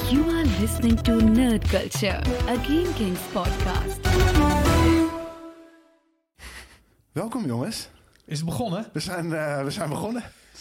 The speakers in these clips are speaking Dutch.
You are listening to Nerd Culture, a Game Kings podcast. Welkom jongens. Is het begonnen? We zijn begonnen.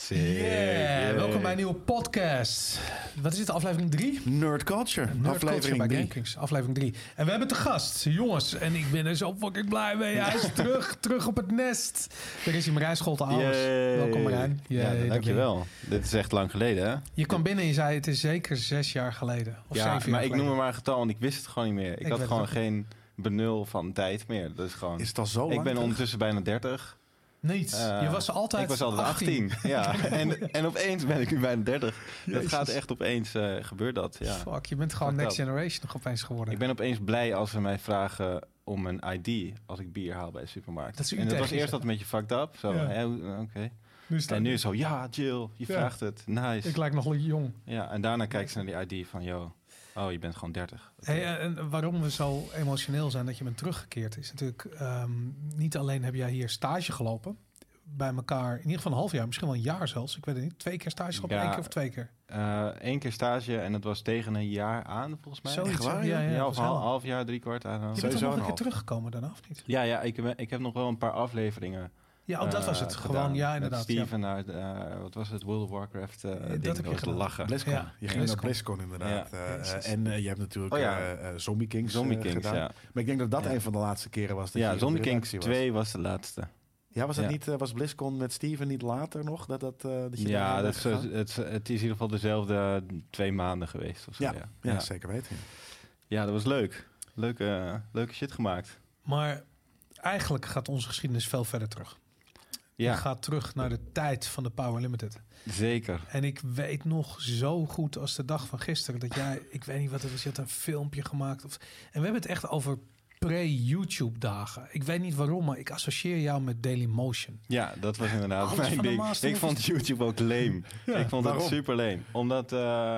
Yeah. Welkom bij een nieuwe podcast. Wat is het, aflevering 3? Nerd Culture, aflevering 3. Aflevering 3. En we hebben te gast, jongens. En ik ben er zo fucking blij mee. Hij is terug op het nest. Daar is hij, Marijn Scholte-Albers. Welkom Marijn. Dankjewel. Dit is echt lang geleden, hè? Je kwam binnen en je zei, het is zeker 6 jaar geleden. Of 7 jaar maar ik geleden. noem maar een getal, want ik wist het gewoon niet meer. Ik had gewoon geen benul van tijd meer. Dat is gewoon... Is het al zo lang? Ik ben ondertussen bijna 30. Niet. Je was altijd Ik was altijd 18. Ja. En opeens ben ik nu bijna 30. Jezus. Dat gaat echt opeens, gebeurt dat. Ja. Fuck, je bent gewoon Fuck next up. generation nog opeens geworden. Ik ben opeens blij als ze mij vragen om een ID als ik bier haal bij de supermarkt. Dat is en dat was tegen eerst dat een beetje fucked up. Zo, Ja. Oké. Nu staat En nu is het zo, ja, Jill, je vraagt het. Nice. Ik lijk nog jong. Ja, en daarna kijken ze naar die ID van, yo, oh, je bent gewoon 30. Okay. Hey, en waarom we zo emotioneel zijn dat je bent teruggekeerd is natuurlijk... niet alleen heb jij hier stage gelopen... bij elkaar, in ieder geval een half jaar, misschien wel een jaar zelfs. Ik weet het niet. 2 keer stage gelopen, 1 keer of 2 keer? 1 keer stage en dat was tegen een jaar aan, volgens mij. Zoiets, Echt waar? ja, of half jaar, 3 kwart aan. Je bent Sowieso toch nog een een keer teruggekomen daarna, of niet? Ja, ik heb nog wel een paar afleveringen. Ja, dat was het. gedaan. Gewoon, ja, inderdaad. Met Steven uit, wat was het, World of Warcraft. dat ding, heb je was gedaan. lachen. BlizzCon. Ja. Je ging naar BlizzCon inderdaad. Ja. En je hebt natuurlijk Zombie Kings, gedaan. Ja. Maar ik denk dat dat een van de laatste keren was. Dat Ja, je Zombie op de Kings redactie was. 2 was de laatste. Ja, was dat Ja. niet? Was BlizzCon met Steven niet later nog? Dat je Ja, daar het bent gegaan? is in ieder geval dezelfde 2 maanden geweest. Of zo, Ja, zeker weten. Ja, dat was leuk. Leuke shit gemaakt. Maar eigenlijk gaat onze geschiedenis veel verder terug. Ja, Je gaat terug naar de tijd van de Power Limited. zeker. En ik weet nog zo goed als de dag van gisteren... dat jij, ik weet niet wat het was, je had een filmpje gemaakt. En we hebben het echt over pre-YouTube-dagen. Ik weet niet waarom, maar ik associeer jou met Dailymotion. Ja, dat was inderdaad Alles mijn van de ding. Master Ik vond YouTube ook lame. Ik vond waarom? het super lame. Omdat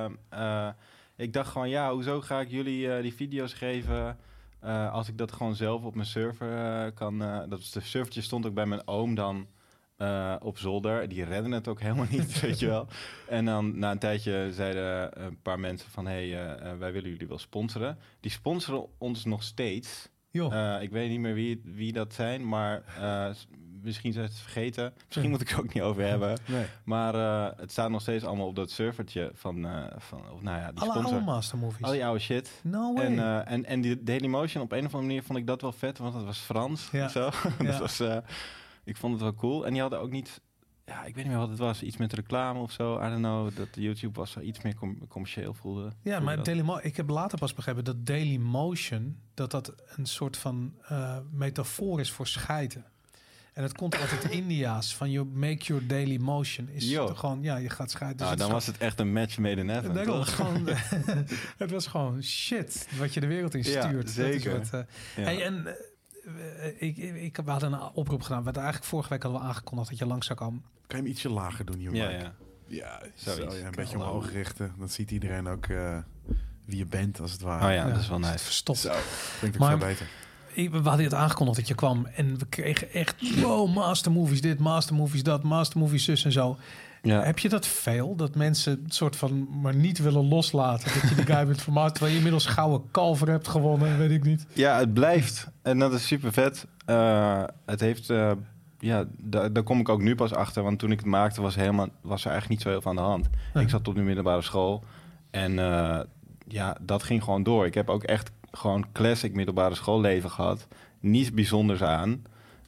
ik dacht gewoon, ja, hoezo ga ik jullie die video's geven... als ik dat gewoon zelf op mijn server kan... dat was de servertje stond ook bij mijn oom dan op zolder. Die redden het ook helemaal niet, weet je wel. En dan na een tijdje zeiden een paar mensen van... wij willen jullie wel sponsoren. Die sponsoren ons nog steeds... Joh. ik weet niet meer wie dat zijn, maar misschien zijn ze het vergeten. Misschien moet ik er ook niet over hebben. Nee. Maar het staat nog steeds allemaal op dat servertje van die Alle sponsor. oude Master Movies. Al die oude shit. No way. En die Dailymotion, op een of andere manier vond ik dat wel vet, want het was Frans. Ja. Zo. Ja. Dat was, ik vond het wel cool. En die hadden ook niet... Ja, ik weet niet meer wat het was. Iets met reclame of zo. I don't know. Dat YouTube was iets meer commercieel voelde. Ja, maar ik heb later pas begrepen dat Dailymotion... dat een soort van metafoor is voor schijten. En het komt uit het India's van you make your daily motion. Is gewoon, ja, je gaat schijten. Dus dan was het echt een match made in heaven. Nee, het was gewoon, het was gewoon shit wat je de wereld in stuurt. Ja, zeker. Dat is wat, hey, en we hadden een oproep gedaan. Eigenlijk vorige week hadden we aangekondigd dat je langs zou komen. Kan je hem ietsje lager doen, jongen? Ja. Ja, Zoiets. een beetje omhoog richten. Dan ziet iedereen ook wie je bent, als het ware. Oh ja, dat is wel nice. Verstopt. Zo, klinkt ook Maar- veel beter. We hadden het aangekondigd dat je kwam. En we kregen echt, wow, Master Movies dit, Master Movies dat, Master Movies zus en zo. Ja. Heb je dat veel? Dat mensen het soort van maar niet willen loslaten. Dat je de guy bent van Master, terwijl je inmiddels gouden kalver hebt gewonnen, weet ik niet. Ja, het blijft. En dat is super vet. Het heeft... daar kom ik ook nu pas achter. Want toen ik het maakte was er eigenlijk niet zo heel veel aan de hand. Nee. Ik zat op de middelbare school. En dat ging gewoon door. Ik heb ook echt gewoon classic middelbare schoolleven gehad. Niets bijzonders aan.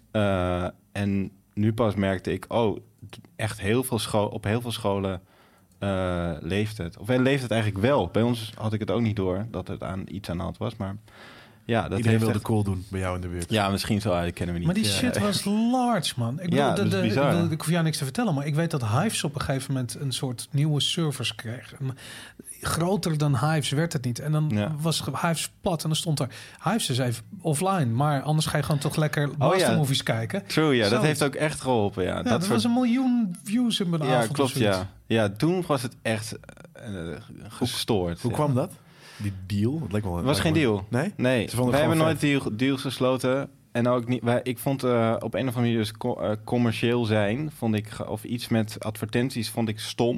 En nu pas merkte ik... echt heel veel op heel veel scholen leeft het. Of leeft het eigenlijk wel. Bij ons had ik het ook niet door dat het iets aan de hand was. Maar ja, dat Iedereen heeft wilde echt... cool doen bij jou in de buurt. Ja, misschien zo. Dat kennen we niet. Maar die shit was large, man. Ik bedoel, Ja, dat is bizar. ik hoef jou niks te vertellen, maar ik weet dat Hives op een gegeven moment een soort nieuwe servers kreeg. En groter dan Hives werd het niet. En dan was Hives plat en dan stond er... Hives is even offline, maar anders ga je gewoon toch lekker Master Movies kijken. True, ja. Zo. Dat heeft ook echt geholpen, ja. Dat was 1 miljoen views in mijn avond. Ja, klopt, of zoiets. ja. Ja, toen was het echt gestoord. Hoe kwam dat? Die deal? Het Het was geen deal. Nee? Nee, Ze vonden wij het hebben gewoon nooit deals gesloten. En ook niet. Ik vond op een of andere manier dus commercieel zijn, vond ik, of iets met advertenties, vond ik stom.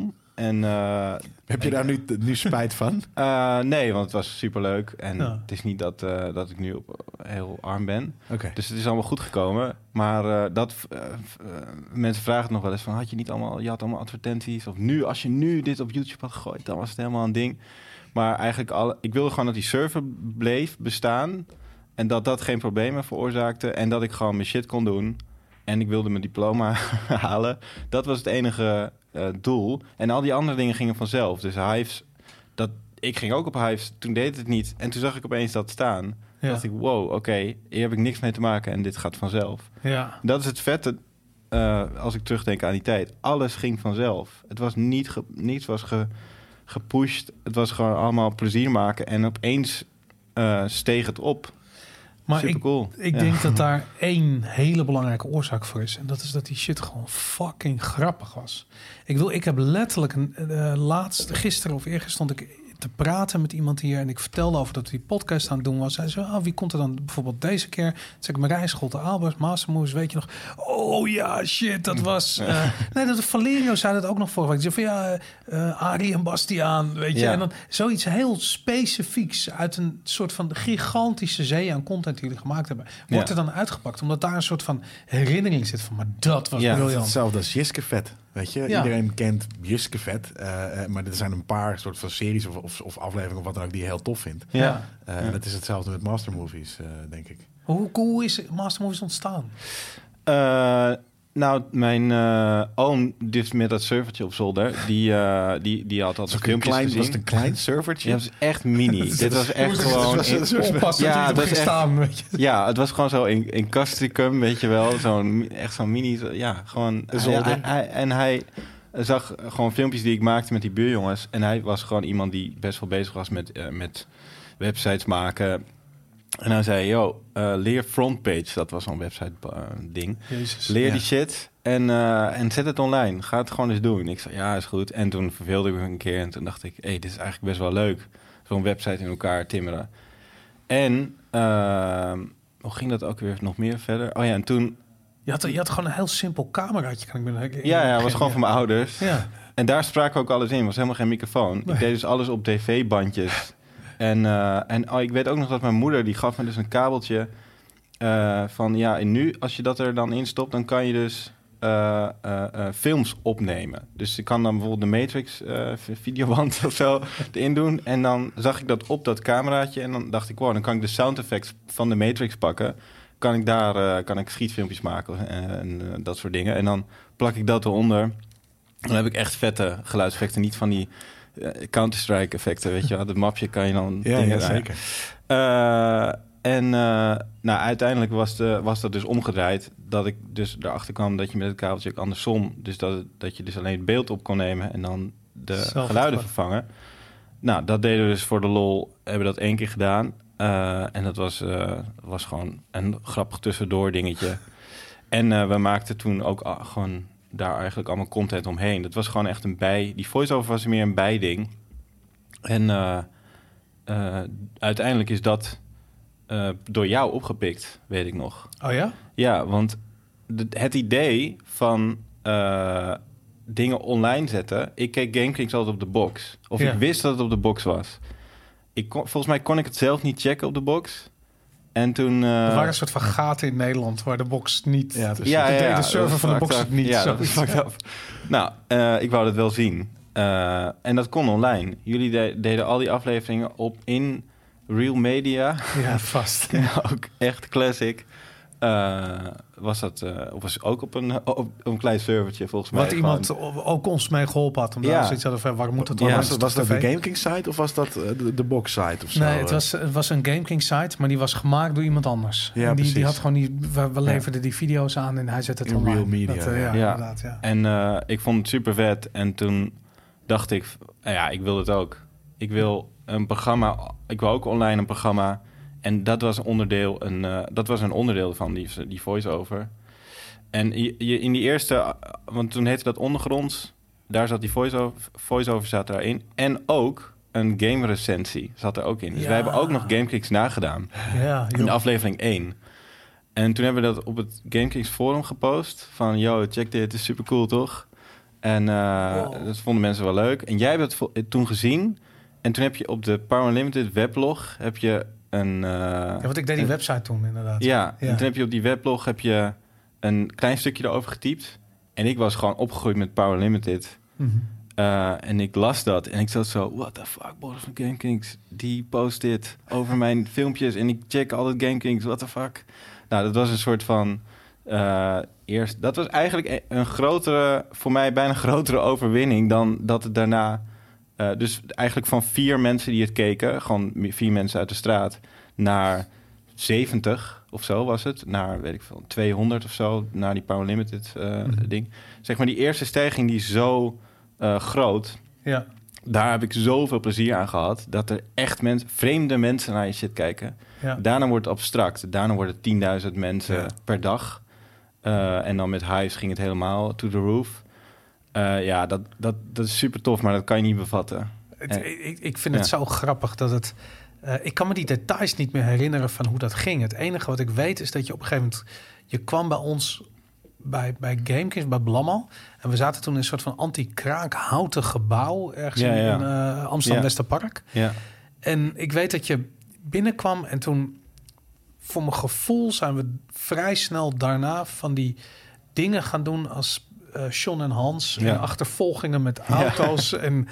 En, Heb je daar nu spijt van? Nee, want het was superleuk. En Ja. het is niet dat ik nu heel arm ben. Oké. Dus het is allemaal goed gekomen. Maar mensen vragen het nog wel eens van... je had allemaal advertenties. Of als je nu dit op YouTube had gegooid... dan was het helemaal een ding. Maar eigenlijk ik wilde gewoon dat die server bleef bestaan... en dat geen problemen veroorzaakte... en dat ik gewoon mijn shit kon doen... en ik wilde mijn diploma halen. Dat was het enige doel. En al die andere dingen gingen vanzelf. Dus Hives... ik ging ook op Hives, toen deed het niet. En toen zag ik opeens dat staan. Toen dacht ik, wow, oké, hier heb ik niks mee te maken... en dit gaat vanzelf. Ja. Dat is het vette... als ik terugdenk aan die tijd. Alles ging vanzelf. Het was niets was gepusht. Het was gewoon allemaal plezier maken. En opeens steeg het op. Maar Supercool. ik denk dat daar één hele belangrijke oorzaak voor is. En dat is dat die shit gewoon fucking grappig was. Ik heb letterlijk gisteren of eergisteren stond ik te praten met iemand hier... en ik vertelde over dat we die podcast aan het doen was. Hij zei, wie komt er dan bijvoorbeeld deze keer? Toen zei ik, Marijn Scholte, Albers, Mastermoves, weet je nog? Oh ja, shit, dat was... nee, dat Valerio zei dat ook nog vorige week. Hij zei van, Arie en Bastiaan, weet je. Ja. En dan zoiets heel specifieks... uit een soort van gigantische zee aan content die jullie gemaakt hebben... wordt er dan uitgepakt. Omdat daar een soort van herinnering zit van... maar dat was briljant. Hetzelfde als Jiskevet. Weet je, Ja. iedereen kent Jiskevet, maar er zijn een paar soort van series of afleveringen of wat dan ook die je heel tof vindt. Ja. En dat is hetzelfde met Mastermovies, denk ik. Hoe is Mastermovies ontstaan? Nou, mijn oom, dus met dat servertje op zolder, die had altijd filmpjes gezien. Was het een klein servertje? Ja, dat was echt mini. Dit was echt gewoon... Ja, dat is staan, weet je. Ja, het was gewoon zo in Castricum, weet je wel. Echt zo'n mini... Ja, gewoon... Hij zag gewoon filmpjes die ik maakte met die buurjongens. En hij was gewoon iemand die best wel bezig was met websites maken. En hij zei, leer Frontpage. Dat was zo'n website ding. Jezus. Leer die shit en zet het online. Ga het gewoon eens doen. Ik zei, ja, is goed. En toen verveelde ik me een keer. En toen dacht ik, dit is eigenlijk best wel leuk. Zo'n website in elkaar timmeren. En hoe ging dat ook weer nog meer verder? Oh ja, en toen... Je had gewoon een heel simpel cameraatje, kan ik me herinneren. Ja, het was gewoon van mijn ouders. Ja. En daar spraken we ook alles in. Was helemaal geen microfoon. Nee. Ik deed dus alles op tv-bandjes. En ik weet ook nog dat mijn moeder, die gaf me dus een kabeltje van... Ja, en nu, als je dat er dan in stopt, dan kan je dus films opnemen. Dus ik kan dan bijvoorbeeld de Matrix videoband of zo erin doen. En dan zag ik dat op dat cameraatje. En dan dacht ik, wow, dan kan ik de sound effects van de Matrix pakken. Kan ik daar schietfilmpjes maken en dat soort dingen. En dan plak ik dat eronder. Dan heb ik echt vette geluidseffecten. Niet van die Counter-Strike effecten, weet je wel. Dat mapje kan je dan... Ja, zeker. Uiteindelijk was dat dus omgedraaid. Dat ik dus erachter kwam dat je met het kabeltje ook andersom... Dus dat je dus alleen het beeld op kon nemen... en dan de geluiden vervangen. Nou, dat deden we dus voor de lol. Hebben we dat 1 keer gedaan. En dat was gewoon een grappig tussendoor dingetje. En we maakten toen ook gewoon daar eigenlijk allemaal content omheen. Dat was gewoon echt die voice-over was meer een bijding. En uiteindelijk is dat door jou opgepikt, weet ik nog. Oh ja? Ja, want het idee van dingen online zetten... Ik keek GameKings altijd op de box. Of ik wist dat het op de box was. Volgens mij kon ik het zelf niet checken op de box. En toen... Er waren een soort van gaten in Nederland waar de box niet... de server van de box het niet. Ja, dat is fucked up. Nou, ik wou dat wel zien. En dat kon online. Jullie deden al die afleveringen in Real Media. Ja, vast. Ook echt classic. Was dat was ook op een klein servertje volgens mij. Wat iemand ook ons mee geholpen had. Omdat zoiets hadden van, waar moet het dan? Ja, was dat de GameKing site of was dat de box site of zo? Nee, het was een GameKing site, maar die was gemaakt door iemand anders. Ja, en die had gewoon we leverden die video's aan en hij zette het in online. Real Media. Inderdaad, ja. En ik vond het super vet. En toen dacht ik, ik wil het ook. Ik wil een programma. Ik wil ook online een programma. En dat was een onderdeel van die voice-over. En in die eerste... Want toen heette dat Ondergronds. Daar zat die voice-over zat daarin. En ook een game-recensie zat er ook in. Dus wij hebben ook nog GameKings nagedaan. Ja, in aflevering 1. En toen hebben we dat op het GameKings forum gepost. Van, check dit, het is super cool, toch? En dat vonden mensen wel leuk. En jij hebt het toen gezien. En toen heb je op de Power Unlimited weblog heb je een... want ik deed die website toen inderdaad. Ja, en toen heb je op die weblog heb je een klein stukje erover getypt. En ik was gewoon opgegroeid met Power Unlimited. Mm-hmm. En ik las dat en ik zat zo... What the fuck, Boris van GameKings, die post dit over mijn filmpjes... en ik check altijd GameKings, what the fuck. Nou, dat was een soort van... dat was eigenlijk een grotere... voor mij bijna grotere overwinning... dan dat het daarna... dus eigenlijk van 4 mensen die het keken... gewoon 4 mensen uit de straat... naar 70 of zo was het. Naar, weet ik veel, 200 of zo... naar die Power Limited ding. Zeg maar, die eerste stijging die zo... groot. Ja. Daar heb ik zoveel plezier aan gehad... dat er echt vreemde mensen naar je shit kijken. Ja. Daarna wordt het abstract. Daarna worden het 10.000 mensen per dag. En dan met Hives ging het helemaal to the roof. Dat is super tof, maar dat kan je niet bevatten. Ik vind het zo grappig dat het... ik kan me die details niet meer herinneren van hoe dat ging. Het enige wat ik weet is dat je op een gegeven moment... je kwam bij ons... bij GameKings, bij Blammo. En we zaten toen in een soort van anti-kraakhouten gebouw... ergens in Amsterdam Westerpark. Ja. En ik weet dat je binnenkwam en toen... voor mijn gevoel zijn we vrij snel daarna... van die dingen gaan doen als Sean en Hans... en achtervolgingen met auto's. En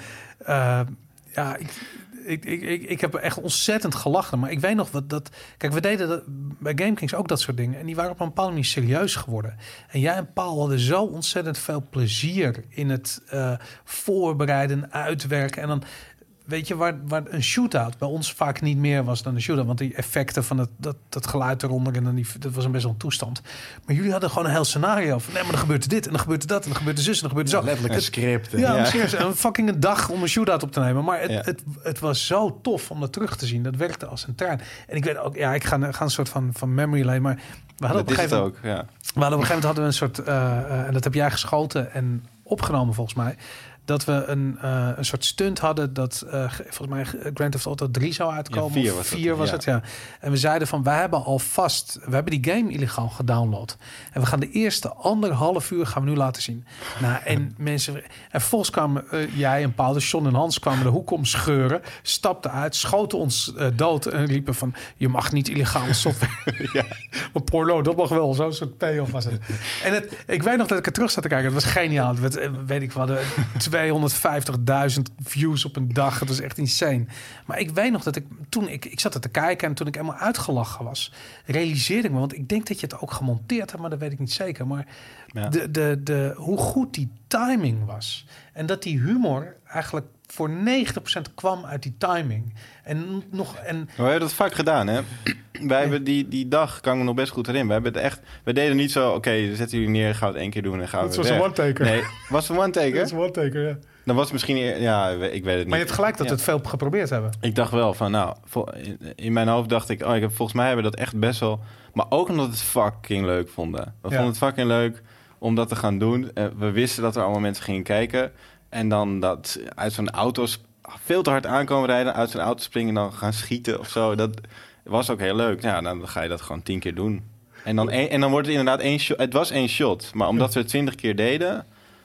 ik heb echt ontzettend gelachen. Maar ik weet nog wat dat... Kijk, we deden dat bij GameKings ook dat soort dingen. En die waren op een bepaalde manier serieus geworden. En jij en Paul hadden zo ontzettend veel plezier... in het voorbereiden, uitwerken. En dan... Weet je, waar een shootout bij ons vaak niet meer was dan een shootout. Want die effecten van dat geluid eronder... en dan dat was een best wel een toestand. Maar jullie hadden gewoon een heel scenario. Van, nee, maar dan gebeurt dit en dan gebeurt dat... en dan gebeurt zus en dan gebeurt zo. Letterlijk een script. Een fucking dag om een shootout op te nemen. Maar het was zo tof om dat terug te zien. Dat werkte als een trein. En ik weet ook... Ja, ik ga een soort van memory lane. Maar we hadden op een gegeven moment... We hadden op een gegeven moment hadden we een soort... en dat heb jij geschoten en opgenomen volgens mij... dat we een soort stunt hadden... dat volgens mij Grand Theft Auto 3 zou uitkomen. Ja, 4 was het, ja. En we zeiden van, wij hebben alvast... we hebben die game illegaal gedownload. En we gaan de eerste 1,5 uur gaan we nu laten zien. Nou, en mensen... En vervolgens kwamen jij en Paul, Sean en Hans... kwamen de hoek om scheuren, stapten uit... schoten ons dood en riepen van... je mag niet illegale software. Maar porno, dat mag wel. Zo'n soort payoff was het. En ik weet nog dat ik er terug zat te kijken. Het was geniaal. Weet ik wat... 250.000 views op een dag. Het was echt insane. Maar ik weet nog dat ik zat er te kijken... en toen ik helemaal uitgelachen was... realiseerde ik me... want ik denk dat je het ook gemonteerd hebt... maar dat weet ik niet zeker. Maar hoe goed die timing was. En dat die humor eigenlijk... voor 90% kwam uit die timing. We hebben dat vaak gedaan, hè? Wij hebben die dag, kan ik me nog best goed herinneren. We hebben het echt... We deden niet zo, oké, zetten jullie neer, gaan we het 1 keer doen en gaan we weg. Het was een one-taker. Nee, was het een one-taker? Het was een one-taker, ja. Dan was het misschien... Ja, ik weet het niet. Maar je hebt gelijk dat we het veel geprobeerd hebben. Ik dacht wel van, nou... In mijn hoofd dacht ik... volgens mij hebben we dat echt best wel... Maar ook omdat we het fucking leuk vonden. We vonden het fucking leuk om dat te gaan doen. We wisten dat er allemaal mensen gingen kijken... En dan dat uit zo'n auto's veel te hard aankomen rijden... uit zo'n auto springen en dan gaan schieten of zo. Dat was ook heel leuk. Ja, dan ga je dat gewoon 10 keer doen. En dan wordt het inderdaad 1 shot. Het was 1 shot. Maar omdat we het 20 keer deden...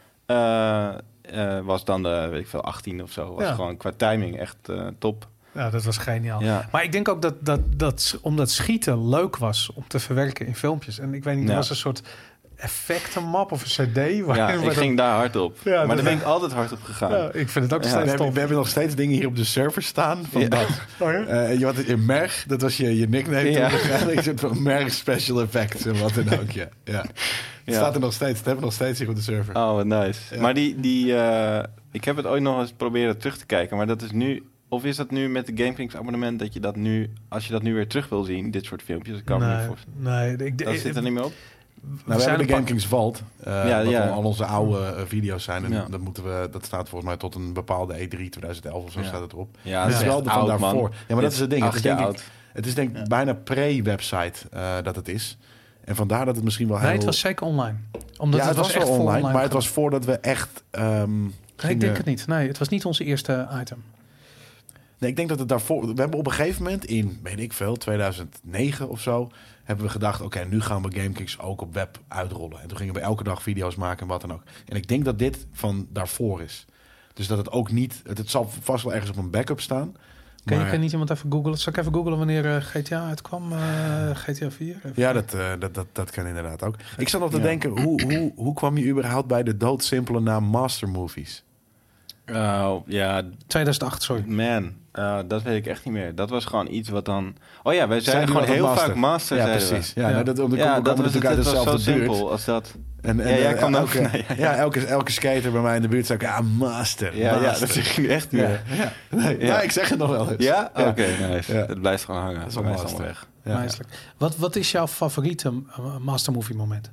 was dan de, weet ik veel, 18 of zo. Was gewoon qua timing echt top. Ja, dat was geniaal. Ja. Maar ik denk ook dat omdat schieten leuk was... om te verwerken in filmpjes. En ik weet niet, er was een soort... effectenmap of een cd. Ik ging daar hard op. Ja, maar daar ben ik altijd hard op gegaan. Ja, ik vind het ook steeds top. We hebben nog steeds dingen hier op de server staan. Van dat. Je had het in Merg, dat was je nickname. Ja. Een soort van Merg special effects en wat dan ook. Ja. Het staat er nog steeds. Het hebben we nog steeds hier op de server. Oh, wat nice. Ja. Maar ik heb het ooit nog eens proberen terug te kijken. Maar dat is nu... Of is dat nu met de GameKings abonnement dat je dat nu... Als je dat nu weer terug wil zien, dit soort filmpjes... kan me niet voorstellen. Nee. Dat zit er niet meer op? We hebben de GameKings Vault, wat al onze oude video's zijn. En dat staat volgens mij tot een bepaalde E3 2011 of zo staat het erop. Ja, dat is wel de van daarvoor. Man. Ja, maar dat is het ding. Het is denk ik bijna pre-website dat het is. En vandaar dat het misschien wel heel... Nee, het was zeker online. Omdat het was wel online, maar het was voordat we echt... ik denk het niet. Nee, het was niet onze eerste item. Nee, ik denk dat het daarvoor... We hebben op een gegeven moment in, weet ik veel, 2009 of zo... hebben we gedacht, oké, nu gaan we GameKings ook op web uitrollen. En toen gingen we elke dag video's maken en wat dan ook. En ik denk dat dit van daarvoor is. Dus dat het ook niet... Het zal vast wel ergens op een backup staan. Kan niet iemand even googlen? Zal ik even googlen wanneer GTA uitkwam? GTA 4? Ja, dat kan inderdaad ook. Ik zat nog te denken, hoe kwam je überhaupt bij de doodsimpele naam Master Movies? 2008, sorry. Man, dat weet ik echt niet meer. Dat was gewoon iets wat dan... Oh ja, wij zeiden gewoon heel vaak Master. Ja, precies. Ja, nou, dat was natuurlijk uit dezelfde buurt. Als dat... En jij kwam elke skater bij mij in de buurt zei ik, Master. Ja, dat zeg ik nu echt niet meer. Nee, ik zeg het nog wel eens. Ja? Oké, nice. Ja. Het blijft gewoon hangen. Dat is allemaal weg. Wat is jouw favoriete Master Movie moment?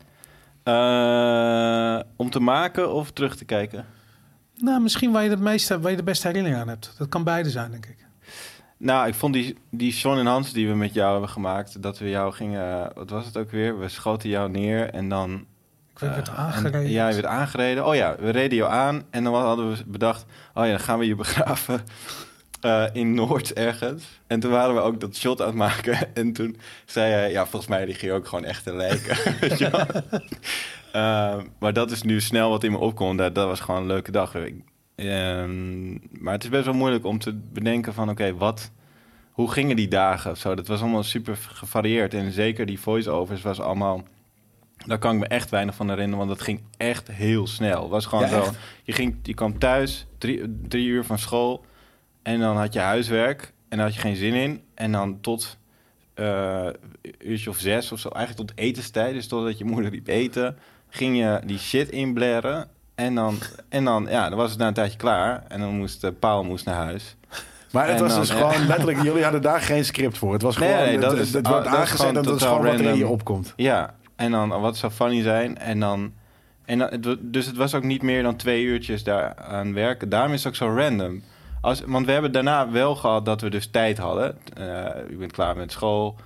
Om te maken of terug te kijken? Nou, misschien waar je de beste herinnering aan hebt. Dat kan beide zijn, denk ik. Nou, ik vond die Sean en Hans die we met jou hebben gemaakt... dat we jou gingen... wat was het ook weer? We schoten jou neer en dan... Ik werd aangereden. Ja, je werd aangereden. Oh ja, we reden jou aan en dan hadden we bedacht... oh ja, dan gaan we je begraven in Noord ergens. En toen waren we ook dat shot aan het maken. En toen zei hij... ja, volgens mij die ging ook gewoon echt te lijken. Weet je wel? Maar dat is nu snel wat in me opkomt. Dat was gewoon een leuke dag. Maar het is best wel moeilijk om te bedenken van... oké, hoe gingen die dagen of zo? Dat was allemaal super gevarieerd. En zeker die voice-overs was allemaal... daar kan ik me echt weinig van herinneren... want dat ging echt heel snel. Het was gewoon zo... Je kwam thuis, 3 uur van school... en dan had je huiswerk... en daar had je geen zin in. En dan tot... uurtje of 6 of zo... eigenlijk tot etenstijd. Dus totdat je moeder liep eten... ging je die shit inblaren... En dan was het na een tijdje klaar. En dan moest Paul naar huis. Maar het was dus gewoon letterlijk... Jullie hadden daar geen script voor. Het was gewoon... het wordt aangezet en dat is gewoon wat er in je opkomt. Ja, en dan wat zou funny zijn. Dus het was ook niet meer dan 2 uurtjes daar aan werken. Daarom is het ook zo random. Want we hebben daarna wel gehad dat we dus tijd hadden. Je bent klaar met school.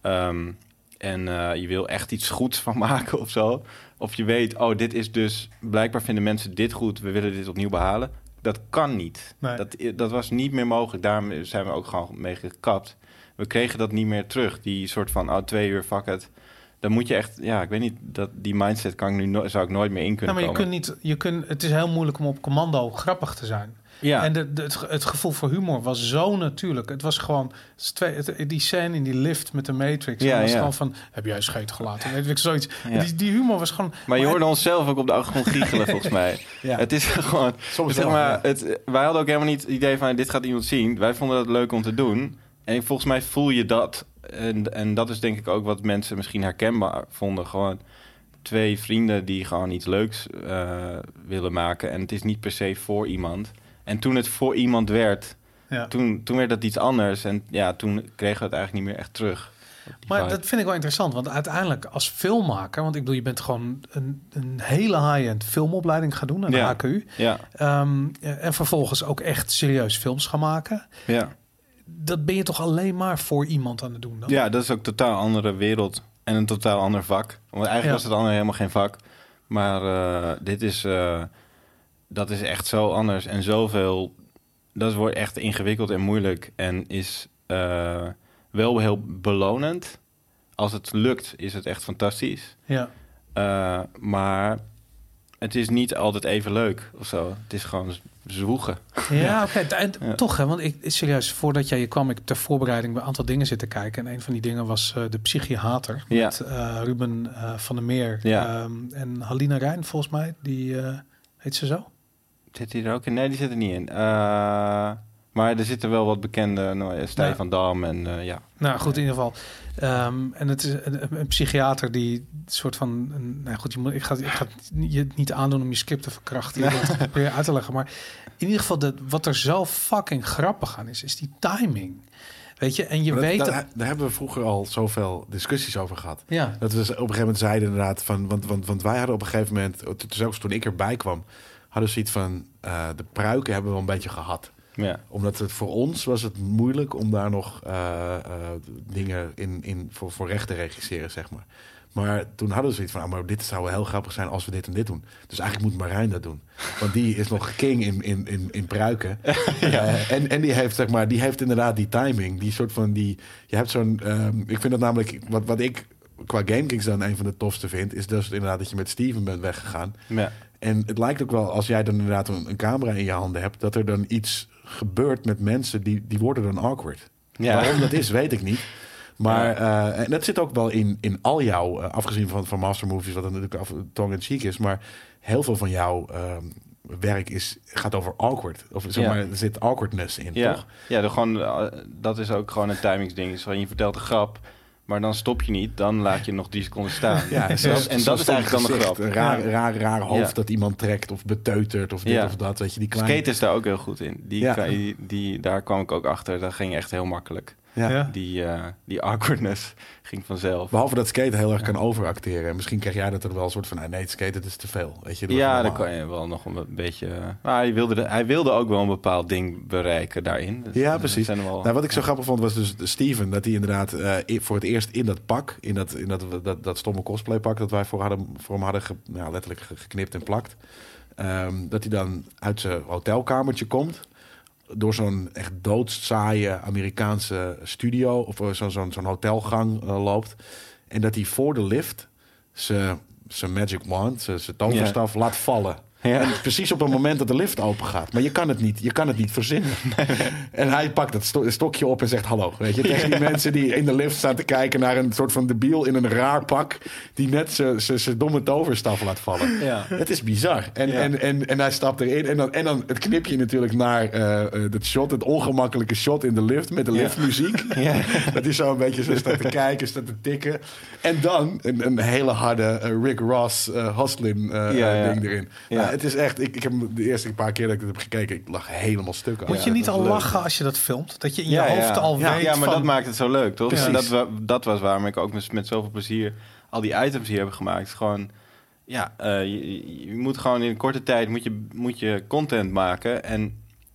En je wil echt iets goeds van maken of zo. Of je weet, dit is dus... blijkbaar vinden mensen dit goed, we willen dit opnieuw behalen. Dat kan niet. Nee. Dat was niet meer mogelijk. Daarom zijn we ook gewoon mee gekapt. We kregen dat niet meer terug. Die soort van, 2 uur, fuck it. Dan moet je echt... Ja, ik weet niet, die mindset zou ik nooit meer in kunnen komen. Maar het is heel moeilijk om op commando grappig te zijn. Ja. En het gevoel voor humor was zo natuurlijk. Het was gewoon... die scène in die lift met de Matrix... was gewoon van... heb jij scheet gelaten? Weet ik zoiets. Ja. Die humor was gewoon... Maar je hoorde onszelf ook op de achtergrond giechelen, volgens mij. Ja. Het is gewoon... Soms zeg maar, wij hadden ook helemaal niet het idee van... dit gaat iemand zien. Wij vonden dat leuk om te doen. En volgens mij voel je dat. En dat is denk ik ook wat mensen misschien herkenbaar vonden. Gewoon 2 vrienden die gewoon iets leuks willen maken. En het is niet per se voor iemand... En toen het voor iemand werd, toen werd dat iets anders. En toen kregen we het eigenlijk niet meer echt terug. Maar dat vind ik wel interessant. Want uiteindelijk als filmmaker... want ik bedoel, je bent gewoon een hele high-end filmopleiding gaan doen aan de HKU. Ja. En vervolgens ook echt serieus films gaan maken. Ja. Dat ben je toch alleen maar voor iemand aan het doen dan? Ja, dat is ook een totaal andere wereld. En een totaal ander vak. Want eigenlijk was het andere helemaal geen vak. Maar dit is... dat is echt zo anders en zoveel... Dat wordt echt ingewikkeld en moeilijk. En is wel heel belonend. Als het lukt, is het echt fantastisch. Ja. Maar het is niet altijd even leuk of zo. Het is gewoon zwoegen. Ja, oké. En toch, hè, want serieus, voordat jij hier kwam... ik ter voorbereiding bij een aantal dingen zitten kijken... en een van die dingen was de Psychiater... met Ruben van der Meer en Halina Rijn, volgens mij. Die heet ze zo? Zit hij er ook in? Nee, die zit er niet in. Maar er zitten wel wat bekende... Stijn van Dam en Nou, goed, in ieder geval. En het is een psychiater die soort van... ik ga je niet aandoen om je script te verkrachten. Dat probeer uit te leggen. Maar in ieder geval, wat er zo fucking grappig aan is die timing. Weet je, en je weet dat... Daar hebben we vroeger al zoveel discussies over gehad. Ja. Dat we op een gegeven moment zeiden inderdaad... Want wij hadden op een gegeven moment... Zelfs toen ik erbij kwam... hadden ze iets van... de pruiken hebben we een beetje gehad. Ja. Omdat het voor ons was het moeilijk om daar nog dingen voor recht te regisseren, zeg maar. Maar toen hadden we zoiets van, maar dit zou wel heel grappig zijn als we dit en dit doen. Dus eigenlijk moet Marijn dat doen. Want die is nog king in pruiken. En die heeft, zeg maar, die heeft inderdaad die timing. Die soort van, je hebt zo'n... ik vind dat namelijk, wat ik qua GameKings dan een van de tofste vind, is dus inderdaad dat je met Steven bent weggegaan. Ja. En het lijkt ook wel, als jij dan inderdaad een camera in je handen hebt, dat er dan iets gebeurt met mensen, die worden dan awkward. Ja. Waarom dat is, weet ik niet. Maar en dat zit ook wel in al jouw, afgezien van Master Movies, wat dan natuurlijk tongue-in-cheek is, maar heel veel van jouw werk gaat over awkward. Of zeg maar, er zit awkwardness in, toch? Ja, dat is ook gewoon een timingsding. Dus je vertelt een grap, maar dan stop je niet, dan laat je nog 3 seconden staan. Ja, en dat is eigenlijk dan de grap. Een raar hoofd dat iemand trekt of beteutert of dit of dat. Weet je, die kleine... Skate is daar ook heel goed in. Daar kwam ik ook achter. Dat ging echt heel makkelijk. Ja. Die awkwardness ging vanzelf. Behalve dat skate heel erg kan overacteren. En misschien krijg jij dat er wel een soort van... nee, skate, dat is te veel. Weet je, dan kan je wel nog een beetje... Maar hij wilde ook wel een bepaald ding bereiken daarin. Dus, ja, precies. Wat ik zo grappig vond was dus Steven... dat hij inderdaad voor het eerst in dat pak... in dat stomme cosplaypak... dat wij voor hem hadden letterlijk geknipt en plakt... dat hij dan uit zijn hotelkamertje komt... door zo'n echt doodsaaie Amerikaanse studio... of zo'n hotelgang loopt. En dat hij voor de lift zijn magic wand, zijn toverstaf laat vallen. Ja. En precies op het moment dat de lift open gaat. Maar je kan het niet verzinnen. En hij pakt het stokje op en zegt hallo. Weet je, tegen die mensen die in de lift staan te kijken... naar een soort van debiel in een raar pak... die net zijn domme toverstaf laat vallen. Ja. Het is bizar. En hij stapt erin. En dan het knipje natuurlijk naar het shot... het ongemakkelijke shot in de lift met de liftmuziek. Ja. Dat hij zo een beetje zo staat te kijken, staat te tikken. En dan een hele harde Rick Ross hustling ding erin. Ja. Het is echt, ik heb de eerste paar keer dat ik het heb gekeken, ik lag helemaal stuk. Moet je niet al lachen als je dat filmt? Dat je in je hoofd al weet. Ja, maar dat maakt het zo leuk, toch? En dat was waarom ik ook met zoveel plezier al die items hier heb gemaakt. Gewoon, je moet gewoon in een korte tijd moet je content maken. En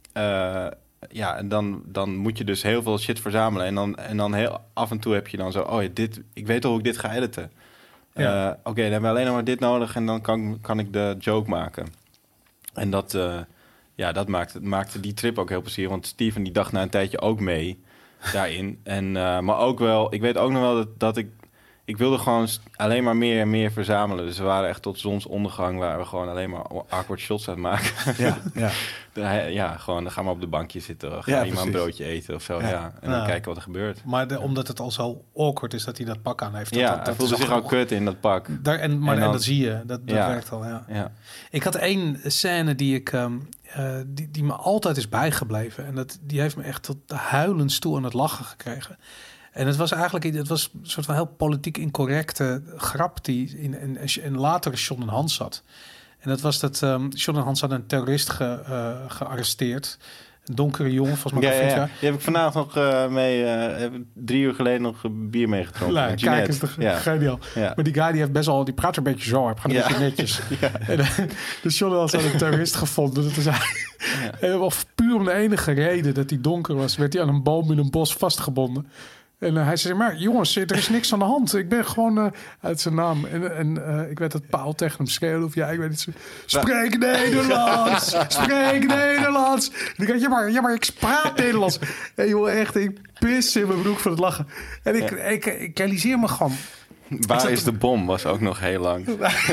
en dan moet je dus heel veel shit verzamelen. En dan heel af en toe heb je dan zo, ik weet al hoe ik dit ga editen. Ja. Dan hebben we alleen nog maar dit nodig en dan kan ik de joke maken. En dat maakte die trip ook heel plezier. Want Steven die dacht na een tijdje ook mee daarin. En, maar ook wel, ik weet ook nog wel dat ik wilde gewoon alleen maar meer en meer verzamelen. Dus we waren echt tot zonsondergang waren we gewoon alleen maar awkward shots aan het maken. Gewoon dan gaan we op de bankje zitten. Ga iemand een broodje eten of zo. Ja. En dan kijken wat er gebeurt. Maar omdat het al zo awkward is dat hij dat pak aan heeft. Hij voelde zich al kut in dat pak. En dat zie je. Dat werkt al, ja. Ik had 1 scène die ik... die me altijd is bijgebleven. En die heeft me echt tot huilend toe aan het lachen gekregen. En het was een soort van heel politiek incorrecte grap die in latere John en Hans zat. En dat was dat John en Hans hadden een terrorist gearresteerd. Een donkere jongen, volgens mij. Ja. Die heb ik vanavond nog heb 3 uur geleden nog bier meegedronken. Kijk, is toch geniaal. Ja. Maar die guy die praat een beetje zo. Hij gaat een beetje netjes. Dus John en Hans had een terrorist gevonden. Dat is of puur om de enige reden dat hij donker was, werd hij aan een boom in een bos vastgebonden. En hij zei, maar jongens, er is niks aan de hand. Ik ben gewoon uit zijn naam. En ik weet dat Paul tegen hem schreeuwde. Of ik weet niet. Spreek Nederlands! Spreek Nederlands! En ik dacht, ja, maar ik praat Nederlands. En joh, echt, ik pis in mijn broek van het lachen. En ik realiseer me gewoon... Waar is de bom? Was ook nog heel lang.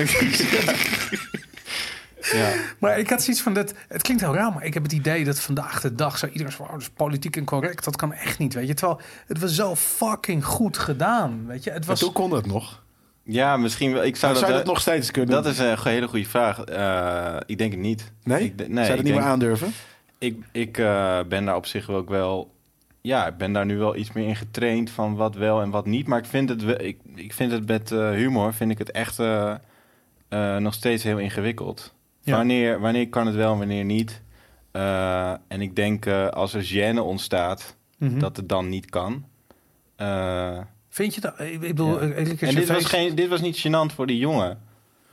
Ja. Maar ik had zoiets van dat. Het klinkt heel raar, maar ik heb het idee dat vandaag de dag zo iedereen van, dus politiek incorrect, dat kan echt niet, weet je. Terwijl het was zo fucking goed gedaan, weet je. Het was. En toen kon dat nog. Ja, misschien wel. Zou dat nog steeds kunnen? Dat is een hele goede vraag. Ik denk het niet. Nee? Zou je het niet meer aandurven? Ik ben daar op zich ook wel. Ja, ik ben daar nu wel iets meer in getraind van wat wel en wat niet. Maar ik vind het met humor vind ik het echt nog steeds heel ingewikkeld. Ja. Wanneer kan het wel en wanneer niet? En ik denk als er gêne ontstaat, dat het dan niet kan. Vind je dat? Ik bedoel, en dit was niet gênant voor die jongen.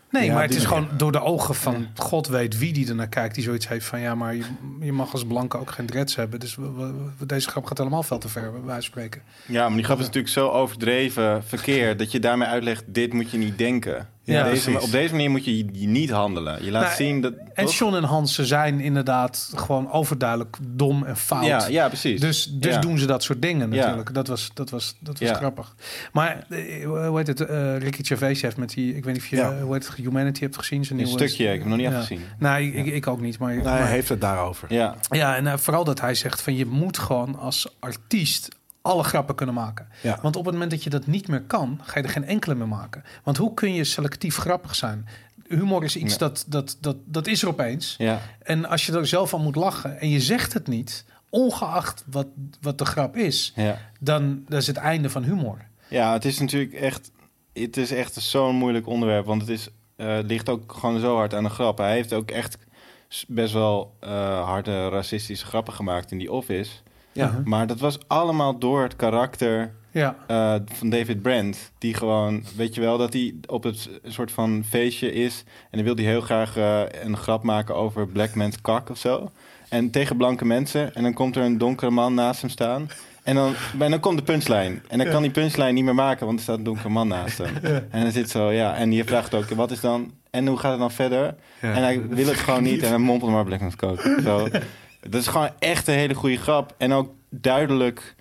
Nee, maar het is gewoon door de ogen van God weet wie die ernaar kijkt. Die zoiets heeft van, ja, maar je mag als blanke ook geen dreads hebben. Dus deze grap gaat helemaal veel te ver, bij wijze van spreken. Ja, maar die grap is natuurlijk zo overdreven verkeerd... dat je daarmee uitlegt, dit moet je niet denken. Ja, op deze manier moet je niet handelen. Je laat zien dat... En Sean en Hans zijn inderdaad gewoon overduidelijk dom en fout. Ja, precies. Dus doen ze dat soort dingen natuurlijk. Ja. Dat was grappig. Maar hoe heet het? Ricky Gervais heeft met die... Ik weet niet of je hoe heet het, Humanity hebt gezien. Zijn nieuwe stukje, ik heb hem nog niet afgezien. Nee, ik ook niet. Maar hij heeft het daarover. Ja, en vooral dat hij zegt van... je moet gewoon als artiest... alle grappen kunnen maken. Ja. Want op het moment dat je dat niet meer kan... ga je er geen enkele meer maken. Want hoe kun je selectief grappig zijn? Humor is iets dat is er opeens. Ja. En als je er zelf aan moet lachen... en je zegt het niet... ongeacht wat de grap is... dan dat is het einde van humor. Ja, het is natuurlijk echt... het is echt zo'n moeilijk onderwerp... want het is, ligt ook gewoon zo hard aan de grap. Hij heeft ook echt best wel harde racistische grappen gemaakt in die Office... Ja, maar dat was allemaal door het karakter van David Brent. Die gewoon, weet je wel, dat hij op het soort van feestje is... en dan wil hij heel graag een grap maken over black man's kak of zo. En tegen blanke mensen. En dan komt er een donkere man naast hem staan... En dan komt de punchline. En dan kan die punchline niet meer maken... want er staat een donkere man naast hem. En dan zit zo, en die vraagt ook... wat is dan... en hoe gaat het dan verder? Ja. En hij wil het gewoon niet... en hij mompelt maar black man's kak. Zo... Dat is gewoon echt een hele goede grap. En ook duidelijk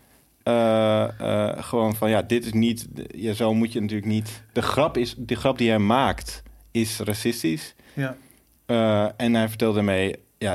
gewoon van... dit is niet... zo moet je natuurlijk niet... De grap die hij maakt is racistisch. Ja. En hij vertelt daarmee...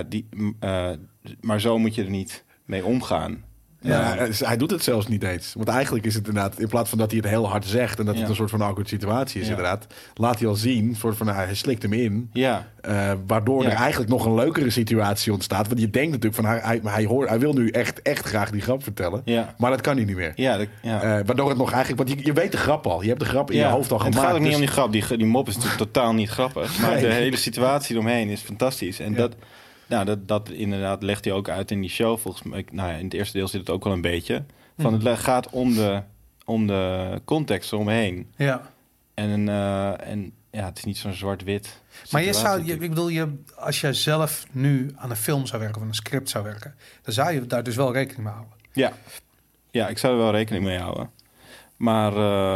maar zo moet je er niet mee omgaan. Ja, hij doet het zelfs niet eens. Want eigenlijk is het inderdaad... in plaats van dat hij het heel hard zegt... en dat het een soort van awkward situatie is inderdaad... laat hij al zien, soort van, hij slikt hem in... waardoor er eigenlijk nog een leukere situatie ontstaat. Want je denkt natuurlijk van... hij wil nu echt graag die grap vertellen... maar dat kan hij niet meer. Waardoor het nog eigenlijk... want je weet de grap al. Je hebt de grap in je hoofd al gemaakt. Het gaat ook niet om die grap. Die mop is natuurlijk totaal niet grappig. Maar de hele situatie eromheen is fantastisch. En dat inderdaad legt hij ook uit in die show. Volgens mij, in het eerste deel zit het ook wel een beetje. Van het gaat om de context eromheen. Ja. En het is niet zo'n zwart-wit. Maar als jij zelf nu aan een film zou werken of een script zou werken, dan zou je daar dus wel rekening mee houden. Ja, ik zou er wel rekening mee houden. Maar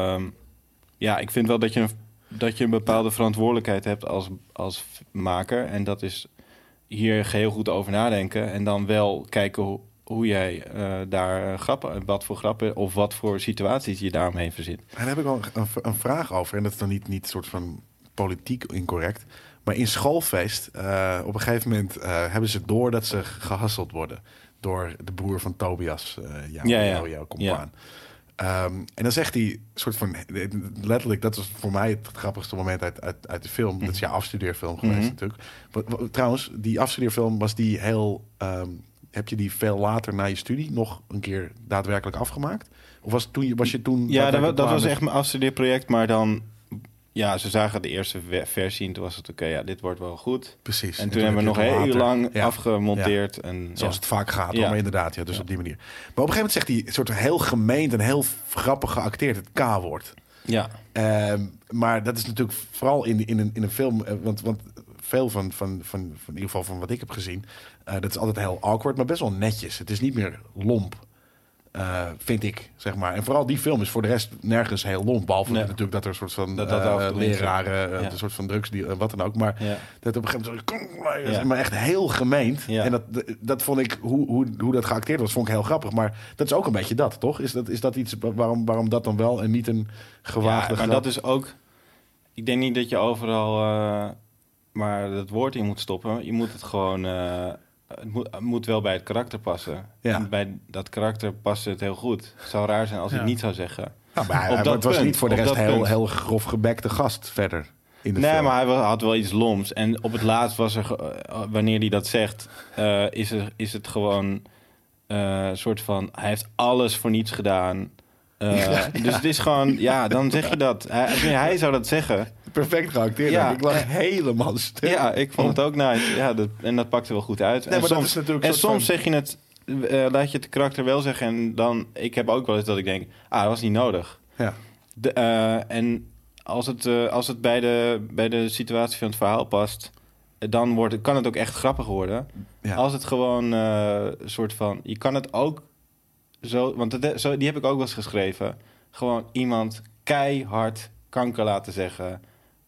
ik vind wel dat je een bepaalde verantwoordelijkheid hebt als maker. En dat is hier heel goed over nadenken. En dan wel kijken hoe jij daar wat voor grappen of wat voor situaties je daaromheen verzint. En daar heb ik wel een vraag over. En dat is dan niet soort van politiek incorrect. Maar in Schoolfeest, op een gegeven moment hebben ze door dat ze gehasseld worden. Door de broer van Tobias. Jouw compaan. En dan zegt hij soort van... letterlijk, dat was voor mij het grappigste moment uit de film. Dat is jouw afstudeerfilm geweest natuurlijk. Trouwens, die afstudeerfilm was die heel... heb je die veel later na je studie nog een keer daadwerkelijk afgemaakt? Of was je toen... Ja, dat was echt mijn afstudeerproject, maar dan... Ja, ze zagen de eerste versie en toen was het dit wordt wel goed. Precies. En toen hebben we nog heel lang afgemonteerd. Ja. En, zoals het vaak gaat, maar inderdaad. Dus op die manier. Maar op een gegeven moment zegt hij een soort heel gemeend en heel grappig geacteerd het K-woord. Ja. Maar dat is natuurlijk vooral in een film... Want veel van in ieder geval van wat ik heb gezien... dat is altijd heel awkward, maar best wel netjes. Het is niet meer lomp. Vind ik, zeg maar. En vooral die film is voor de rest nergens heel lomp. Behalve natuurlijk dat er een soort van leraren, een soort van drugs, wat dan ook. Maar dat op een gegeven moment maar echt heel gemeend. Ja. En dat vond ik, hoe dat geacteerd was, vond ik heel grappig. Maar dat is ook een beetje dat, toch? Is dat iets, waarom dat dan wel en niet een gewaagde grap? Maar dat is ook... Ik denk niet dat je overal maar dat woord in moet stoppen. Je moet het gewoon... Het moet wel bij het karakter passen. Ja. En bij dat karakter past het heel goed. Het zou raar zijn als ik het niet zou zeggen. Ja, maar het was niet voor de rest heel grof gebekte gast verder in de film. Nee, maar hij had wel iets loms. En op het laatst was er... wanneer hij dat zegt... is het gewoon... soort van... Hij heeft alles voor niets gedaan... Dus het is gewoon, dan zeg je dat. Hij zou dat zeggen. Perfect geacteerd. Ja, ik lag helemaal stil. Ja, ik vond het ook nice. Ja, en dat pakte wel goed uit. Nee, en soms zeg je het, laat je het karakter wel zeggen. En dan, ik heb ook wel eens dat ik denk, dat was niet nodig. Ja. En als het bij de situatie van het verhaal past, dan kan het ook echt grappig worden. Ja. Als het gewoon een soort van... Je kan het ook zo... Want die heb ik ook wel eens geschreven. Gewoon iemand keihard kanker laten zeggen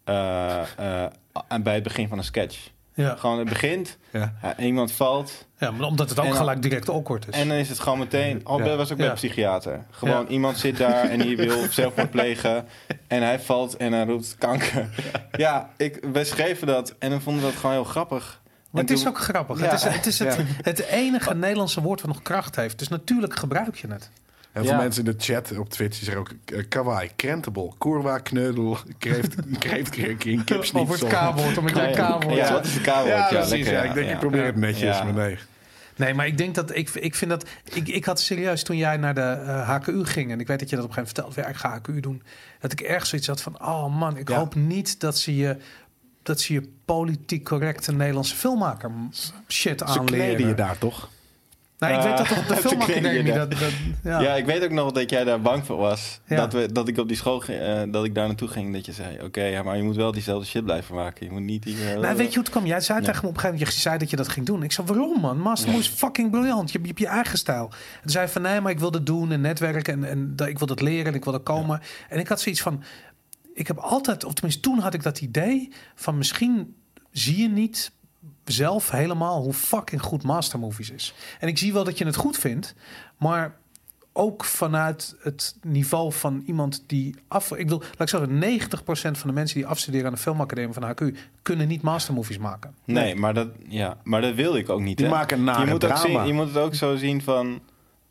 bij het begin van een sketch. Ja. Gewoon het begint, iemand valt. Ja, maar omdat het ook gelijk direct awkward is. En dan is het gewoon meteen... dat was ook bij een psychiater. Gewoon iemand zit daar en die wil zelfmoord plegen. En hij valt en hij roept kanker. Wij schreven dat en dan vonden we dat gewoon heel grappig. Maar het is ook grappig. Ja. Het is het enige Nederlandse woord wat nog kracht heeft. Dus natuurlijk gebruik je het. Heel veel mensen in de chat op Twitch die zeggen ook kawaii, krentable, kurwa, kneudel, kreeftkring, kipsniet. Over het K-woord, om een K-woord. Ja, wat is het K-woord? Ja, precies. Ik denk, ik probeer het netjes, maar nee. Nee, maar ik denk dat... Ik vind dat... Ik had serieus, toen jij naar de HKU ging... en ik weet dat je dat op een gegeven moment vertelde... ik ga HKU doen... dat ik ergens zoiets had van... oh man, ik hoop niet dat ze je politiek correcte Nederlandse filmmaker shit aanleren. Ze kleden je daar toch? Nou, ik weet dat toch op de filmacademie... Ja, ik weet ook nog dat jij daar bang voor was. Ja. Dat ik op die school dat ik daar naartoe ging. Dat je zei, oké, maar je moet wel diezelfde shit blijven maken. Je moet niet die... weet je hoe het kwam? Jij zei tegen me op een gegeven moment... Je zei dat je dat ging doen. Ik zei, waarom man? Master is fucking briljant. Je hebt je eigen stijl. En toen zei van, nee, maar ik wil dat doen en netwerken. En ik wil dat leren en ik wil dat komen. Ja. En ik had zoiets van... Ik heb altijd, of tenminste toen had ik dat idee... van misschien zie je niet... zelf helemaal hoe fucking goed Mastermovies is. En ik zie wel dat je het goed vindt, maar ook vanuit het niveau van iemand die ik wil, laat ik zeggen, 90% van de mensen die afstuderen aan de filmacademie van de HKU kunnen niet Mastermovies maken. Nee, maar dat wil ik ook niet. Die maken nare drama. Je moet het ook zo zien van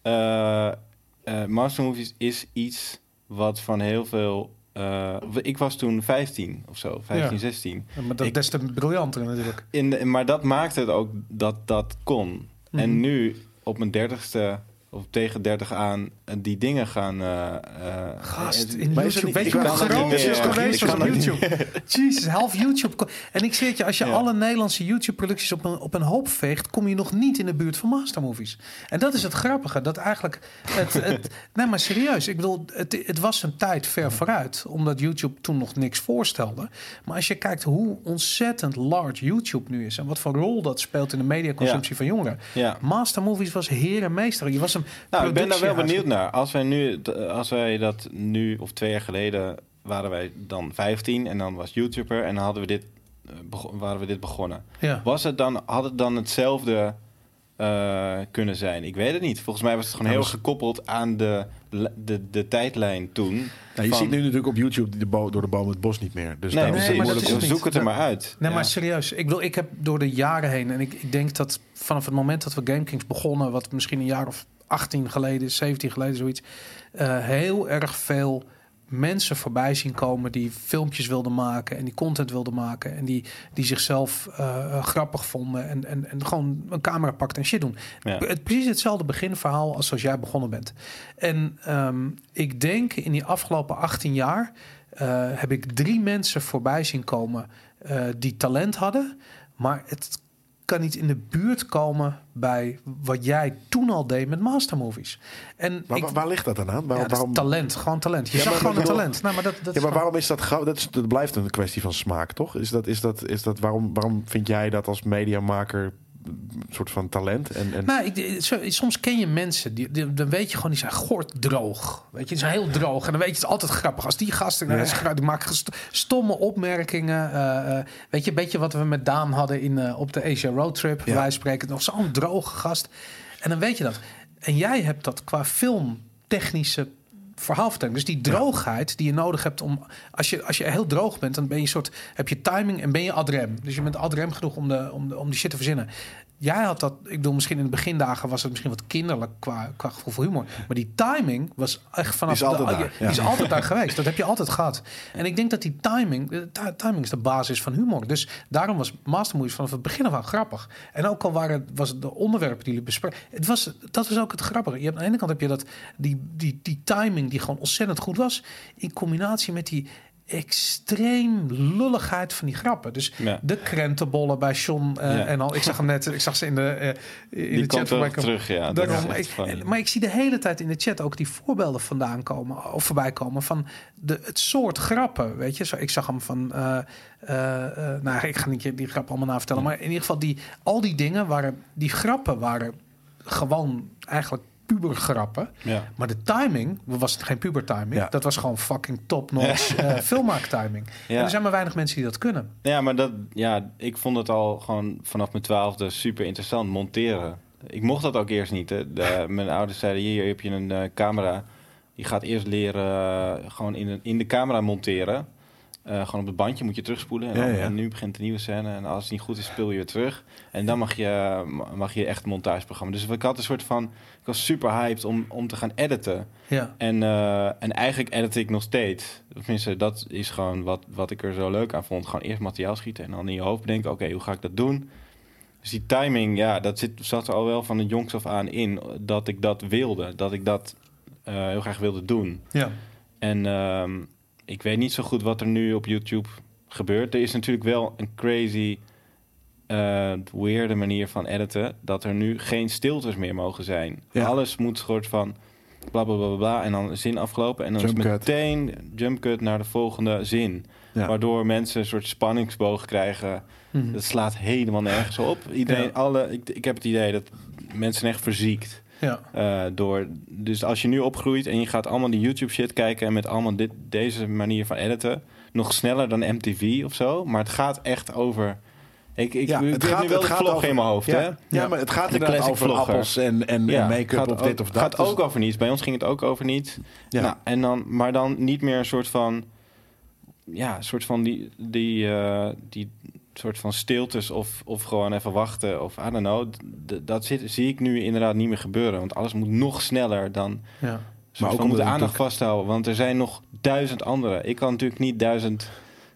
Mastermovies is iets wat van heel veel... ik was toen 15 of zo, 16. Ja, maar dat is des te briljanter natuurlijk. Maar dat maakte het ook dat kon. Mm-hmm. En nu, op mijn 30ste, of tegen 30 aan, die dingen gaan... Gast, in YouTube, weet je hoe groot het is geweest op YouTube? Jezus, half YouTube. En ik zeg het je, als je alle Nederlandse YouTube-producties op een hoop veegt, kom je nog niet in de buurt van Mastermovies. En dat is het grappige, dat eigenlijk... nee, maar serieus, ik bedoel, het was een tijd ver vooruit, omdat YouTube toen nog niks voorstelde. Maar als je kijkt hoe ontzettend large YouTube nu is, en wat voor rol dat speelt in de mediaconsumptie van jongeren. Ja. Mastermovies was heer en meester. Je was ik ben daar wel benieuwd naar. Als wij dat nu, of 2 jaar geleden, waren wij dan 15 en dan was YouTuber en dan waren we dit begonnen. Ja. Had het dan hetzelfde kunnen zijn? Ik weet het niet. Volgens mij was het gewoon heel gekoppeld aan de tijdlijn toen. Ja, je ziet nu natuurlijk op YouTube door de boom het bos niet meer. Dus zoek het er maar uit. Nee, maar serieus. Ik heb door de jaren heen... en ik denk dat vanaf het moment dat we GameKings begonnen... wat misschien een jaar of 18 geleden, 17 geleden, zoiets... heel erg veel mensen voorbij zien komen die filmpjes wilden maken en die content wilden maken en die zichzelf grappig vonden en gewoon een camera pakt en shit doen. Ja. Precies hetzelfde beginverhaal als zoals jij begonnen bent. En ik denk in die afgelopen 18 jaar heb ik 3 mensen voorbij zien komen die talent hadden, maar het kan niet in de buurt komen bij wat jij toen al deed met Mastermovies. En waar ligt dat dan aan? Waarom? Talent, gewoon talent. Je zag gewoon een talent. Nou, maar dat waarom is dat gauw? Dat blijft een kwestie van smaak, toch? Is dat waarom vind jij dat als mediamaker een soort van talent? Soms ken je mensen, dan weet je gewoon, die zijn gorddroog. Weet je, die zijn heel droog. En dan weet je, het is altijd grappig. Als die gasten, die maken stomme opmerkingen. Weet je, een beetje wat we met Daan hadden op de Asia Roadtrip. Ja. Wij spreken nog zo'n droge gast. En dan weet je dat. En jij hebt dat qua filmtechnische verhaalvertelling. Dus die droogheid die je nodig hebt om... Als je heel droog bent, dan ben je heb je timing en ben je ad rem. Dus je bent ad rem genoeg om die shit te verzinnen. Jij had dat... Ik bedoel, misschien in de begindagen was het misschien wat kinderlijk qua gevoel voor humor. Maar die timing was echt vanaf... Die is altijd daar geweest. Dat heb je altijd gehad. En ik denk dat die timing is de basis van humor. Dus daarom was Mastermovies vanaf het begin af aan grappig. En ook al was het de onderwerpen die jullie bespreken... Dat was ook het grappige. Aan de ene kant heb je die timing die gewoon ontzettend goed was... in combinatie met die extreem lulligheid van die grappen. Dus de krentenbollen bij John en al. Ik zag hem net, ik zag ze in de chat voorbij komen. Terug, ja. Maar ik zie de hele tijd in de chat ook die voorbeelden vandaan komen of voorbij komen van het soort grappen, weet je. Zo, ik zag hem van ik ga niet die grappen allemaal vertellen, maar in ieder geval al die dingen die grappen waren gewoon eigenlijk pubergrappen. Ja. Maar de timing was geen pubertiming. Ja. Dat was gewoon fucking top-notch filmmaaktiming. Ja. En er zijn maar weinig mensen die dat kunnen. Ja, maar ik vond het al gewoon vanaf mijn 12e super interessant monteren. Ik mocht dat ook eerst niet. Hè. Mijn ouders zeiden, hier heb je een camera. Je gaat eerst leren gewoon in de camera monteren. Gewoon op het bandje moet je terugspoelen. En nu begint de nieuwe scène. En als het niet goed is, speel je weer terug. En dan mag je echt een montageprogramma. Dus ik had een soort van... Ik was super hyped om te gaan editen. Ja. En eigenlijk edit ik nog steeds. Tenminste, dat is gewoon wat ik er zo leuk aan vond. Gewoon eerst materiaal schieten en dan in je hoofd bedenken... Oké, hoe ga ik dat doen? Dus die timing, dat zat er al wel van de jongs af aan in. Dat ik dat wilde. Dat ik dat heel graag wilde doen. Ja. En... ik weet niet zo goed wat er nu op YouTube gebeurt. Er is natuurlijk wel een crazy, weirde manier van editen... dat er nu geen stiltes meer mogen zijn. Ja. Alles moet soort van bla, bla, bla, bla, en dan zin afgelopen... en dan jump is meteen jump cut naar de volgende zin. Ja. Waardoor mensen een soort spanningsboog krijgen. Mm-hmm. Dat slaat helemaal nergens op. Ik heb het idee dat mensen echt verziekt... Ja. Dus als je nu opgroeit en je gaat allemaal die YouTube shit kijken... en met allemaal deze manier van editen... nog sneller dan MTV of zo. Maar het gaat echt over... Ik heb nu wel de vlog over, in mijn hoofd, hè? Ja, maar het gaat inderdaad over appels en make-up of dit of dat. Het gaat ook over niets. Bij ons ging het ook over niets. Ja. Nou, maar dan niet meer een soort van... Ja, een soort van die soort van stiltes of gewoon even wachten of I don't know. Dat zie ik nu inderdaad niet meer gebeuren. Want alles moet nog sneller dan... Ja. Maar ook om de aandacht vasthouden. Want er zijn nog 1000 anderen. Ik kan natuurlijk niet 1000...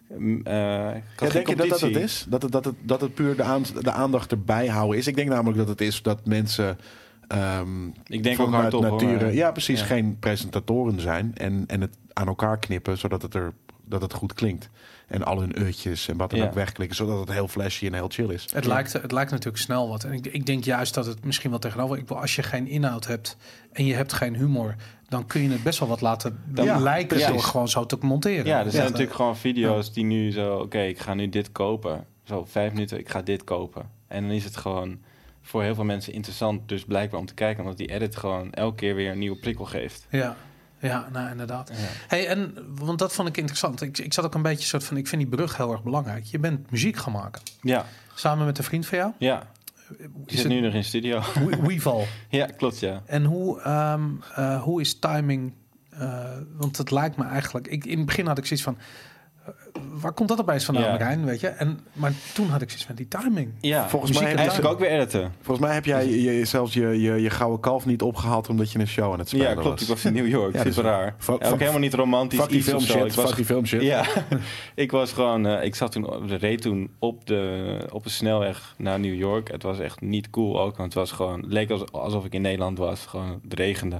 denk je dat het is? Dat het puur de aandacht erbij houden is? Ik denk namelijk dat het is dat mensen... ik denk ook hardop. Ja, precies. Ja. Geen presentatoren zijn. En het aan elkaar knippen, zodat het goed klinkt. En al hun uitjes en wat dan ook wegklikken, zodat het heel flashy en heel chill is. Het lijkt natuurlijk snel wat. En ik denk juist dat het misschien wel tegenover... Als je geen inhoud hebt en je hebt geen humor... dan kun je het best wel wat laten lijken door gewoon zo te monteren. Ja, er zijn natuurlijk gewoon video's die nu zo... Oké, ik ga nu dit kopen. Zo 5 minuten, ik ga dit kopen. En dan is het gewoon voor heel veel mensen interessant... dus blijkbaar om te kijken... omdat die edit gewoon elke keer weer een nieuwe prikkel geeft. Ja, nou inderdaad. Ja. Hey, want dat vond ik interessant. Ik zat ook een beetje soort van... Ik vind die brug heel erg belangrijk. Je bent muziek gaan maken. Ja. Samen met een vriend van jou? Ja. Die zit nu nog in de studio. Weeval. Ja, klopt, ja. En hoe is timing... want het lijkt me eigenlijk... in het begin had ik zoiets van... waar komt dat opeens vandaan, Marijn, weet je? Maar toen had ik zoiets van die timing. Ja, volgens mij eigenlijk ook weer editen. Volgens mij heb jij zelfs je gouden kalf niet opgehaald... omdat je een show aan het spelen was. Ja, klopt. Ik was in New York. Super raar. Ook helemaal niet romantisch. Fuck die filmshit. Ja, ik was gewoon... ik reed toen op de snelweg naar New York. Het was echt niet cool ook, want het was gewoon... Het leek alsof ik in Nederland was. Gewoon, het regende.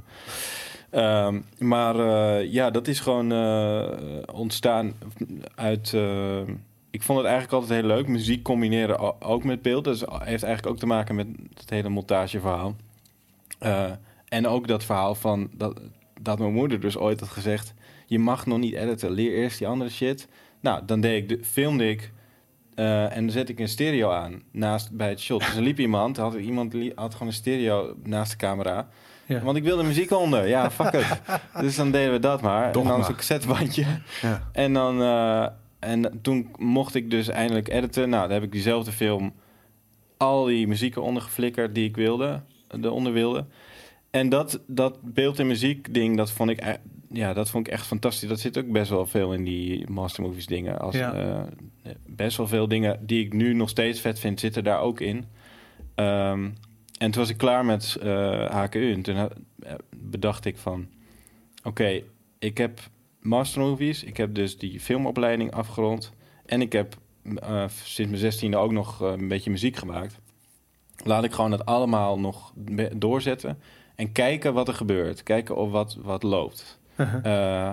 Dat is gewoon ontstaan uit... ik vond het eigenlijk altijd heel leuk. Muziek combineren ook met beeld. Dus heeft eigenlijk ook te maken met het hele montageverhaal. En ook dat verhaal van... Dat mijn moeder dus ooit had gezegd... Je mag nog niet editen. Leer eerst die andere shit. Nou, dan filmde ik... en dan zet ik een stereo aan bij het shot. Dus er liep iemand had gewoon een stereo naast de camera... Ja. Want ik wilde muziek onder. Ja, fuck het. Dus dan deden we dat maar. En dan zo'n cassettebandje. Ja. En dan... en toen mocht ik dus eindelijk editen. Nou, dan heb ik diezelfde film... al die muziek eronder geflikkerd die ik eronder wilde. En dat beeld- en muziek ding, dat vond ik echt fantastisch. Dat zit ook best wel veel in die Master Movies dingen. Best wel veel dingen die ik nu nog steeds vet vind, zitten daar ook in. En toen was ik klaar met HKU. En toen bedacht ik van... Oké, ik heb Master Movies. Ik heb dus die filmopleiding afgerond. En ik heb sinds mijn 16e ook nog een beetje muziek gemaakt. Laat ik gewoon dat allemaal nog doorzetten. En kijken wat er gebeurt. Kijken of wat loopt. Uh-huh.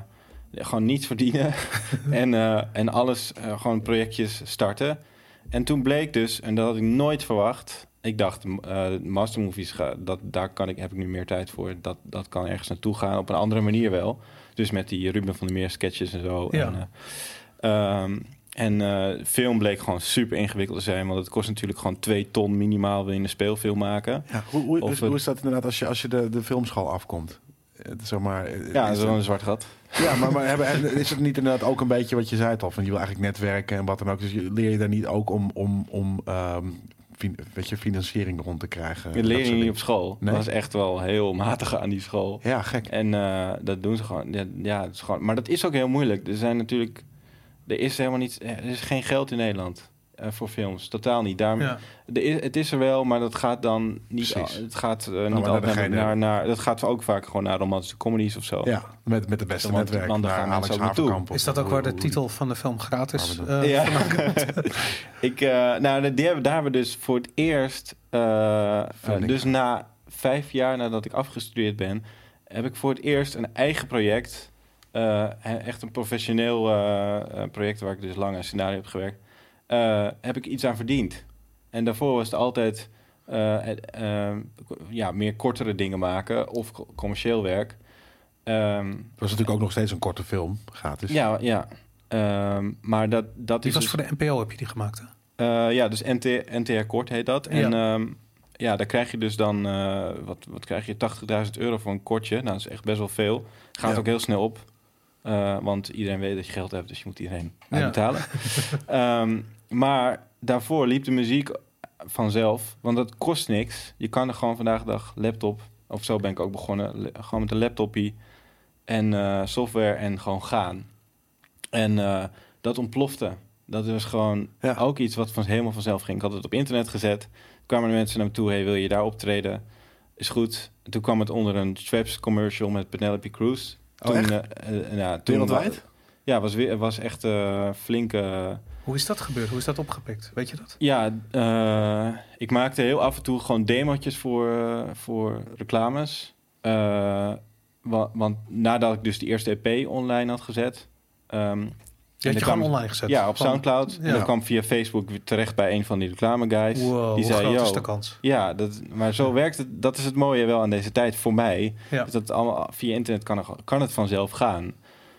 gewoon niets verdienen en alles, gewoon projectjes starten. En toen bleek dus, en dat had ik nooit verwacht... Ik dacht, mastermovies, heb ik nu meer tijd voor. Dat kan ergens naartoe gaan, op een andere manier wel. Dus met die Ruben van der Meer sketches en zo. Ja. Film bleek gewoon super ingewikkeld te zijn. Want het kost natuurlijk gewoon 2 ton minimaal... wil je een speelfilm maken. Ja, hoe is dat inderdaad als je de filmschool afkomt? Zeg maar, zo'n zwart gat. Ja, maar is het niet inderdaad ook een beetje wat je zei al? Van je wil eigenlijk netwerken en wat dan ook. Dus leer je daar niet ook om financiering rond te krijgen? Dat leer je niet op school. Nee? Dat was echt wel heel matig aan die school. Ja, gek. En dat doen ze gewoon. Ja, het is gewoon. Maar dat is ook heel moeilijk. Er is geen geld in Nederland voor films. Totaal niet. Het is er wel, maar dat gaat dan niet. Het gaat niet altijd naar. Dat gaat ook vaak gewoon naar romantische comedies of zo. Ja, met de beste netwerk. Naar Alex Haverkamp. Is dat ook waar de titel van de film gratis? Daar hebben we dus voor het eerst. Dus na 5 jaar nadat ik afgestudeerd ben, heb ik voor het eerst een eigen project. Echt een professioneel project waar ik dus lang aan scenario heb gewerkt. Heb ik iets aan verdiend. En daarvoor was het altijd meer kortere dingen maken of commercieel werk. Het was natuurlijk ook nog steeds een korte film, gratis. Ja. Maar dat die is was dus, voor de NPO, heb je die gemaakt? Hè? Dus NTR Kort heet dat. En daar krijg je dus dan, wat krijg je? €80.000 voor een kortje. Nou, dat is echt best wel veel. Gaat ook heel snel op. Want iedereen weet dat je geld hebt, dus je moet iedereen betalen. Maar daarvoor liep de muziek vanzelf, want dat kost niks. Je kan er gewoon vandaag de dag laptop, of zo ben ik ook begonnen, gewoon met een laptopje en software en gewoon gaan. En dat ontplofte. Dat was gewoon ook iets wat helemaal vanzelf ging. Ik had het op internet gezet. Kwamen de mensen naar me toe, hey, wil je daar optreden? Is goed. En toen kwam het onder een Schweppes commercial met Penelope Cruz. Wereldwijd? Ja, was echt flinke... Hoe is dat gebeurd? Hoe is dat opgepikt? Weet je dat? Ja, ik maakte heel af en toe gewoon demotjes voor reclames. Want nadat ik dus die eerste EP online had gezet... Je had je gewoon online gezet? Ja, op Soundcloud. Ja. En dat kwam via Facebook weer terecht bij een van die reclameguys. Wow, die zei, groot is de kans? Ja, maar zo werkt het. Dat is het mooie wel aan deze tijd voor mij. Ja. Dat het allemaal via internet kan het vanzelf gaan.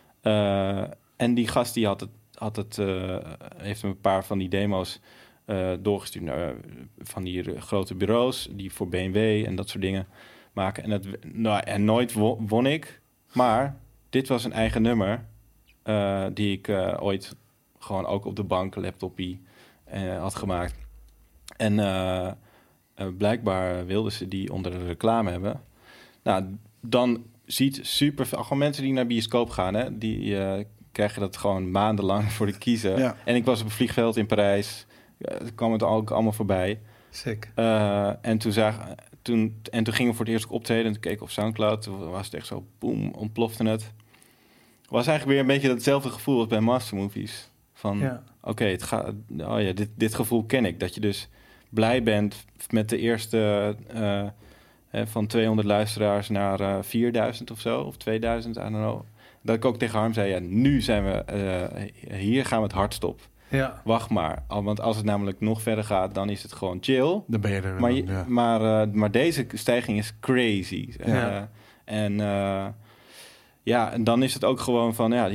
En die gast die heeft een paar van die demo's doorgestuurd naar van die grote bureaus die voor BMW en dat soort dingen maken. En nooit won ik, maar dit was een eigen nummer die ik ooit gewoon ook op de bank, laptopie had gemaakt. En blijkbaar wilden ze die onder de reclame hebben. Nou, dan ziet super veel, gewoon mensen die naar bioscoop gaan, hè, die krijgen dat gewoon maandenlang voor de kiezen. Ja. En ik was op een vliegveld in Parijs. Kwam het ook allemaal voorbij. Sick. En toen gingen we voor het eerst optreden. En toen keek ik op Soundcloud. Toen was het echt zo, boem, ontplofte het. Was eigenlijk weer een beetje datzelfde gevoel als bij Mastermovies. Van, oké, het gaat. Oh ja, dit gevoel ken ik. Dat je dus blij bent met de eerste van 200 luisteraars naar 4000 of zo. Of 2000, I don't know. Dat ik ook tegen Harm zei, ja, nu zijn we... hier gaan we het hardst op. Ja. Wacht maar. Want als het namelijk nog verder gaat, dan is het gewoon chill. Dan ben je er. Maar deze stijging is crazy. Ja. En dan is het ook gewoon van... Ja,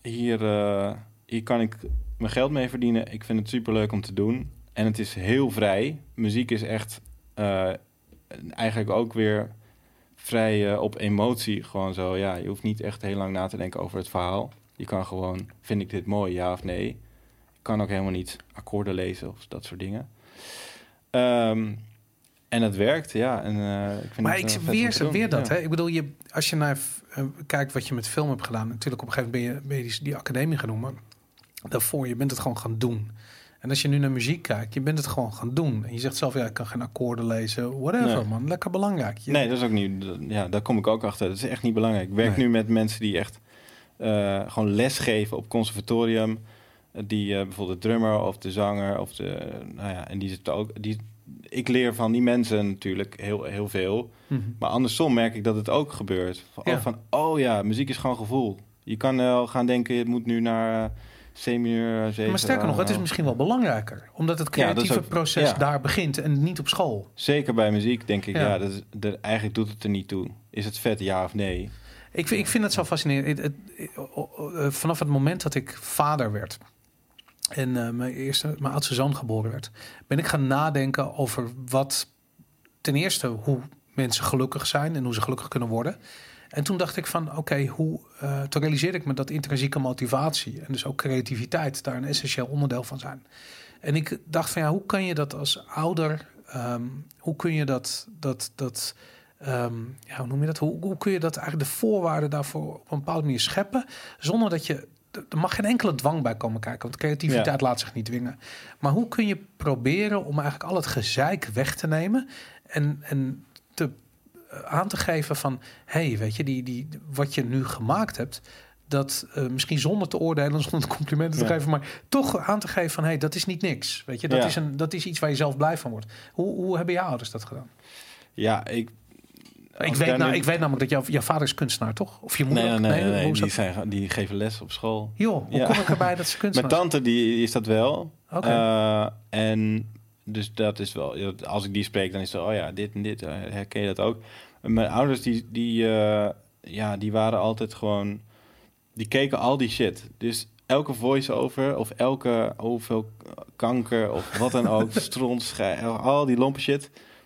hier kan ik mijn geld mee verdienen. Ik vind het superleuk om te doen. En het is heel vrij. Muziek is echt eigenlijk ook weer... vrij op emotie, gewoon zo. Ja, je hoeft niet echt heel lang na te denken over het verhaal. Je kan gewoon, vind ik dit mooi, ja of nee? Je kan ook helemaal niet akkoorden lezen of dat soort dingen. En het werkt, ja. En, ik vind maar het, ik weer dat, hè? Ik bedoel, als je naar kijkt wat je met film hebt gedaan... natuurlijk op een gegeven moment ben je die academie gaan doen... maar daarvoor, je bent het gewoon gaan doen... En als je nu naar muziek kijkt, je bent het gewoon gaan doen. En je zegt zelf, ik kan geen akkoorden lezen. Whatever, man. Lekker belangrijk. Nee, dat is ook niet... Ja, daar kom ik ook achter. Dat is echt niet belangrijk. Ik werk nu met mensen die echt gewoon les geven op conservatorium. Die bijvoorbeeld de drummer of de zanger of en die zitten ook... Ik leer van die mensen natuurlijk heel, heel veel. Mm-hmm. Maar andersom merk ik dat het ook gebeurt. Muziek is gewoon gevoel. Je kan wel gaan denken, het moet nu naar C-mineur 7. Maar sterker nog, het is misschien wel belangrijker. Omdat het creatieve proces daar begint en niet op school. Zeker bij muziek, denk ik. Ja, eigenlijk doet het er niet toe. Is het vet, ja of nee? Ik vind het zo fascinerend. Vanaf het moment dat ik vader werd en mijn oudste zoon geboren werd, ben ik gaan nadenken over ten eerste hoe mensen gelukkig zijn en hoe ze gelukkig kunnen worden. En toen dacht ik van, toen realiseerde ik me dat intrinsieke motivatie en dus ook creativiteit daar een essentieel onderdeel van zijn. En ik dacht van, hoe kan je dat als ouder, hoe kun je hoe noem je dat? Hoe kun je dat eigenlijk de voorwaarden daarvoor op een bepaalde manier scheppen, zonder dat er mag geen enkele dwang bij komen kijken, want creativiteit laat zich niet dwingen. Maar hoe kun je proberen om eigenlijk al het gezeik weg te nemen en aan te geven van, weet je, wat je nu gemaakt hebt, dat misschien zonder te oordelen, zonder complimenten te geven, maar toch aan te geven van, dat is niet niks. Weet je, dat is iets waar je zelf blij van wordt. Hoe hebben jouw ouders dat gedaan? Ja, ik weet namelijk dat jouw vader is kunstenaar, toch? Of je moeder? Nee, die geven les op school. Joh, hoe kom ik erbij dat ze kunstenaar Mijn tante die is dat wel. Okay. En dus dat is wel, als ik die spreek, dan is het dit en dit, herken je dat ook. Mijn ouders die waren altijd gewoon, die keken al die shit. Dus elke voice-over of hoeveel kanker of wat dan ook, stront, al die lompe shit.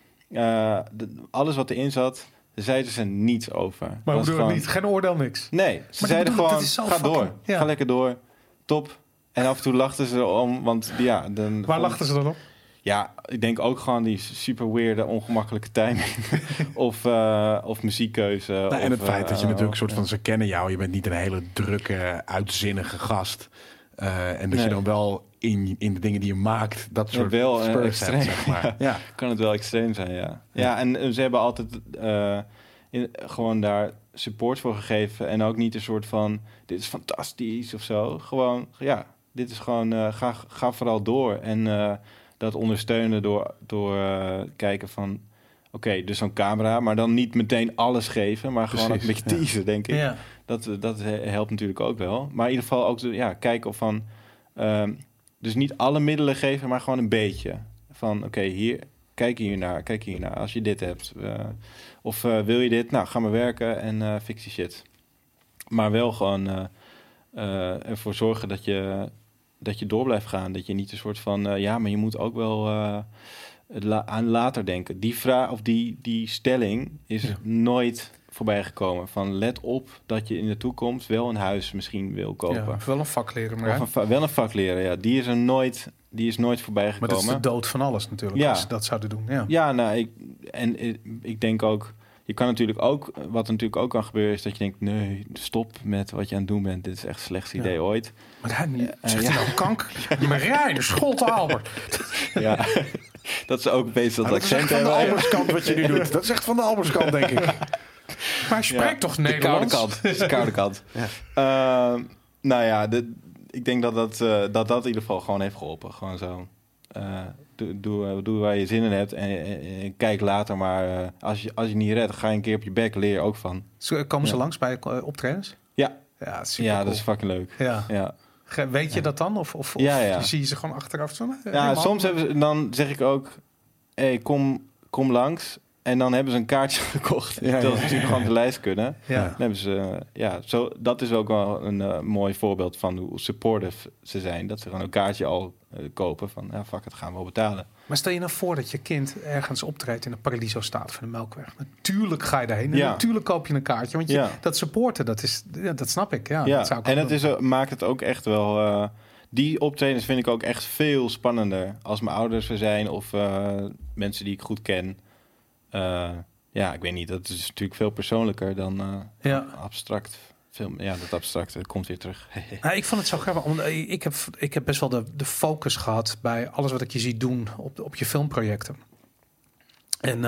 Alles wat erin zat, zeiden ze niets over. Maar hoe doen we niet? Geen oordeel, niks? Nee, ze zeiden gewoon, ga door. Ja. Ga lekker door. Top. En af en toe lachten ze om, want Waar lachten ze dan op? Ja, ik denk ook gewoon die super weirde, ongemakkelijke timing. of muziekkeuze. En het feit dat je natuurlijk een soort van, ze kennen jou. Je bent niet een hele drukke, uitzinnige gast. En dat je dan wel in de dingen die je maakt, dat soort wel extreem, zeg maar. Ja. Kan het wel extreem zijn, ja. Ja, en ze hebben altijd gewoon daar support voor gegeven. En ook niet een soort van, dit is fantastisch of zo. Gewoon, dit is gewoon, ga vooral door. En dat ondersteunen door kijken van, dus zo'n camera, maar dan niet meteen alles geven, maar gewoon een beetje teasen, denk ik. Ja. Dat helpt natuurlijk ook wel. Maar in ieder geval ook kijken of van, dus niet alle middelen geven, maar gewoon een beetje. Van hier, kijk hiernaar, als je dit hebt. Of wil je dit? Nou, ga maar werken en fix die shit. Maar wel gewoon ervoor zorgen dat je door blijft gaan. Dat je niet een soort van, maar je moet ook wel aan later denken. Die vraag of die stelling is nooit voorbij gekomen. Van let op dat je in de toekomst wel een huis misschien wil kopen. Ja, of wel een vak leren. Maar wel een vak leren, ja. Die is nooit voorbij gekomen. Maar dat is de dood van alles natuurlijk, als ze dat zouden doen. Ik denk ook, je kan natuurlijk ook, wat natuurlijk ook kan gebeuren, is dat je denkt, nee, stop met wat je aan het doen bent. Dit is echt het slechtste idee ooit. Maar hij zegt nou kanker. Marijn, Scholte Albert. Ja, dat is ook bezig dat accent hebben. Dat is van de Albertskant wat je nu doet. Dat is echt van de Albertskant, denk ik. Maar hij spreekt toch Nederlands? De koude kant. Ik denk dat in ieder geval gewoon heeft geholpen. Gewoon zo. Doe waar je zin in hebt en kijk later maar. Als je niet redt, ga je een keer op je bek, leer je ook van. Komen ze langs bij optredens? Ja. Ja, super cool. Dat is fucking leuk. Ja. Weet je dat dan? Of zie je ze gewoon achteraf? Soms dan zeg ik ook, kom langs. En dan hebben ze een kaartje gekocht. Dat ze natuurlijk gewoon op de lijst kunnen. Ja. Dan hebben ze, dat is ook wel een mooi voorbeeld van hoe supportive ze zijn. Dat ze gewoon een kaartje al kopen van, fuck het, gaan we wel betalen. Maar stel je nou voor dat je kind ergens optreedt in de Paradiso staat van de Melkweg. Natuurlijk ga je daarheen. En natuurlijk koop je een kaartje. Want dat supporten, dat snap ik. Ja, dat zou ik en het maakt het ook echt wel... die optredens vind ik ook echt veel spannender. Als mijn ouders er zijn of mensen die ik goed ken. Ik weet niet. Dat is natuurlijk veel persoonlijker dan abstract. Dat abstracte komt weer terug. Ik vond het zo grappig. Ik heb best wel de focus gehad bij alles wat ik je zie doen op je filmprojecten. En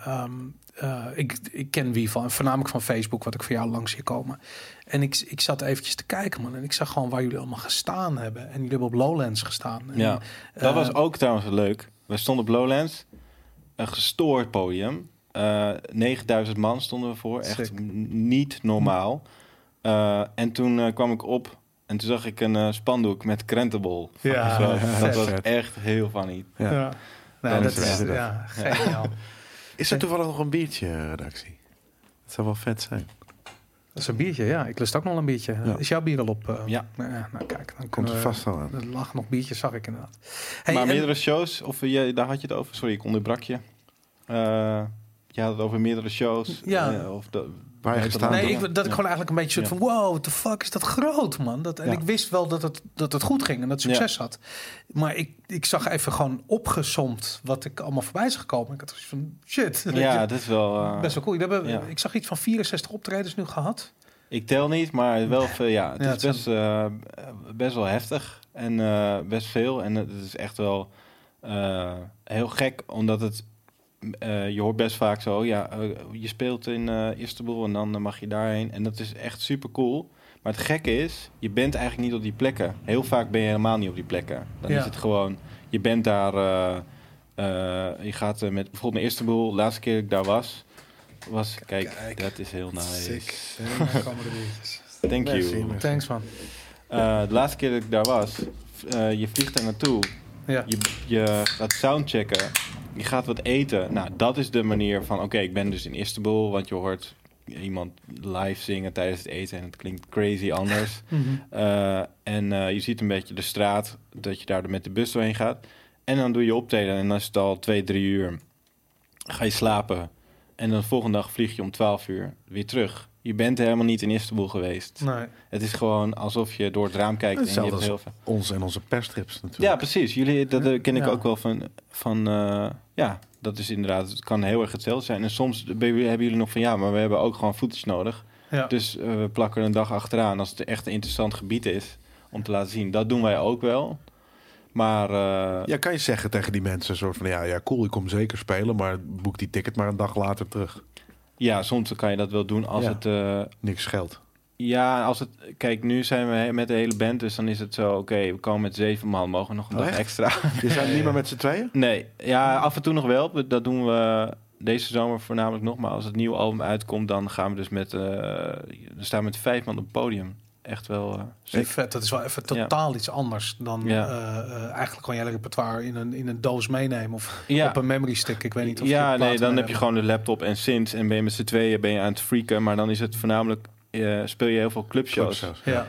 ik ken wie van, voornamelijk van Facebook, wat ik voor jou langs zie komen. En ik zat eventjes te kijken, man. En ik zag gewoon waar jullie allemaal gestaan hebben. En jullie hebben op Lowlands gestaan. En, dat was ook trouwens leuk. We stonden op Lowlands. Een gestoord podium. 9000 man stonden we voor. Echt niet normaal. En toen kwam ik op en toen zag ik een spandoek met krentenbol. Ja, dat was echt heel funny. Ja. Nee, dat is geniaal. Is er toevallig nog een biertje, redactie? Dat zou wel vet zijn. Dat is een biertje, ja. Ik lust ook nog een biertje. Ja. Is jouw bier al op? Ja. Nou, kijk. Dan komt er vast wel aan. Er lag nog biertjes, zag ik inderdaad. Hey, maar meerdere shows? Of daar had je het over? Sorry, ik onderbrak je. Je had het over meerdere shows. Ja. Waar je staan? Nee, ik gewoon eigenlijk een beetje soort van... Wow, what the fuck is dat groot, man. En ik wist wel dat het goed ging en dat succes had. Maar ik zag even gewoon opgesomd wat ik allemaal voorbij is gekomen. Ik had zoiets van, shit. Ja, dat is wel... best wel cool. Ik zag iets van 64 optredens nu gehad. Ik tel niet, maar wel veel. Ja, het is best wel heftig en best veel. En het is echt wel heel gek, omdat het... je hoort best vaak zo, je speelt in Istanbul en dan mag je daarheen. En dat is echt super cool. Maar het gekke is, je bent eigenlijk niet op die plekken. Heel vaak ben je helemaal niet op die plekken. Dan is het gewoon, je bent daar... je gaat met bijvoorbeeld naar Istanbul. De laatste keer dat ik daar was kijk, dat is heel nice. Thank you. Thanks, man. De laatste keer dat ik daar was, je vliegt daar naartoe. Ja. Je gaat soundchecken. Je gaat wat eten. Nou, dat is de manier van... Oké, ik ben dus in Istanbul, want je hoort iemand live zingen tijdens het eten en het klinkt crazy anders. En je ziet een beetje de straat, dat je daar met de bus doorheen gaat. En dan doe je optreden en dan is het al 2-3 uur. Ga je slapen. En dan de volgende dag vlieg je om 12 uur weer terug. Je bent helemaal niet in Istanbul geweest. Nee. Het is gewoon alsof je door het raam kijkt. En je hebt heel veel... Ons en onze perstrips natuurlijk. Ja, precies. Jullie, dat ken ik ook wel van dat is inderdaad, het kan heel erg hetzelfde zijn. En soms hebben jullie nog van, maar we hebben ook gewoon footage nodig. Ja. Dus we plakken een dag achteraan als het echt een interessant gebied is om te laten zien. Dat doen wij ook wel. Maar... kan je zeggen tegen die mensen een soort van, ja, cool, ik kom zeker spelen, maar boek die ticket maar een dag later terug. Ja, soms kan je dat wel doen als het... niks geldt. Ja, als het... Kijk, nu zijn we met de hele band, dus dan is het zo... Oké, we komen met 7 man, mogen we nog een dag extra. Je zijn niet meer met z'n tweeën? Nee, ja, af en toe nog wel. Dat doen we deze zomer voornamelijk nog. Maar als het nieuwe album uitkomt, dan gaan we dus met... we staan met 5 man op het podium. Echt wel... vet. Dat is wel even totaal iets anders dan eigenlijk gewoon je hele repertoire in een doos meenemen of op een memory stick. Ik weet niet of dan heb je gewoon de laptop en synths en ben je met z'n tweeën aan het freaken. Maar dan is het voornamelijk speel je heel veel clubshows.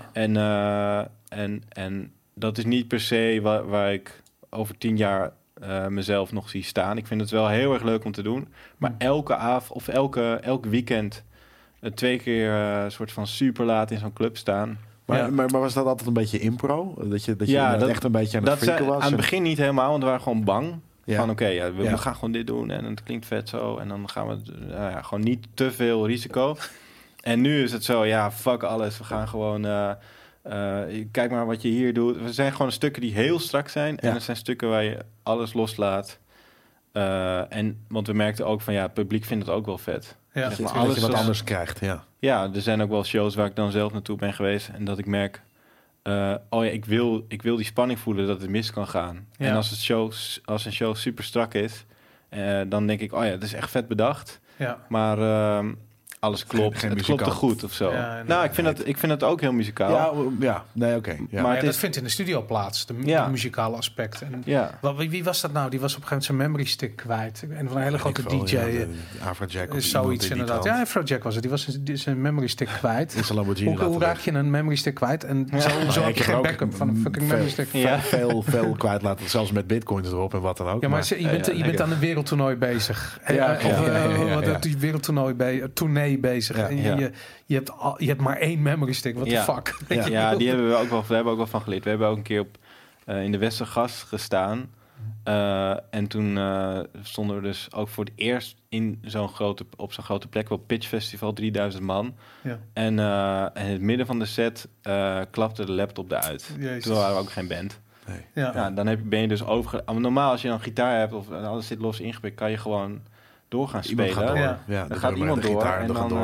En dat is niet per se waar ik over 10 jaar mezelf nog zie staan. Ik vind het wel heel erg leuk om te doen. Maar elke avond of elk weekend 2 keer een soort van super laat in zo'n club staan. Maar was dat altijd een beetje impro? Dat je echt een beetje aan het freaken was? Aan het begin niet helemaal, want we waren gewoon bang. Van we gaan gewoon dit doen en het klinkt vet zo. En dan gaan we gewoon niet te veel risico. En nu is het zo, fuck alles. We gaan gewoon... kijk maar wat je hier doet. Er zijn gewoon stukken die heel strak zijn. En er zijn stukken waar je alles loslaat. Want we merkten ook van, het publiek vindt het ook wel vet. Ja, zeg maar, alles dat je wat anders krijgt, Ja, er zijn ook wel shows waar ik dan zelf naartoe ben geweest. En dat ik merk... ik wil die spanning voelen dat het mis kan gaan. Ja. En als een show super strak is... dan denk ik, het is echt vet bedacht. Ja. Maar... alles klopt. Het klopt er goed of zo. Ja, nou, ik vind het ook heel muzikaal. Maar dat vindt in de studio plaats, de muzikale aspect. En wie was dat nou? Die was op een gegeven moment zijn memory stick kwijt. En van een hele grote DJ. Afrojack of zoiets inderdaad. Ja, Afrojack was het. Die was zijn memory stick kwijt. Hoe raak je een memory stick kwijt? En zo heb je geen backup van een fucking memory stick. Veel kwijt laten. Zelfs met bitcoins erop en wat dan ook. Ja, maar je bent aan een wereldtoernooi bezig. Die wereldtoernooi bezig. Ja, en je hebt maar 1 memory stick. What the fuck? Ja, die hebben we ook wel. We hebben ook wel van geleerd. We hebben ook een keer in de Westergas gestaan. En toen stonden we dus ook voor het eerst op zo'n grote plek, wel Pitch Festival, 3000 man. Ja. En in het midden van de set klapte de laptop eruit. Jezus. Toen waren we ook geen band. Nee. Ja. Dan ben je dus normaal als je dan gitaar hebt of alles zit los ingepikt, kan je gewoon door gaan spelen. Dan gaat iemand door en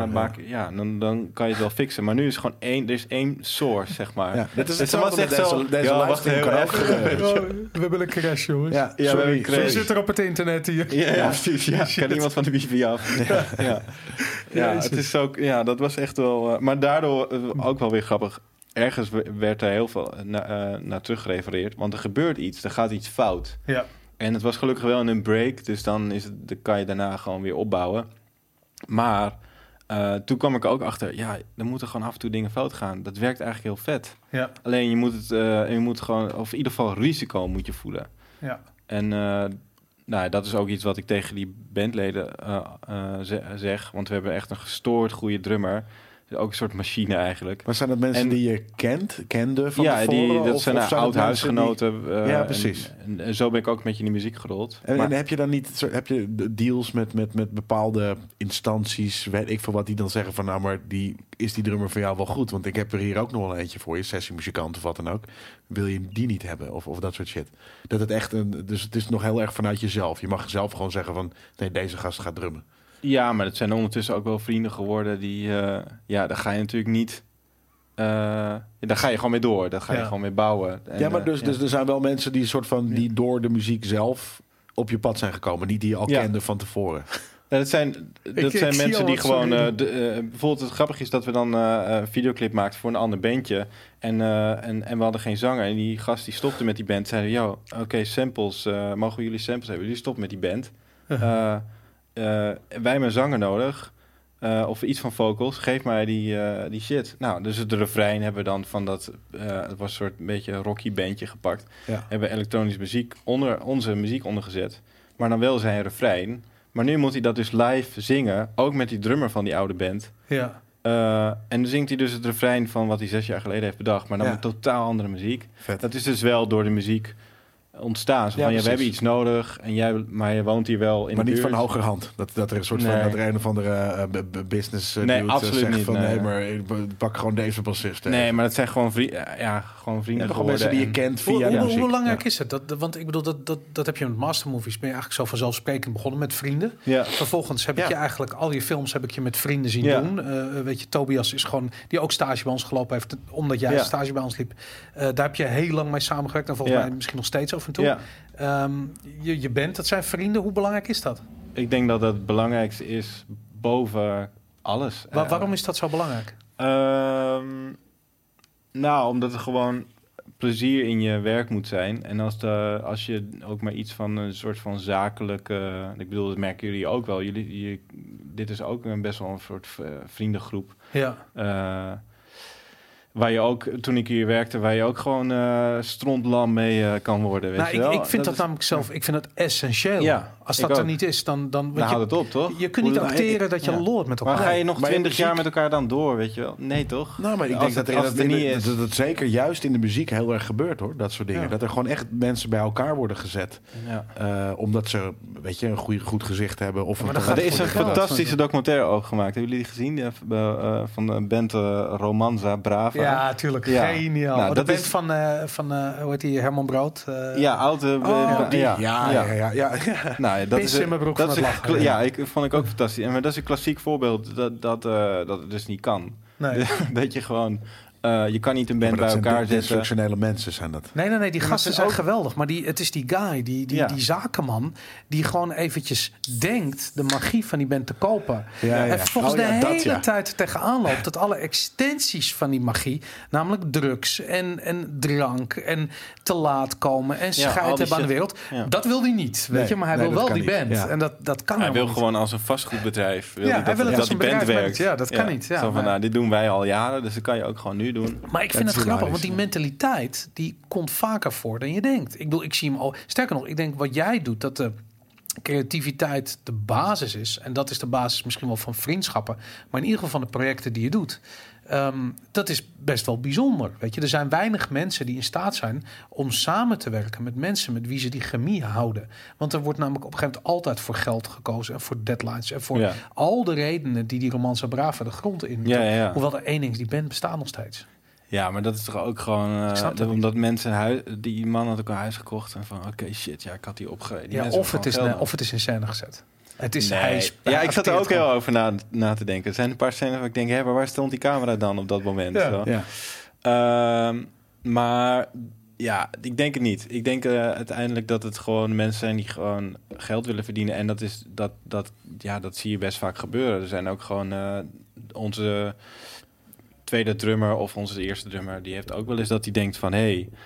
dan kan je het wel fixen. Maar nu is het gewoon er is één source, zeg maar. Ja, dat is hetzelfde deze livestream kan ook we hebben een crash, jongens. Ja, we hebben een crash. We zitten op het internet hier. Ja, precies. Ja. Kan iemand van de wifi af? het is ook... Ja, dat was echt wel... maar daardoor ook wel weer grappig. Ergens werd er heel veel naar teruggerefereerd. Want er gebeurt iets. Er gaat iets fout. Ja. En het was gelukkig wel in een break. Dus dan kan je daarna gewoon weer opbouwen. Maar toen kwam ik ook achter... Ja, er moeten gewoon af en toe dingen fout gaan. Dat werkt eigenlijk heel vet. Ja. Alleen je moet gewoon... Of in ieder geval risico moet je voelen. Ja. En... dat is ook iets wat ik tegen die bandleden zeg. Want we hebben echt een gestoord goede drummer. Ook een soort machine eigenlijk. Maar zijn dat mensen die je kende van tevoren? Dat zijn oud-huisgenoten. Ja, precies. En zo ben ik ook met je in de muziek gerold. En heb je dan niet deals met bepaalde instanties, weet ik veel wat, die dan zeggen van nou, maar die drummer van jou wel goed? Want ik heb er hier ook nog wel eentje voor je, sessiemuzikant of wat dan ook. Wil je die niet hebben? Of dat soort shit. Dat het echt dus het is nog heel erg vanuit jezelf. Je mag zelf gewoon zeggen van nee, deze gast gaat drummen. Ja, maar het zijn ondertussen ook wel vrienden geworden die... daar ga je natuurlijk niet... daar ga je gewoon mee door. Daar ga je gewoon mee bouwen. En, maar dus er zijn wel mensen die soort van... die door de muziek zelf op je pad zijn gekomen. Niet die je al kende van tevoren. Ja, dat zijn mensen die gewoon... bijvoorbeeld het grappige is dat we dan een videoclip maakten voor een ander bandje. En we hadden geen zanger. En die gast die stopte met die band. Zeiden, oké, samples. Mogen we jullie samples hebben? Jullie stoppen met die band. Wij hebben een zanger nodig. Of iets van vocals. Geef mij die shit. Nou, dus het refrein hebben we dan van dat... het was een soort beetje rocky bandje gepakt. Ja. Hebben we elektronische muziek onze muziek ondergezet. Maar dan wel zijn refrein. Maar nu moet hij dat dus live zingen. Ook met die drummer van die oude band. Ja. En dan zingt hij dus het refrein van wat hij 6 jaar geleden heeft bedacht. Maar dan met totaal andere muziek. Vet. Dat is dus wel door de muziek ontstaan. Zo van, we hebben iets nodig, maar je woont hier wel in maar de niet buurt. van hogerhand. Dat er een soort van... Dat er een of andere business absoluut zegt niet, van... Nee, maar pak gewoon deze bassist. Nee, maar het zijn gewoon vrienden geworden. Gewoon mensen die je kent via de muziek. Hoe belangrijk is het? Want ik bedoel, dat heb je met mastermovies. Ben je eigenlijk zo vanzelfsprekend begonnen met vrienden. Ja. Vervolgens heb ik je eigenlijk... Al je films heb ik je met vrienden zien doen. Weet je, Tobias is gewoon... Die ook stage bij ons gelopen heeft. Omdat jij stage bij ons liep. Daar heb je heel lang mee samengewerkt. En volgens mij misschien nog steeds af en toe. Ja. Je bent, dat zijn vrienden. Hoe belangrijk is dat? Ik denk dat het belangrijkste is boven alles. Waarom is dat zo belangrijk? Omdat er gewoon plezier in je werk moet zijn. En als je ook maar iets van een soort van zakelijke... ik bedoel, dat merken jullie ook wel. Dit is ook best wel een soort vriendengroep. Ja. Waar je ook, toen ik hier werkte, waar je ook gewoon strontlam mee kan worden. Weet je wel? Ik vind dat namelijk zelf, ik vind het essentieel. Ja, als dat er niet is, dan houdt het op, toch? Je kunt niet acteren dat je lol hebt met elkaar. Maar ga je nog 20 jaar met elkaar dan door, weet je wel? Nee, toch? Nou, maar ik denk dat het zeker juist in de muziek heel erg gebeurt, hoor. Dat soort dingen. Ja. Dat er gewoon echt mensen bij elkaar worden gezet. Ja. Omdat ze, weet je, een goed gezicht hebben. Er is een fantastische documentaire ook gemaakt. Hebben jullie die gezien? Van de band Romanza Brava. Ja, tuurlijk. Ja. Geniaal. Nou, dat band van hoe heet die, Herman Brood? Oude... Ja. Nou, dat is in mijn broek van het lachen. Vond ik ook fantastisch. En dat is een klassiek voorbeeld dat het dus niet kan. Nee. Dat je gewoon... je kan niet een band bij elkaar zetten. Dysfunctionele mensen zijn dat. Nee, die gasten zijn geweldig. Maar het is die guy, die zakenman... die gewoon eventjes denkt de magie van die band te kopen. Ja. En vervolgens de hele tijd tegenaan loopt... dat alle extensies van die magie... namelijk drugs en drank en te laat komen... en scheid hebben aan de wereld. Ja. Dat wil hij niet, weet je. Maar hij wil wel die band. Ja. En dat kan hij wil niet. Gewoon als een vastgoedbedrijf... dat die band werkt. Ja, dat kan niet. Ja, zo van, dit doen wij al jaren... dus dat kan je ook gewoon nu doen. Maar ik vind het grappig, want die mentaliteit... die komt vaker voor dan je denkt. Ik bedoel, ik zie hem al... Sterker nog, ik denk wat jij doet... dat de creativiteit de basis is... en dat is de basis misschien wel van vriendschappen... maar in ieder geval van de projecten die je doet... dat is best wel bijzonder. Weet je? Er zijn weinig mensen die in staat zijn... om samen te werken met mensen... met wie ze die chemie houden. Want er wordt namelijk op een gegeven moment... altijd voor geld gekozen... en voor deadlines... en voor al de redenen die Romanza Brava de grond in. Ja. Hoewel er één ding is, die band bestaat nog steeds. Ja, maar dat is toch ook gewoon... omdat mensen... Die man had ook een huis gekocht... en van oké, shit, ik had die opgereden. Ja, of het is in scène gezet. Het is ik zat er ook heel over na te denken. Er zijn een paar scènes waar ik denk... maar waar stond die camera dan op dat moment? Ja. Maar Ja, ik denk het niet. Ik denk uiteindelijk dat het gewoon mensen zijn die gewoon geld willen verdienen. En dat zie je best vaak gebeuren. Er zijn ook gewoon onze tweede drummer of onze eerste drummer, die heeft ook wel eens dat hij denkt van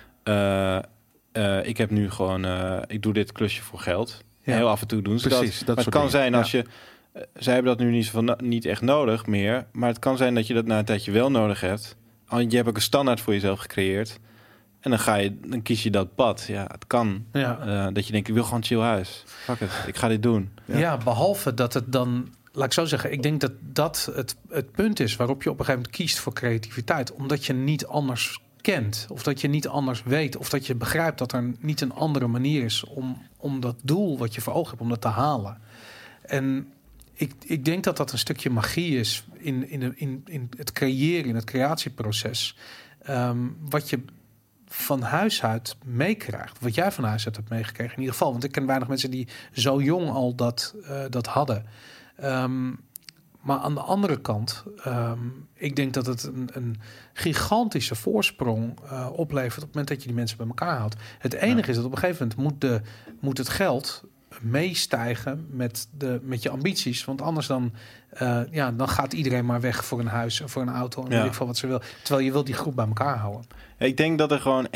ik heb nu gewoon ik doe dit klusje voor geld. Ja. Heel af en toe doen ze precies, dat. Maar het kan zijn als je zij hebben dat nu niet echt nodig meer, maar het kan zijn dat je dat na een tijdje wel nodig hebt. Je hebt ook een standaard voor jezelf gecreëerd. En dan kies je dat pad. Ja, het kan. Ja. Dat je denkt, ik wil gewoon chill huis. Fuck it, ik ga dit doen. Ja, behalve dat het dan... Laat ik zo zeggen, ik denk dat het punt is waarop je op een gegeven moment kiest voor creativiteit. Omdat je niet anders kent. Of dat je niet anders weet. Of dat je begrijpt dat er niet een andere manier is om dat doel wat je voor ogen hebt, om dat te halen. En ik denk dat dat een stukje magie is in het creëren, in het creatieproces. Wat je van huis uit meekrijgt. Wat jij van huis uit hebt meegekregen in ieder geval. Want ik ken weinig mensen die zo jong al dat hadden. Maar aan de andere kant, ik denk dat het een gigantische voorsprong oplevert op het moment dat je die mensen bij elkaar houdt. Het enige is dat op een gegeven moment moet het geld meestijgen met je ambities. Want anders dan gaat iedereen maar weg voor een huis en voor een auto en weet ik veel wat ze wil. Terwijl je wilt die groep bij elkaar houden. Ik denk dat er gewoon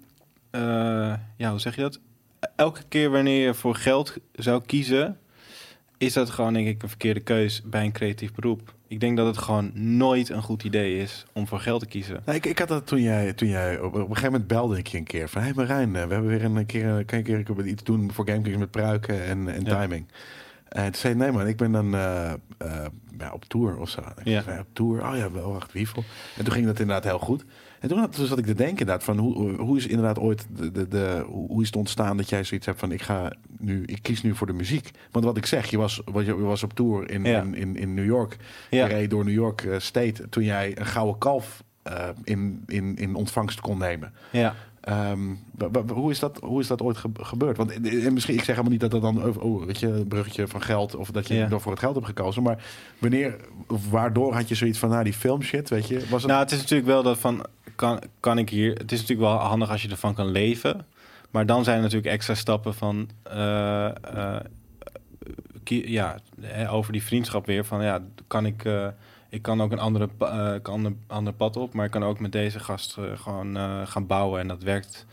hoe zeg je dat? Elke keer wanneer je voor geld zou kiezen, is dat gewoon, denk ik, een verkeerde keus bij een creatief beroep. Ik denk dat het gewoon nooit een goed idee is om voor geld te kiezen. Nou, ik had dat toen jij op een gegeven moment belde ik je een keer van, hey Marijn, we hebben weer een keer iets doen voor GameKings met pruiken en timing. En toen zei nee man, ik ben dan op tour of zo. Ja. Op tour, oh ja, wel, wacht, wieveel. En toen ging dat inderdaad heel goed. En toen zat ik te denken inderdaad van hoe is inderdaad ooit hoe is het ontstaan dat jij zoiets hebt van ik kies nu voor de muziek. Want wat ik zeg, je was op tour in New York. Ja. Je reed door New York State toen jij een gouden kalf in ontvangst kon nemen. Ja. Hoe is dat ooit gebeurd? Want misschien, ik zeg helemaal niet dat dat dan weet je, een bruggetje van geld of dat je door voor het geld hebt gekozen, maar waardoor had je zoiets van die filmshit, weet je? Was het... Nou, het is natuurlijk wel dat van kan ik hier. Het is natuurlijk wel handig als je ervan kan leven, maar dan zijn er natuurlijk extra stappen van over die vriendschap weer van kan ik. Ik kan ook een ander pad op, maar ik kan ook met deze gast gewoon gaan bouwen en dat werkt.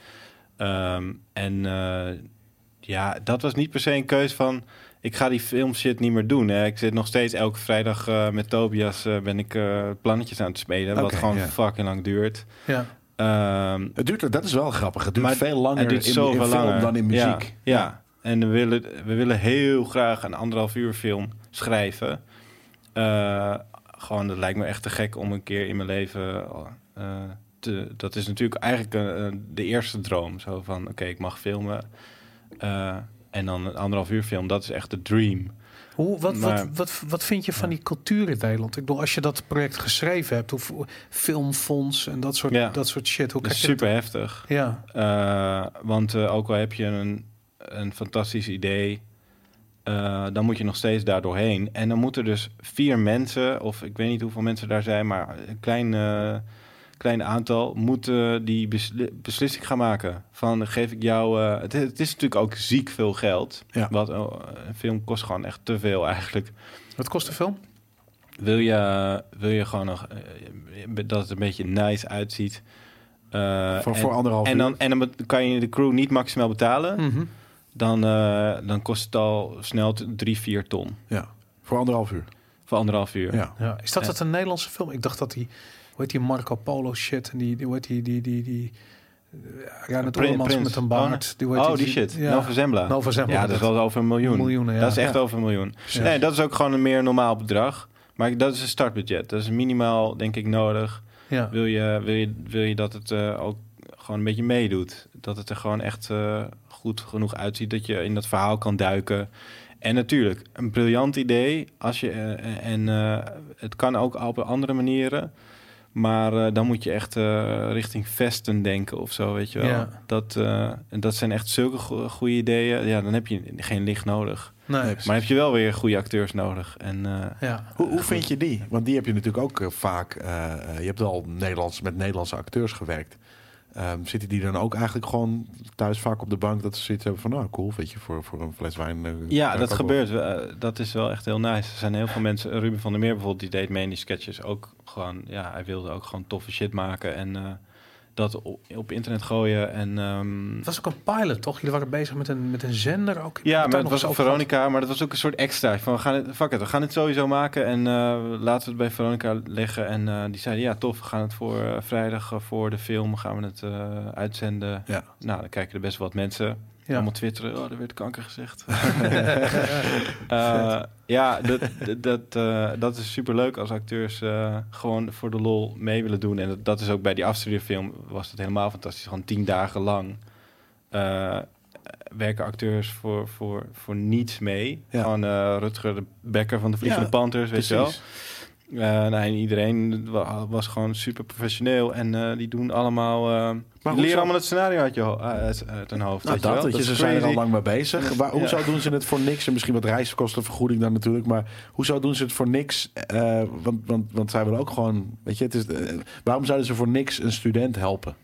Dat was niet per se een keus van ik ga die filmshit niet meer doen. Hè. Ik zit nog steeds elke vrijdag met Tobias ben ik plannetjes aan het spelen, wat gewoon fucking lang duurt. Ja. Het duurt, dat is wel grappig. Het duurt veel langer in film dan in muziek. Ja. En we willen heel graag een 1,5 uur film schrijven. Gewoon, dat lijkt me echt te gek om een keer in mijn leven dat is natuurlijk eigenlijk de eerste droom. Zo van, oké, ik mag filmen. En dan een 1,5 uur film, dat is echt de dream. Wat vind je van die cultuur in Nederland? Ik bedoel, als je dat project geschreven hebt, filmfonds en dat soort shit. Hoe krijg je super heftig. Ja. Want ook al heb je een fantastisch idee, dan moet je nog steeds daar doorheen. En dan moeten dus 4 mensen, of ik weet niet hoeveel mensen daar zijn, maar een klein aantal, moeten die beslissing gaan maken. Van, geef ik jou... Het is natuurlijk ook ziek veel geld. Ja. Wat een film kost gewoon echt te veel eigenlijk. Wat kost de film? Wil je gewoon nog dat het een beetje nice uitziet. Voor 1,5 uur. En dan kan je de crew niet maximaal betalen. Mm-hmm. Dan kost het al snel 3-4 ton. Ja, voor 1,5 uur. Voor 1,5 uur. Ja. Is dat een Nederlandse film? Ik dacht dat die... Hoe heet die Marco Polo shit? En die het Oormans met een baard. Die shit. Ja. Nova Zembla. Ja, dat is wel over 1 miljoen. Miljoenen, ja. Dat is echt over 1 miljoen. Ja. Nee, dat is ook gewoon een meer normaal bedrag. Maar dat is een startbudget. Dat is minimaal, denk ik, nodig. Ja. Wil je dat het ook gewoon een beetje meedoet? Dat het er gewoon echt goed genoeg uitziet dat je in dat verhaal kan duiken. En natuurlijk, een briljant idee. Het kan ook op andere manieren. Maar dan moet je echt richting vesten denken of zo, weet je wel. Ja. Dat zijn echt zulke goede ideeën. Ja, dan heb je geen licht nodig. Nee, maar heb je wel weer goede acteurs nodig. Hoe vind je die? Want die heb je natuurlijk ook vaak... je hebt al met Nederlandse acteurs gewerkt. Zitten die dan ook eigenlijk gewoon thuis vaak op de bank dat ze zoiets hebben van, nou cool, weet je, voor een fles wijn. Ja, dat gebeurt. Dat is wel echt heel nice. Er zijn heel veel mensen, Ruben van der Meer bijvoorbeeld, die deed mee in die sketches ook gewoon, hij wilde ook gewoon toffe shit maken en dat op internet gooien. En, het was ook een pilot, toch? Jullie waren bezig met een zender ook? Ja, maar het was ook Veronica, maar dat was ook een soort extra. Van, we gaan het sowieso maken en laten we het bij Veronica leggen. En die zeiden, ja tof, we gaan het voor vrijdag voor de film gaan we het uitzenden. Ja. Nou, dan kijken er best wel wat mensen. Ja. Allemaal twitteren, er werd kanker gezegd. Dat is superleuk als acteurs gewoon voor de lol mee willen doen. En dat is ook bij die afstudeerfilm was dat helemaal fantastisch. Gewoon 10 dagen lang werken acteurs voor niets mee. Ja. Gewoon Rutger de Bekker van de Vliegende Panthers, weet je wel. En iedereen was gewoon super professioneel. En die doen allemaal... die leren allemaal het scenario uit hun hoofd. Nou, weet je, ze zijn er al lang mee bezig. Hoezo doen ze het voor niks? En misschien wat reiskostenvergoeding dan natuurlijk. Maar hoezo doen ze het voor niks? Want zij willen ook gewoon... Weet je, het is, waarom zouden ze voor niks een student helpen?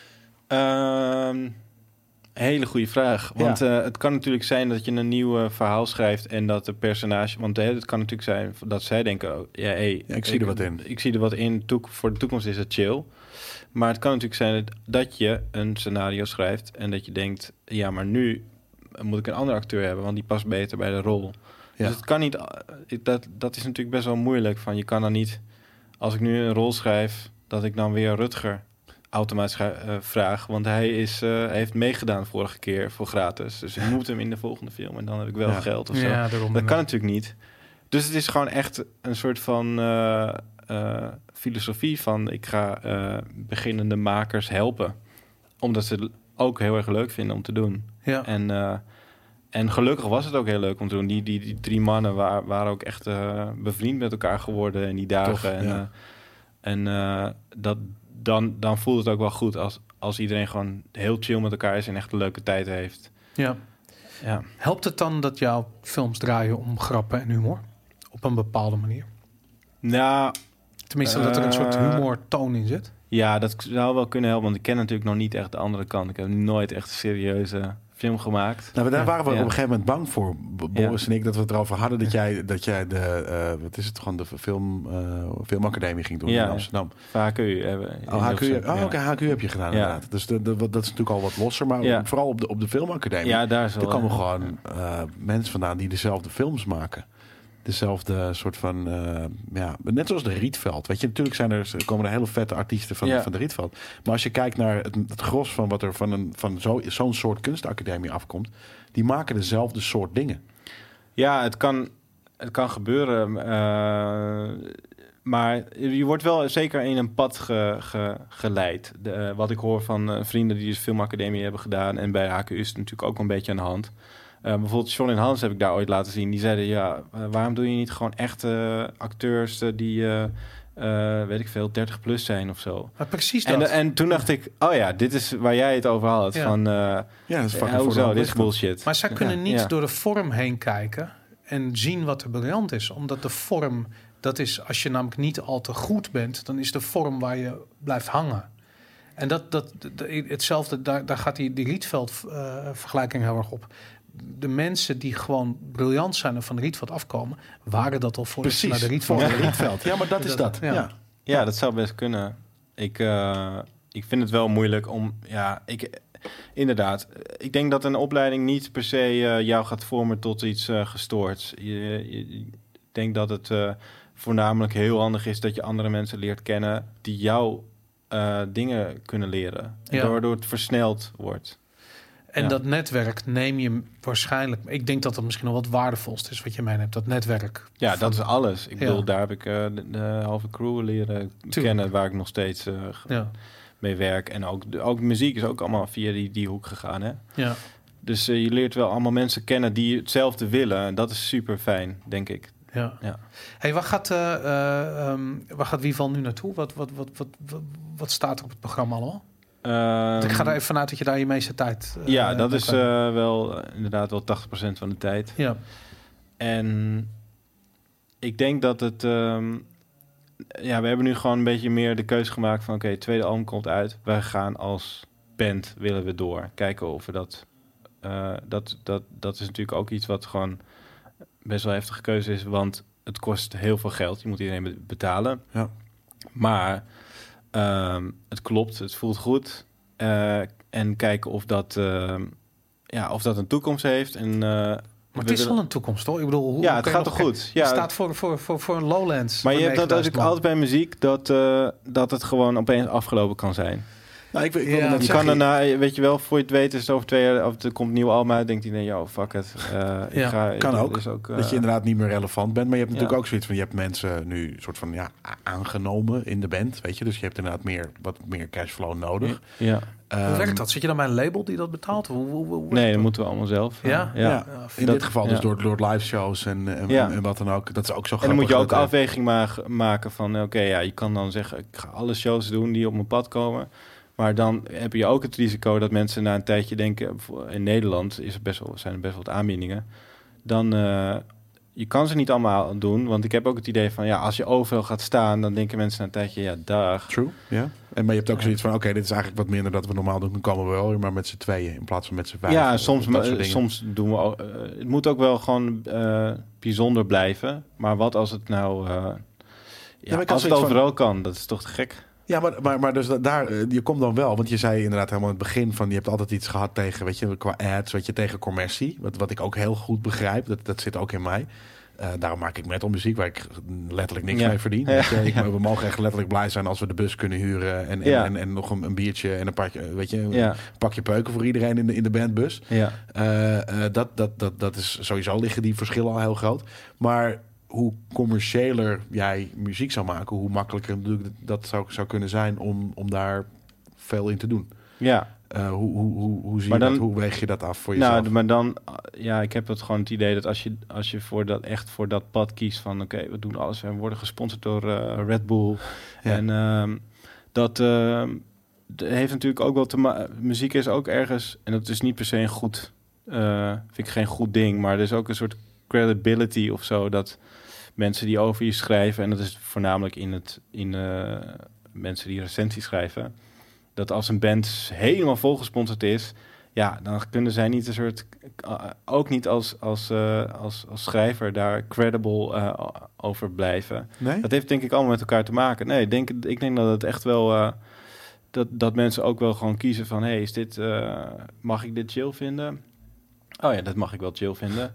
Hele goede vraag. Want het kan natuurlijk zijn dat je een nieuw verhaal schrijft en dat de personage... Want het kan natuurlijk zijn dat zij denken... ik zie er wat in. Ik zie er wat in. Voor de toekomst is het chill. Maar het kan natuurlijk zijn dat je een scenario schrijft en dat je denkt... Ja, maar nu moet ik een andere acteur hebben, want die past beter bij de rol. Ja. Dus het kan niet... Dat is natuurlijk best wel moeilijk. Van je kan dan niet... Als ik nu een rol schrijf, dat ik dan weer Rutger... automatisch vraag, want hij heeft meegedaan vorige keer voor gratis. Dus ik moet hem in de volgende film en dan heb ik wel geld of zo. Ja, dat kan natuurlijk niet. Dus het is gewoon echt een soort van filosofie van ik ga beginnende makers helpen. Omdat ze het ook heel erg leuk vinden om te doen. Ja. En gelukkig was het ook heel leuk om te doen. Die 3 mannen waren ook echt bevriend met elkaar geworden in die dagen. Tof, Dan voelt het ook wel goed als iedereen gewoon heel chill met elkaar is en echt een leuke tijd heeft. Ja. Helpt het dan dat jouw films draaien om grappen en humor? Op een bepaalde manier? Nou... Tenminste, dat er een soort humortoon in zit? Ja, dat zou wel kunnen helpen, want ik ken natuurlijk nog niet echt de andere kant. Ik heb nooit echt een serieuze film gemaakt. Nou, daar waren we op een gegeven moment bang voor, Boris en ik, dat we het erover hadden dat jij de wat is het, gewoon de filmacademie ging doen in Amsterdam. HKU. HKU heb je gedaan inderdaad. Dus dat is natuurlijk al wat losser, maar vooral op de filmacademie. Ja, daar komen gewoon mensen vandaan die dezelfde films maken. Dezelfde soort van, net zoals de Rietveld. Weet je, natuurlijk komen er hele vette artiesten van de Rietveld. Maar als je kijkt naar het gros van wat er van zo'n soort kunstacademie afkomt, die maken dezelfde soort dingen. Ja, het kan gebeuren. Maar je wordt wel zeker in een pad geleid. Wat ik hoor van vrienden die dus filmacademie hebben gedaan. En bij HKU is het natuurlijk ook een beetje aan de hand. Bijvoorbeeld John en Hans heb ik daar ooit laten zien. Die zeiden, waarom doe je niet gewoon echte acteurs die, weet ik veel, 30 plus zijn of zo. Maar precies dat. En toen dacht ik, dit is waar jij het over had. Ja. Van, dat is fucking hoezo, dit is bullshit. Maar zij kunnen niet door de vorm heen kijken en zien wat er briljant is. Omdat de vorm, dat is, als je namelijk niet al te goed bent, dan is de vorm waar je blijft hangen. En hetzelfde, daar gaat die Rietveld vergelijking heel erg op. De mensen die gewoon briljant zijn en van de Rietveld afkomen, waren dat al voor ze naar de Rietveld. Ja, maar dat is dat. Ja, dat zou best kunnen. Ik vind het wel moeilijk om... Inderdaad. Ik denk dat een opleiding niet per se jou gaat vormen tot iets gestoords. Ik denk dat het voornamelijk heel handig is dat je andere mensen leert kennen die jou dingen kunnen leren. Waardoor het versneld wordt. En dat netwerk neem je waarschijnlijk... Ik denk dat dat misschien nog wat waardevolst is wat je mij hebt. Dat netwerk. Ja, dat is alles. Ik bedoel, daar heb ik de halve crew leren kennen... waar ik nog steeds mee werk. En ook muziek is ook allemaal via die hoek gegaan. Hè? Ja. Dus je leert wel allemaal mensen kennen die hetzelfde willen. En dat is super fijn, denk ik. Ja. Hey, waar gaat Wie Val nu naartoe? Wat staat er op het programma allemaal? Ik ga er even vanuit dat je daar je meeste tijd... dat is inderdaad wel 80% van de tijd. Ja. En ik denk dat het we hebben nu gewoon een beetje meer de keuze gemaakt van... oké, het tweede album komt uit. Wij gaan als band, willen we door. Kijken of we dat is natuurlijk ook iets wat gewoon best wel heftige keuze is. Want het kost heel veel geld. Je moet iedereen betalen. Ja. Maar het klopt, het voelt goed. En kijken of dat een toekomst heeft. En, maar het is wel een toekomst, toch? Ik bedoel, hoe het gaat toch goed? Ja, het staat voor een Lowlands. Maar je hebt dat natuurlijk altijd bij muziek... dat het gewoon opeens afgelopen kan zijn. Nou, je kan daarna, weet je wel, voor je het weet is het over 2 jaar... of er komt een nieuw album uit, denkt hij, yo, fuck it. Kan ook. Dat je inderdaad niet meer relevant bent. Maar je hebt natuurlijk ook zoiets van... je hebt mensen nu soort van aangenomen in de band, weet je. Dus je hebt inderdaad wat meer cashflow nodig. Ja. Hoe werkt dat? Zit je dan bij een label die dat betaalt? Nee, dat moeten we allemaal zelf. Ja. In dit geval dus door live shows en wat dan ook. Dat is ook zo grappig. En dan moet je ook afweging maken van... oké, je kan dan zeggen... ik ga alle shows doen die op mijn pad komen... Maar dan heb je ook het risico dat mensen na een tijdje denken... in Nederland zijn er best wel wat aanbiedingen. Dan, je kan ze niet allemaal doen. Want ik heb ook het idee van... als je overal gaat staan... dan denken mensen na een tijdje... dag. True, ja. Maar je hebt ook zoiets van... oké, dit is eigenlijk wat minder dat we normaal doen. Dan komen we wel weer maar met z'n tweeën... in plaats van met z'n 5. Ja, soms doen we ook... het moet ook wel gewoon bijzonder blijven. Maar wat als het nou... als het overal kan, dat is toch te gek? Ja, maar dus daar, je komt dan wel, want je zei inderdaad helemaal in het begin van je hebt altijd iets gehad tegen, weet je, qua ads, weet je, tegen commercie. Wat ik ook heel goed begrijp, dat zit ook in mij. Daarom maak ik metalmuziek waar ik letterlijk niks mee verdien. We mogen echt letterlijk blij zijn als we de bus kunnen huren en nog een biertje en een pakje, weet je, een pakje peuken voor iedereen in de bandbus. Ja. Dat is sowieso liggen die verschillen al heel groot. Maar hoe commerciëler jij muziek zou maken, hoe makkelijker dat zou kunnen zijn om daar veel in te doen. Ja. Hoe zie je dat? Hoe weeg je dat af voor jezelf? Nou, maar dan, ik heb het gewoon het idee dat als je voor dat pad kiest van oké, we doen alles en we worden gesponsord door Red Bull. Ja. En dat heeft natuurlijk ook wel te maken. Muziek is ook ergens, en dat is niet per se een goed, vind ik geen goed ding, maar er is ook een soort credibility of zo dat mensen die over je schrijven, en dat is voornamelijk in mensen die recensies schrijven, dat als een band helemaal volgesponsord is, dan kunnen zij niet een soort, ook niet als schrijver daar credible over blijven. Nee? Dat heeft denk ik allemaal met elkaar te maken. Nee, ik denk dat het echt wel dat mensen ook wel gewoon kiezen van, hey, is dit, mag ik dit chill vinden? Oh ja, dat mag ik wel chill vinden.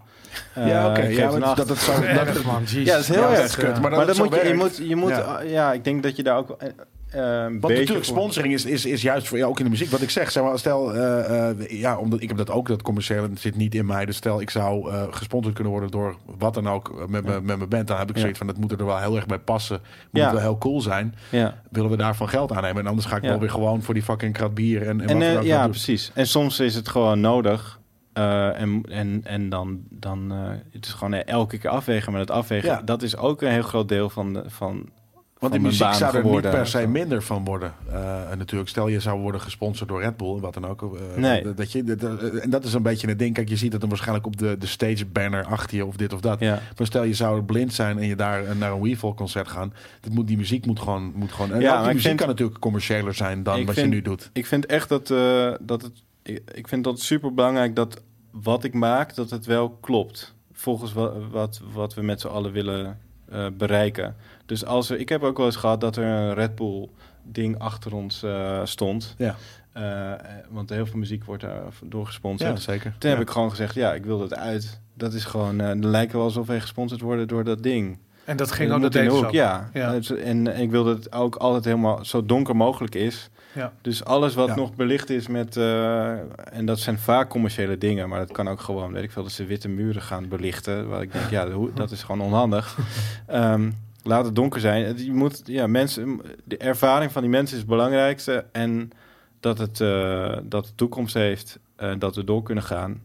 Dat zou erg, man. Ja, dat is heel erg kut. Maar dat je moet ik denk dat je daar ook want natuurlijk, sponsoring is juist voor jou ook in de muziek. Wat ik zeg, stel, omdat ik heb dat ook, dat commerciële zit niet in mij. Dus stel, ik zou gesponsord kunnen worden door wat dan ook met mijn band. Dan heb ik zoiets van, dat moet er wel heel erg bij passen. Moet wel heel cool zijn. Ja. Willen we daarvan geld aannemen? En anders ga ik wel weer gewoon voor die fucking krat bier en wat ja, precies. En soms is het gewoon nodig. En dan het is gewoon elke keer afwegen. Maar het afwegen, dat is ook een heel groot deel van want die muziek zou er niet per se minder van worden. Natuurlijk, stel je zou worden gesponsord door Red Bull en wat dan ook. Nee. En dat is een beetje een ding. Kijk, je ziet het dan waarschijnlijk op de stage banner achter je of dit of dat. Ja. Maar stel je zou blind zijn en je daar naar een Weevil concert gaan. Die muziek moet gewoon. En die muziek kan natuurlijk commerciëler zijn dan wat je nu doet. Ik vind echt ik vind dat super belangrijk dat wat ik maak, dat het wel klopt. Volgens wat we met z'n allen willen bereiken. Dus ik heb ook wel eens gehad dat er een Red Bull ding achter ons stond. Ja. Want heel veel muziek wordt daar doorgesponsord. Ja, zeker. Toen heb ik gewoon gezegd, ik wil dat uit. Dat is gewoon, dan lijken we alsof wij gesponsord worden door dat ding. En dat ging ook dat deze ook. Ja. En ik wil dat het ook altijd helemaal zo donker mogelijk is. Ja. Dus alles wat nog belicht is met... en dat zijn vaak commerciële dingen, maar dat kan ook gewoon, weet ik veel, dat ze witte muren gaan belichten. Waar ik denk, dat is gewoon onhandig. Laat het donker zijn. Je moet, mensen, de ervaring van die mensen is het belangrijkste. En dat het toekomst heeft. Dat we door kunnen gaan.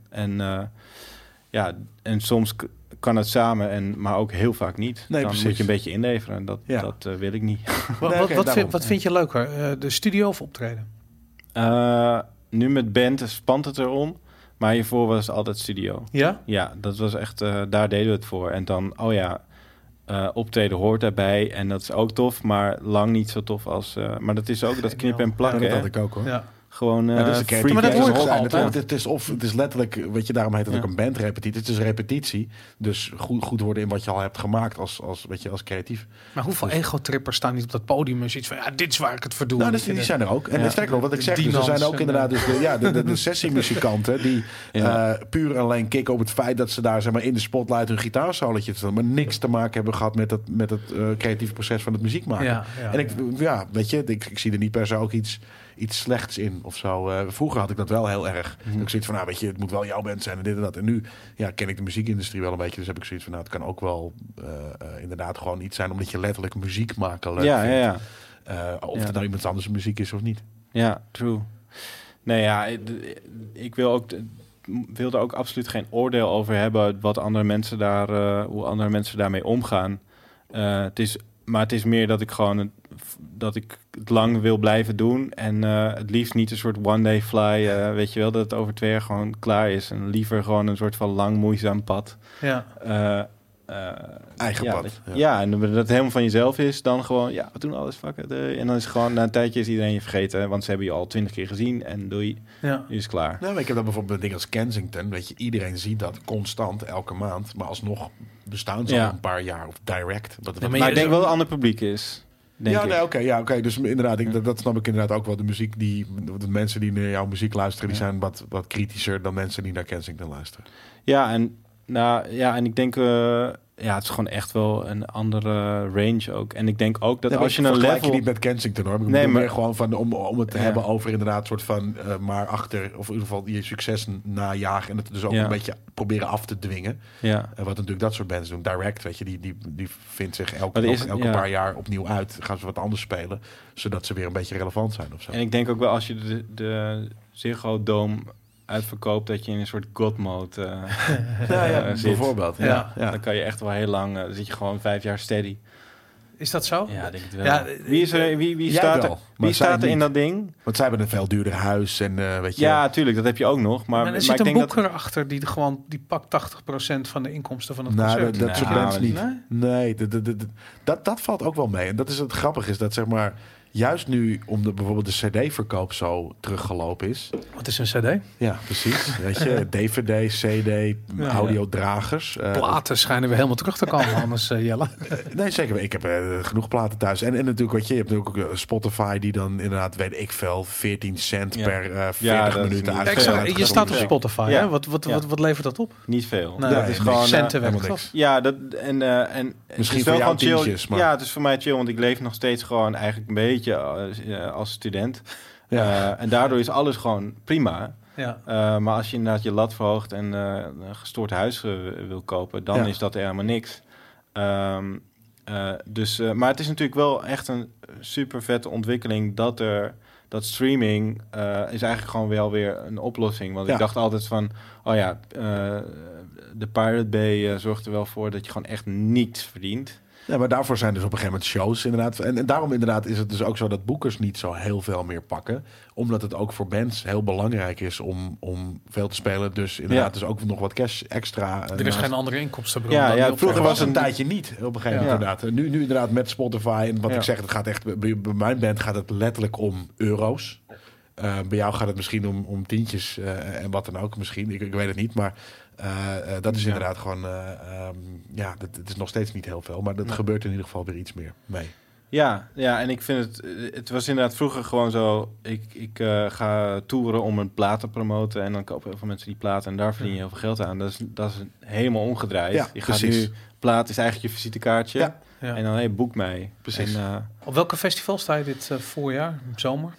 En soms kan het samen, maar ook heel vaak niet. Nee, dan precies. moet je een beetje inleveren. Dat wil ik niet. Wat vind je leuker? De studio of optreden? Nu met band spant het erom. Maar hiervoor was het altijd studio. Ja? Ja, dat was echt... daar deden we het voor. En dan, optreden hoort daarbij. En dat is ook tof, maar lang niet zo tof als... maar dat is ook dat knippen en plakken. Ja, dat had ik ook hoor. Ja. Gewoon dat is freak maar dat ass hoort rock. toch altijd? Het is letterlijk, weet je, daarom heet het ook een bandrepetitie. Het is repetitie. Dus goed worden in wat je al hebt gemaakt als creatief. Maar hoeveel ego-trippers staan niet op dat podium en zoiets van, dit is waar ik het voor doe. Nou, die zijn er ook. En sterker nog, wat ik zeg, dus er zijn ook inderdaad dus de sessiemuzikanten die puur en alleen kicken op het feit dat ze daar zeg maar in de spotlight hun gitaarsolotje staan, maar niks te maken hebben gehad met het creatieve proces van het muziek maken. Ja. En weet je, ik zie er niet per se ook iets slechts in of zo. Vroeger had ik dat wel heel erg. Ik zoiets van, weet je, het moet wel jouw band zijn en dit en dat. En nu ken ik de muziekindustrie wel een beetje. Dus heb ik zoiets van, het kan ook wel inderdaad gewoon iets zijn omdat je letterlijk muziek maken leuk vindt. Of het nou iemand anders muziek is of niet. Ja, true. Nee, ja, ik wil er ook absoluut geen oordeel over hebben wat andere mensen hoe andere mensen daarmee omgaan. Maar het is meer dat ik gewoon dat ik het lang wil blijven doen. En het liefst niet een soort one day fly. Weet je wel, dat het over 2 jaar gewoon klaar is. En liever gewoon een soort van lang moeizaam pad. Ja. Eigen pad. Ja, en dat het helemaal van jezelf is. Dan gewoon, we doen alles, fuck it. En dan is het gewoon, na een tijdje is iedereen je vergeten. Want ze hebben je al 20 keer gezien. En doei, nu is het klaar. Nou, ik heb dat bijvoorbeeld met dingen als Kensington. Weet je, iedereen ziet dat constant, elke maand. Maar alsnog bestaan ze al een paar jaar. Of direct. Maar ik denk wel dat het een ander publiek is. Oké. Dus inderdaad, dat snap ik inderdaad ook wel. De muziek de mensen die naar jouw muziek luisteren, die zijn wat kritischer dan mensen die naar Kensington luisteren. Ja, en ik denk, het is gewoon echt wel een andere range ook. En ik denk ook dat als je een level... je niet met Kensington hoor. Ik bedoel meer gewoon van om het te hebben over inderdaad soort van maar achter, of in ieder geval je succes najagen en het dus ook een beetje proberen af te dwingen. Ja. Wat natuurlijk dat soort bands doen. Direct, weet je, die vindt zich elke paar jaar opnieuw uit. Gaan ze wat anders spelen, zodat ze weer een beetje relevant zijn of zo. En ik denk ook wel als je de Ziggo Dome uitverkoopt, dat je in een soort god mode zit. Bijvoorbeeld. Ja. Dan kan je echt wel heel lang, dan zit je gewoon 5 jaar steady. Is dat zo? Ja, denk het wel. Ja, wie staat er in dat ding? Want zij hebben een veel duurder huis en weet je. Ja, tuurlijk, dat heb je ook nog. Maar er zit een boeker erachter die pakt 80% van de inkomsten van het concert. Dat soort bands niet. Nee, dat valt ook wel mee. En dat is het grappige, is dat zeg maar juist nu, bijvoorbeeld de CD-verkoop zo teruggelopen is. Wat is een CD? Ja, precies. Weet je, DVD, CD, audiodragers. Platen schijnen weer helemaal terug te komen, anders Jelle. Nee, zeker. Ik heb genoeg platen thuis. En natuurlijk, wat je hebt natuurlijk ook Spotify die dan inderdaad, weet ik veel, 14 cent per 40 minuten uit. Je staat op Spotify, hè? Wat levert dat op? Niet veel. Nee, dat is gewoon centen weg. Ja, en misschien voor jou tientjes, maar ja, het is voor mij chill, want ik leef nog steeds gewoon eigenlijk een beetje als student. En daardoor is alles gewoon prima. Ja. Maar als je inderdaad je lat verhoogt en een gestoord huis wil kopen, dan is dat helemaal niks. Maar het is natuurlijk wel echt een super vette ontwikkeling dat streaming is eigenlijk gewoon wel weer een oplossing. Want ik dacht altijd van, de Pirate Bay zorgt er wel voor dat je gewoon echt niets verdient. Ja, maar daarvoor zijn dus op een gegeven moment shows inderdaad. En daarom inderdaad is het dus ook zo dat boekers niet zo heel veel meer pakken. Omdat het ook voor bands heel belangrijk is om veel te spelen. Dus inderdaad dus ook nog wat cash extra. Er is geen andere inkomstenbron. Ja, vroeger was het een tijdje niet. Op een gegeven moment inderdaad. Nu inderdaad met Spotify. En wat ik zeg, het gaat echt, bij mijn band gaat het letterlijk om euro's. Bij jou gaat het misschien om tientjes en wat dan ook misschien. Ik weet het niet, maar dat is inderdaad gewoon... het is nog steeds niet heel veel, maar dat gebeurt in ieder geval weer iets meer mee. Ja, en ik vind het was inderdaad vroeger gewoon zo, ik ga toeren om een plaat te promoten en dan kopen heel veel mensen die platen en daar verdien je heel veel geld aan. Dat is helemaal omgedraaid. Ja, je gaat nu, plaat is eigenlijk je visitekaartje en dan boek mij. Precies. En, op welke festival sta je dit voorjaar, zomer?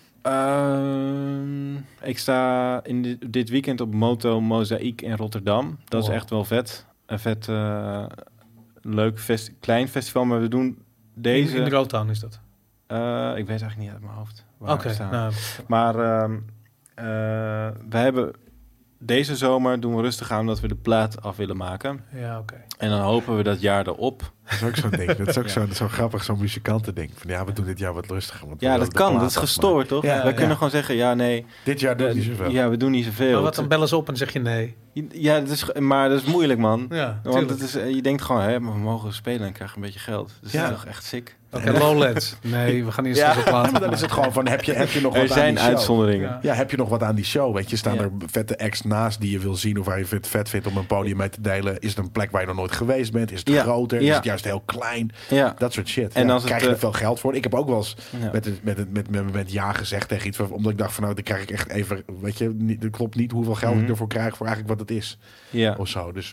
Ik sta dit weekend op Moto Mozaïek in Rotterdam. Dat is echt wel vet. Een vet leuk klein festival, maar we doen deze... In de Rotown is dat? Ik weet eigenlijk niet uit mijn hoofd. Oké. Maar we hebben deze zomer doen we rustig aan omdat we de plaat af willen maken. Ja, oké. En dan hopen we dat jaar erop. Dat is ook zo'n ding. Dat is ook zo grappig, zo'n muzikantending. Van we doen dit jaar wat rustiger. Want Ja, dat kan. Dat is gestoord, toch? Ja, wij kunnen gewoon zeggen, nee. Dit jaar doen we niet zoveel. Ja, we doen niet zoveel. Maar wat dan bellen ze op en zeg je nee? Ja, maar dat is moeilijk, man. Ja, want het is, je denkt gewoon, maar we mogen spelen en krijgen een beetje geld. Dus dat is toch echt sick. Oké, Lowlands. Nee, we gaan eerst eens op laten. Maar dan is het gewoon van, heb je nog wat aan die show? Er zijn uitzonderingen. Ja, heb je nog wat aan die show? Weet je, staan er vette acts naast die je wil zien of waar je het vet vindt om een podium mee te delen? Is het een plek waar je nog nooit geweest bent? Is het groter? Is het juist heel klein? Ja. Dat soort shit. En dan krijg je er veel geld voor. Ik heb ook wel eens met ja gezegd tegen iets, omdat ik dacht van, dan krijg ik echt even, weet je, het klopt niet hoeveel geld ik ervoor krijg voor eigenlijk wat het is. Ja. Of zo. Dus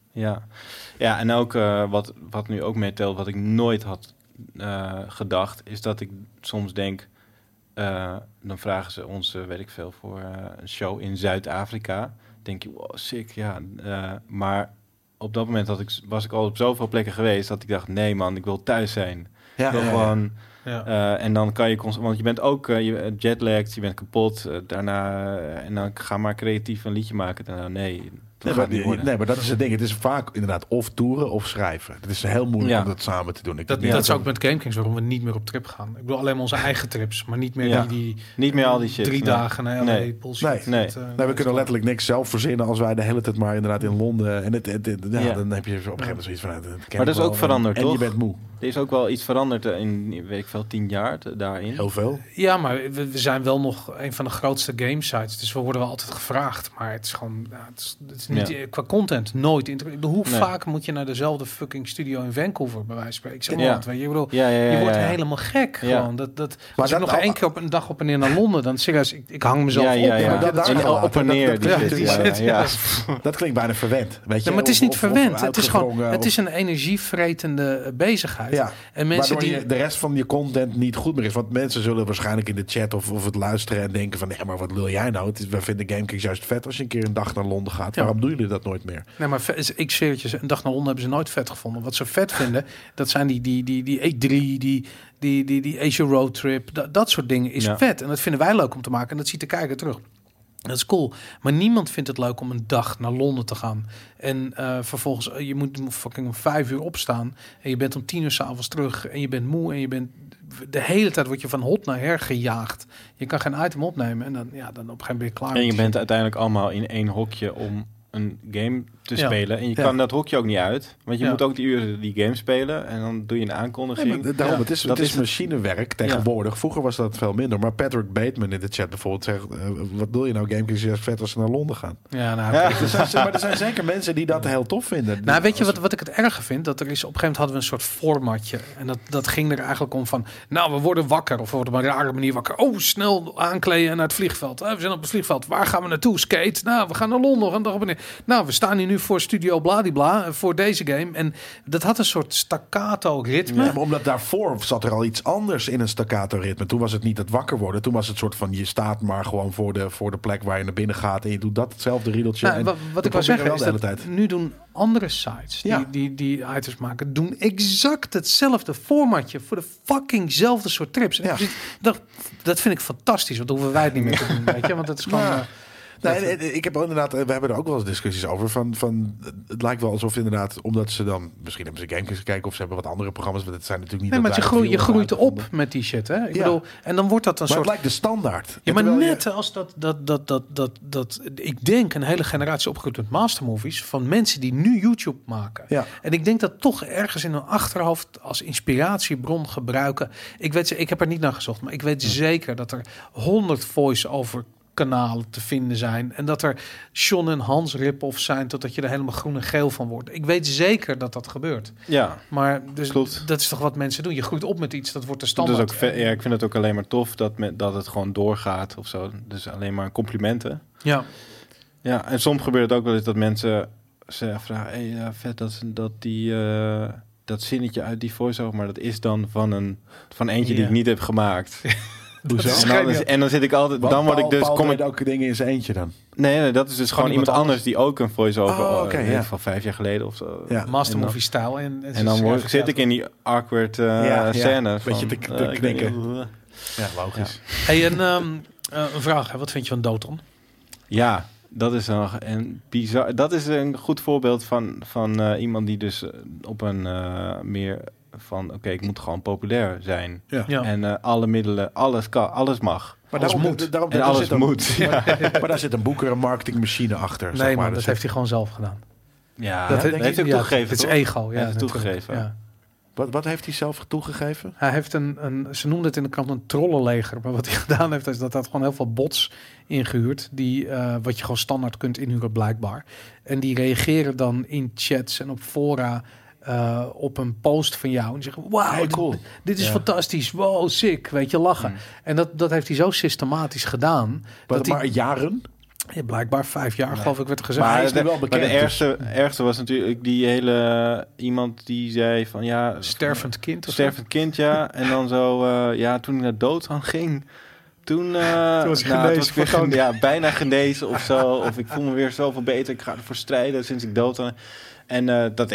Ja, en ook wat nu ook meetelt, wat ik nooit had gedacht, is dat ik soms denk, dan vragen ze ons, weet ik veel, voor een show in Zuid-Afrika. Denk je, wow, sick, ja. Maar op dat moment was ik al op zoveel plekken geweest dat ik dacht, nee man, ik wil thuis zijn. Gewoon. Ja. En dan kan je want je bent ook jetlagged, je bent kapot. Daarna en dan ga maar creatief een liedje maken. Daarna Nee, maar dat is het ding. Het is vaak inderdaad of toeren of schrijven. Het is heel moeilijk om dat samen te doen. Dat is ook met GameKings waarom we niet meer op trip gaan. Ik bedoel alleen maar onze eigen trips, maar niet meer niet meer al die shit. 3 dagen naar LA bullshit. Nee, we kunnen letterlijk niks zelf verzinnen als wij de hele tijd maar inderdaad in Londen. En dan heb je op een gegeven moment zoiets van. Maar dat is ook veranderd, toch? En je bent moe. Er is ook wel iets veranderd in, weet ik veel, 10 jaar daarin. Heel veel. Ja, maar we zijn wel nog een van de grootste game sites. Dus we worden wel altijd gevraagd. Maar het is gewoon, het is niet qua content nooit. Hoe vaak moet je naar dezelfde fucking studio in Vancouver bij wijze van spreken? Ik zeg maar wat, weet je, bedoel, je wordt helemaal gek. Gewoon. Als ik nog één keer op een dag op en neer naar Londen, dan serieus, ik hang mezelf op. Op en neer. Dat klinkt bijna verwend. Weet je? Maar het is niet verwend. Het is gewoon, het is een energievretende bezigheid. Ja, en mensen waardoor de rest van je content niet goed meer is. Want mensen zullen waarschijnlijk in de chat of het luisteren en denken van, nee, maar wat lul jij nou? We vinden GameKings juist vet als je een keer een dag naar Londen gaat. Waarom doen jullie dat nooit meer? Nee, maar ik zweer het je, een dag naar Londen hebben ze nooit vet gevonden. Wat ze vet vinden, dat zijn die E3, die Asia Road Trip, dat soort dingen is vet. En dat vinden wij leuk om te maken. En dat ziet de kijker terug. Dat is cool. Maar niemand vindt het leuk om een dag naar Londen te gaan. En vervolgens, je moet fucking om 5 uur opstaan. En je bent om 10 uur 's avonds terug. En je bent moe. En je bent de hele tijd word je van hot naar her gejaagd. Je kan geen item opnemen. En dan op een gegeven moment ben je klaar. En je bent uiteindelijk allemaal in één hokje om een game te spelen. En je kan dat hokje ook niet uit. Want je moet ook die uren die game spelen. En dan doe je een aankondiging. Nee, daarom, het is machinewerk tegenwoordig. Vroeger was dat veel minder. Maar Patrick Bateman in de chat bijvoorbeeld zegt, wat wil je nou, GameKings is vet als ze naar Londen gaan. Maar er zijn zeker mensen die dat heel tof vinden. Nou, weet je wat ik het erger vind? Dat er is, op een gegeven moment hadden we een soort formatje. En dat ging er eigenlijk om van, nou, we worden wakker. Of we worden op een rare manier wakker. Oh, snel aankleden en naar het vliegveld. We zijn op het vliegveld. Waar gaan we naartoe? Skate? Nou, we gaan naar Londen. Een dag op en neer. Nou, we staan hier nu voor Studio Bladibla voor deze game. En dat had een soort staccato ritme. Ja, maar omdat daarvoor zat er al iets anders in een staccato ritme. Toen was het niet het wakker worden. Toen was het soort van, je staat maar gewoon voor de plek waar je naar binnen gaat. En je doet dat hetzelfde riedeltje. Nou, wat ik wil zeggen is dat nu doen andere sites die items maken, doen exact hetzelfde formatje voor de fuckingzelfde soort trips. En dat vind ik fantastisch. Want dan hoeven wij het niet meer te doen. Weet je? Want het is gewoon... ik heb inderdaad, we hebben er ook wel eens discussies over. Van het lijkt wel alsof inderdaad, omdat ze dan, misschien hebben ze GameKings gekeken of ze hebben wat andere programma's, maar dat zijn natuurlijk niet. Nee, maar je groeit op met die shit, hè? Ik bedoel, en dan wordt dat een soort. Het lijkt de standaard. Ja, maar net als dat ik denk een hele generatie opgegroeid met mastermovies van mensen die nu YouTube maken. Ja. En ik denk dat toch ergens in hun achterhoofd als inspiratiebron gebruiken. Ik heb er niet naar gezocht, maar ik weet zeker dat er 100 voice-over kanalen te vinden zijn. En dat er Sean en Hans rip-offs zijn totdat je er helemaal groen en geel van wordt. Ik weet zeker dat dat gebeurt. Ja, maar dus dat is toch wat mensen doen. Je groeit op met iets, dat wordt de standaard. Dus ook ik vind het ook alleen maar tof dat het gewoon doorgaat of zo. Dus alleen maar complimenten. Ja. Ja, en soms gebeurt het ook wel eens dat mensen vragen, vet dat zinnetje uit die voice-over, maar dat is dan van eentje die ik niet heb gemaakt. En dan zit ik altijd. Dan word ik dus. Kom ik ook dingen in zijn eentje dan? Nee, dat is dus gewoon iemand anders die ook een voice-over van 5 jaar geleden of zo. Ja. Mastermovie stijl. En dan zit ik in die awkward scène. Beetje te knikken. Ja, logisch. Ja. Hey, een vraag. Wat vind je van Dotron? Ja, Dat is een bizar. Dat is een goed voorbeeld van iemand die dus op een meer van... Oké, ik moet gewoon populair zijn. Ja. Ja. En alle middelen, alles kan, alles mag. Maar Alles daarom, En alles moet. Ja. Maar daar zit een boeker, een marketingmachine achter. Nee, zeg maar. maar dat heeft hij gewoon zelf gedaan. Ja, Dat dat heeft hij ook toegegeven, Het is toch? ego. Ja, Hij heeft het natuurlijk. toegegeven. Ja. Wat heeft hij zelf toegegeven? Hij heeft ze noemden het in de krant een trollenleger. Maar wat hij gedaan heeft, is dat hij gewoon heel veel bots ingehuurd. Wat je gewoon standaard kunt inhuren blijkbaar. En die reageren dan in chats en op fora op een post van jou. En die zeggen, wauw, Hey, cool. dit is fantastisch. Wow, sick. Weet je, lachen. En dat heeft hij zo systematisch gedaan. Maar jaren? Ja, blijkbaar 5 jaar, geloof ik, werd er gezegd. Maar Maar, hij is nu wel bekend, de ergste was natuurlijk die hele... iemand die zei van ja... Stervend kind of zo? Stervend kind, ja. En dan zo... toen ik naar dood aan ging... Toen was ik genezen weer van kanker. bijna genezen of zo. Of ik voel me weer zoveel beter. Ik ga ervoor strijden sinds ik dood aan... En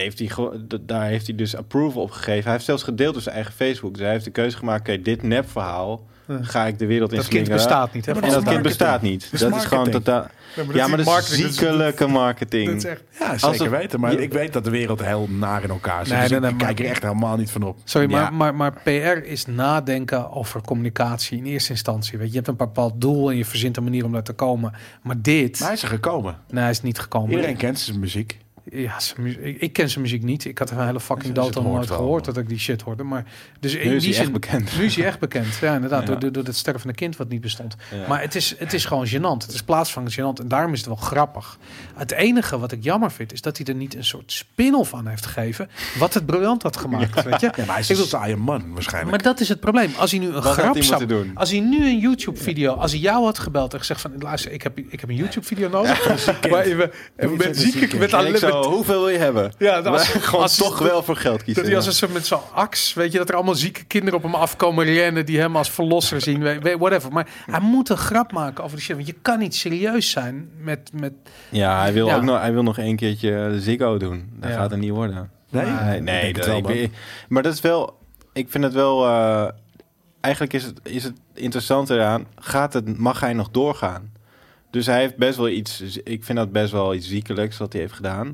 daar heeft hij dus approval op gegeven. Hij heeft zelfs gedeeld op zijn eigen Facebook. Dus hij heeft de keuze gemaakt... Oké, dit nepverhaal ga ik de wereld in Dat kind slingeren. bestaat niet. Hè? Ja, En dat kind marketing. bestaat niet. is Dat is gewoon marketing. totaal... Ja, maar dat is ziekelijke marketing. Dat is echt... Ja, Als zeker het- weten. Maar ik weet dat de wereld heel naar in elkaar zit. Nee, Dus nee, ik maar- kijk er echt helemaal niet van op. Sorry, Ja. maar PR is nadenken over communicatie in eerste instantie. Weet je, je hebt een bepaald doel en je verzint een manier om daar te komen. Maar dit... Maar hij is er gekomen. Nee, hij is niet gekomen. Iedereen kent zijn muziek. Ja, ik ken zijn muziek niet. Ik had een hele fucking Dus dood het al nooit hoort wel, gehoord man. dat ik die shit hoorde. Maar dus in Nu is die hij echt zin, bekend. Nu is hij echt bekend. Ja, inderdaad. Ja. Door het stervende kind wat niet bestond. Ja. Maar het is gewoon gênant. Het is plaatsvangend gênant. En daarom is het wel grappig. Het enige wat ik jammer vind, is dat hij er niet een soort spin-off aan heeft gegeven. Wat het briljant had gemaakt. Weet je? Ja, maar hij is Ik een bedoel- saaie man waarschijnlijk. Maar dat is het probleem. Als hij nu een Wat had grap hij zou moeten doen? Als hij nu een YouTube-video, als hij jou had gebeld en gezegd van, luister, ik heb een YouTube-video nodig. Maar met zieke, met En ik alleen zo, hoeveel wil je hebben? ja, Gewoon toch wel voor geld kiezen. dat hij als een soort met zo'n aks, weet je, dat er allemaal zieke kinderen op hem afkomen rennen die hem als verlosser zien, whatever. Maar hij moet een grap maken over de shit, want je kan niet serieus zijn met Ja, hij wil Ja. ook nog, hij wil nog 1 keertje de Ziggo doen. Dat Ja. gaat er niet worden. Nee? Nee, Ik denk het dat, wel, ik man. weet- maar dat is wel... Ik vind het wel... eigenlijk is het interessant eraan. Mag hij nog doorgaan? Dus hij heeft best wel iets... Ik vind dat best wel iets ziekelijks wat hij heeft gedaan.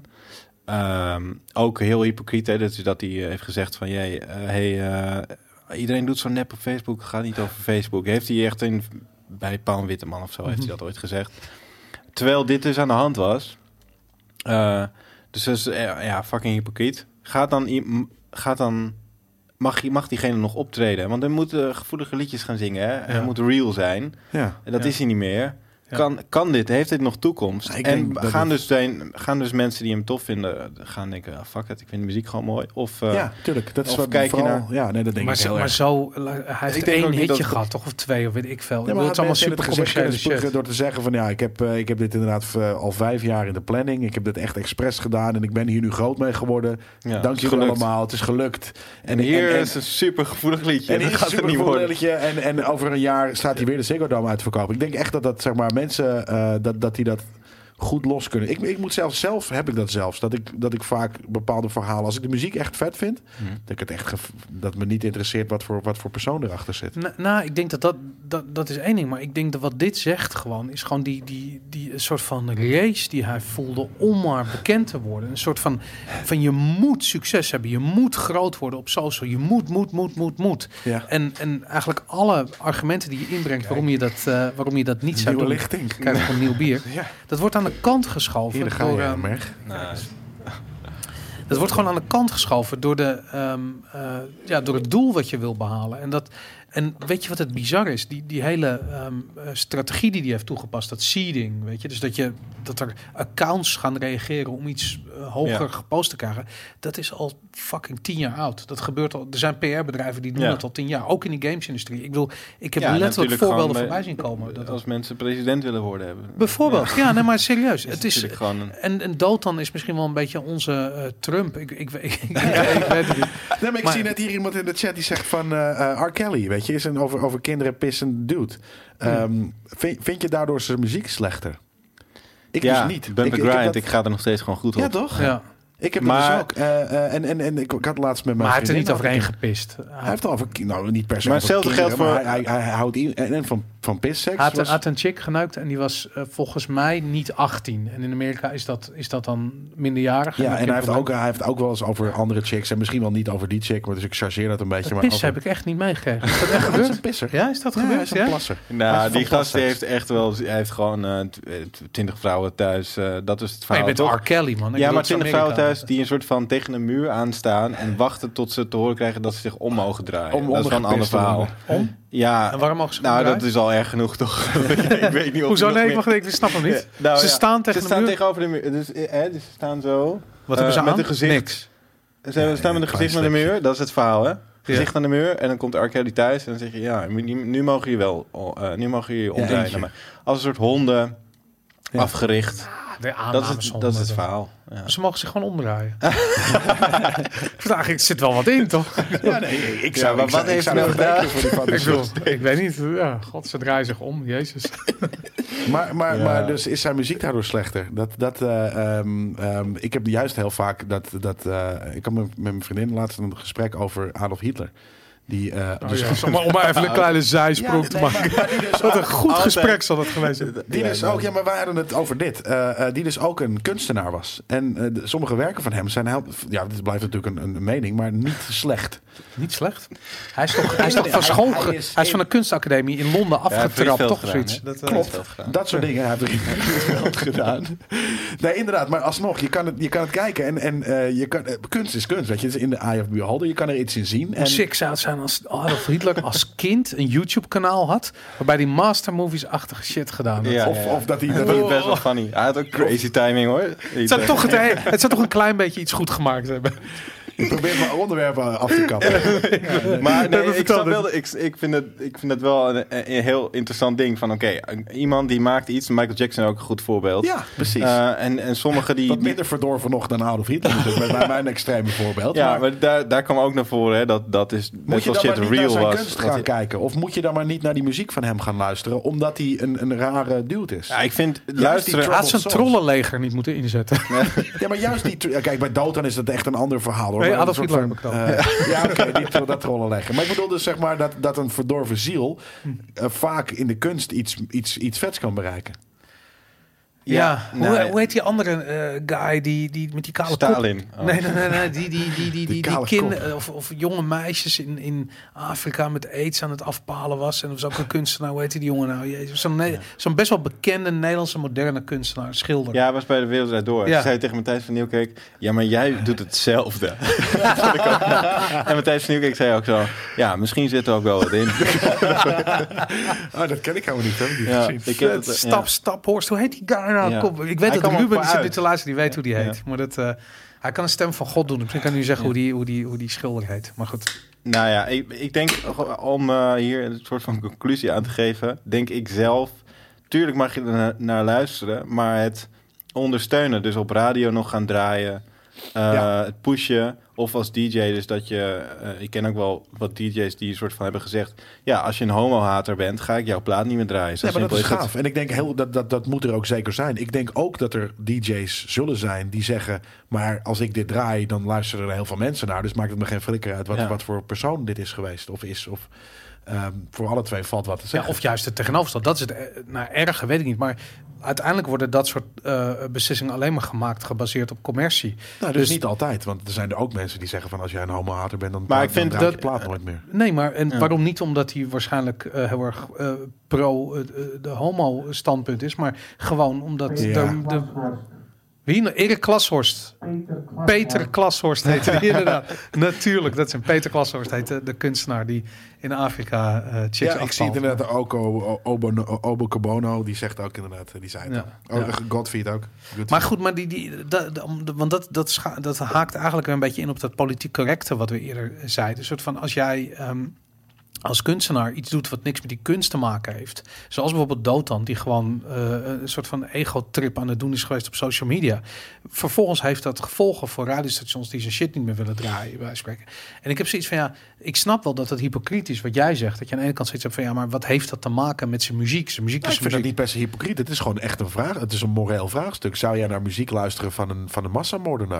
Ook heel hypocriet, hè, dat hij heeft gezegd van... iedereen doet zo nep op Facebook. Het gaat niet over Facebook. Heeft hij echt bij Paul Witteman of zo heeft hij dat ooit gezegd. Terwijl dit dus aan de hand was. Dus dat is fucking hypocriet. Mag diegene nog optreden? Want hij moet gevoelige liedjes gaan zingen. Hè? Hij moet real zijn. Ja. En dat Ja. is hij niet meer. Ja. Kan dit? Heeft dit nog toekomst? Nou, ik En denk dat gaan dus mensen die hem tof vinden... gaan denken, fuck it, ik vind de muziek gewoon mooi. Of Ja, tuurlijk. Dat is of wat kijk je vooral... naar- Ja, nee, dat denk maar, ik heel maar erg. zo, hij heeft Ik denk ook 1 niet hitje dat- gehad, toch? Of 2, of weet ik veel. Ja, Ik bedoel, maar het is allemaal mensen super hebben het gezegd commerciële shit. door te zeggen van ja, ik heb dit inderdaad al 5 jaar in de planning. Ik heb dit echt expres gedaan en ik ben hier nu groot mee geworden. Ja, Dank is jullie gelukt. allemaal. Het is gelukt. En hier is een super gevoelig liedje. En Dat hier gaat is het niet worden. en over een jaar staat hij weer de Ziggo Dome uit te verkopen. Ik denk echt dat zeg maar mensen dat die dat goed los kunnen. Ik moet zelf heb ik dat zelfs. Dat ik vaak bepaalde verhalen, als ik de muziek echt vet vind, dat ik het echt dat me niet interesseert wat voor persoon erachter zit. Nou, ik denk dat is één ding. Maar ik denk dat wat dit zegt gewoon... is gewoon die soort van race die hij voelde... om maar bekend te worden. Een soort van je moet succes hebben. Je moet groot worden op social. Je moet. Ja. En eigenlijk alle argumenten die je inbrengt... waarom je dat niet zou Nieuwe doen... lichting. krijg je gewoon nieuw bier. Ja. Dat wordt aan de kant geschoven. Hier ga door, je, Merg. Nou, dat wordt gewoon aan de kant geschoven door door het doel wat je wil behalen. En weet je wat het bizar is? Die hele strategie die hij heeft toegepast, dat seeding, weet je, dus dat er accounts gaan reageren om iets hoger gepost te krijgen, dat is al fucking 10 jaar oud. Dat gebeurt al. Er zijn PR-bedrijven die doen dat al 10 jaar, ook in die gamesindustrie. Ik heb letterlijk natuurlijk voorbeelden gewoon voorbij zien komen. Dat als mensen president willen worden hebben. bijvoorbeeld, ja, nee, maar serieus. Het is natuurlijk gewoon en Dotan is misschien wel een beetje onze Trump. Ik weet het niet. Nee, maar ik Maar- zie net hier iemand in de chat die zegt van R. Kelly, weet je, is een over kinderen pissen dude. Vind je daardoor zijn muziek slechter? Ik dus niet. Bumper Ik heb Grind, dat- ik ga er nog steeds gewoon goed op. Ja, toch? Ja. Ik heb het dus ook. En ik had laatst met mijn Maar hij heeft er vriendin niet overheen gepist. Hij heeft over... Nou, niet per se Maar over hetzelfde kinderen, geldt voor... maar hij houdt van pisseks. Hij had een chick geneukt en die was volgens mij niet 18. En in Amerika is dat dan minderjarig. Ja, en hij heeft ook wel eens over andere chicks. En misschien wel niet over die chick, maar dus ik chargeer dat een beetje. Maar pissen heb ik echt niet meegekregen. Is dat echt gebeurd? Hij is een pisser. Ja, is dat gebeurd? Hij is een plasser. Nou, die gast heeft echt wel... Hij heeft gewoon 20 vrouwen thuis. Dat is het verhaal. Je bent R. Kelly, man. Ja, maar 20 vrouwen thuis die een soort van tegen een muur aanstaan en wachten tot ze te horen krijgen dat ze zich om mogen draaien. Dat is wel een ander verhaal. Om? Ja. En waarom mogen ze Nou, omdraaien? dat is al erg genoeg, toch? Ik weet niet of hoezo? Nee, meer... ik snap hem niet. Nou, ze staan tegen de muur. tegenover de muur. Dus ze staan zo. Wat hebben ze aan? Met een gezicht. Niks. Ze staan met een gezicht naar de muur. Dat is het verhaal, hè? Gezicht aan de muur. En dan komt R. Kelly thuis en dan zeg je... Ja, nu mogen je wel... nu mogen je omdraaien naar mij. Als een soort honden... Afgericht. Dat is het verhaal. Ja. Ze mogen zich gewoon omdraaien. Ik zit wel wat in, toch? Ja, nee, ik zou... maar wat heeft hij nou gedaan? Ik weet niet. Ja, god, ze draaien zich om. Jezus. Maar dus is zijn muziek daardoor slechter? Ik heb juist heel vaak ik had met mijn vriendin laatst een gesprek over Adolf Hitler. Om maar even een kleine zijsprong te maken. Wat een goed gesprek zal dat geweest zijn. Maar wij hadden het over dit. Die dus ook een kunstenaar was. En sommige werken van hem zijn dit blijft natuurlijk een mening, maar niet slecht. Niet slecht? Hij is toch van school... Hij is van een kunstacademie in Londen afgetrapt, toch? Zoiets. Klopt. Dat soort dingen heb ik gedaan. Nee, inderdaad. Maar alsnog, je kan het kijken. En kunst is kunst, weet je. Het is in de eye of the beholder. Je kan er iets in zien. Hoe sick zou het zijn als Adolf Hitler als kind een YouTube-kanaal had, waarbij die mastermovies-achtige shit gedaan had. Of dat hij... Dat is best wel funny. Hij had ook crazy timing, hoor. Het zou toch een klein beetje iets goed gemaakt hebben. Ik probeer mijn onderwerpen af te kappen. Maar nee, ik vind het wel een heel interessant ding. Van iemand die maakt iets. Michael Jackson ook een goed voorbeeld. Ja, precies. En sommige die... Wat minder verdorven nog dan Adolf Hitler. Met mijn extreme voorbeeld. Ja, maar daar kwam ook naar voren. Hè, dat is moet je wel dan shit maar niet real naar zijn was. kunst gaan kijken? Of moet je dan maar niet naar die muziek van hem gaan luisteren? Omdat hij een rare dude is? Ja, ik vind... Hij had zijn trollenleger niet moeten inzetten. Ja, maar juist die... Kijk, bij Dotan is dat echt een ander verhaal. Hoor. Nee, Adolf Hitler heb ik dan. Dat trollen leggen. Maar ik bedoel dus zeg maar dat een verdorven ziel vaak in de kunst iets vets kan bereiken. Ja, hoe heet die andere guy die met die kale Stalin. kop? Nee, die of jonge meisjes in Afrika met aids aan het afpalen was. En dat was ook een kunstenaar. Hoe heet die jongen nou? Jezus, zo'n best wel bekende Nederlandse moderne kunstenaar, schilder. Ja, hij was bij de Wereld Draait Door. Ze zei tegen Matthijs van Nieuwkerk, ja, maar jij doet hetzelfde. En Matthijs van Nieuwkerk zei ook zo, ja, misschien zit er ook wel wat in. Dat ken ik helemaal niet. Hè? Staphorst, hoe heet die guy? Nou, ik weet dat Ruben die zit nu te luisteren, die weet hoe die heet. Maar hij kan een stem van God doen. Misschien kan nu zeggen hoe die schilder heet. Maar goed. Nou ja, ik denk om hier een soort van conclusie aan te geven, denk ik zelf, tuurlijk mag je er naar luisteren, maar het ondersteunen, dus op radio nog gaan draaien, het pushen, of als DJ, dus dat je... ik ken ook wel wat DJ's die een soort van hebben gezegd, ja, als je een homo-hater bent, ga ik jouw plaat niet meer draaien. Ja, maar dat is gaaf. En ik denk dat moet er ook zeker zijn. Ik denk ook dat er DJ's zullen zijn die zeggen, maar als ik dit draai, dan luisteren er heel veel mensen naar, dus maakt het me geen flikker uit wat voor persoon dit is geweest of is. Of voor alle twee valt wat te zeggen. Ja, of juist het tegenovergestelde. Dat is het erger, weet ik niet. Maar uiteindelijk worden dat soort beslissingen alleen maar gemaakt gebaseerd op commercie. Nou, dus niet altijd. Want er zijn er ook mensen die zeggen van als jij een homo-hater bent, dan maar ik vind draai je plaat nooit meer. Nee, maar waarom niet? Omdat hij waarschijnlijk heel erg pro de homo-standpunt is. Maar gewoon omdat Wie? Erik Klashorst. Peter Klashorst heette hij inderdaad. Natuurlijk, dat is een Peter Klashorst heette de kunstenaar die in Afrika chicks afvalt. Ik zie inderdaad ook Obo Cabono, die zegt ook inderdaad, die zei het. Godfeed ook. Maar goed, maar want dat haakt eigenlijk een beetje in op dat politiek correcte wat we eerder zeiden. Een soort van als jij als kunstenaar iets doet wat niks met die kunst te maken heeft. Zoals bijvoorbeeld Dotan, die gewoon een soort van ego-trip aan het doen is geweest op social media. Vervolgens heeft dat gevolgen voor radiostations die zijn shit niet meer willen draaien, bij spreken. En ik heb zoiets van, ik snap wel dat het hypocriet is wat jij zegt. Dat je aan de ene kant zoiets hebt van, maar wat heeft dat te maken met zijn muziek? Zijn muziek is ik vind dat niet per se hypocriet. Het is gewoon echt een vraag. Het is een moreel vraagstuk. Zou jij naar muziek luisteren van een massamoordenaar?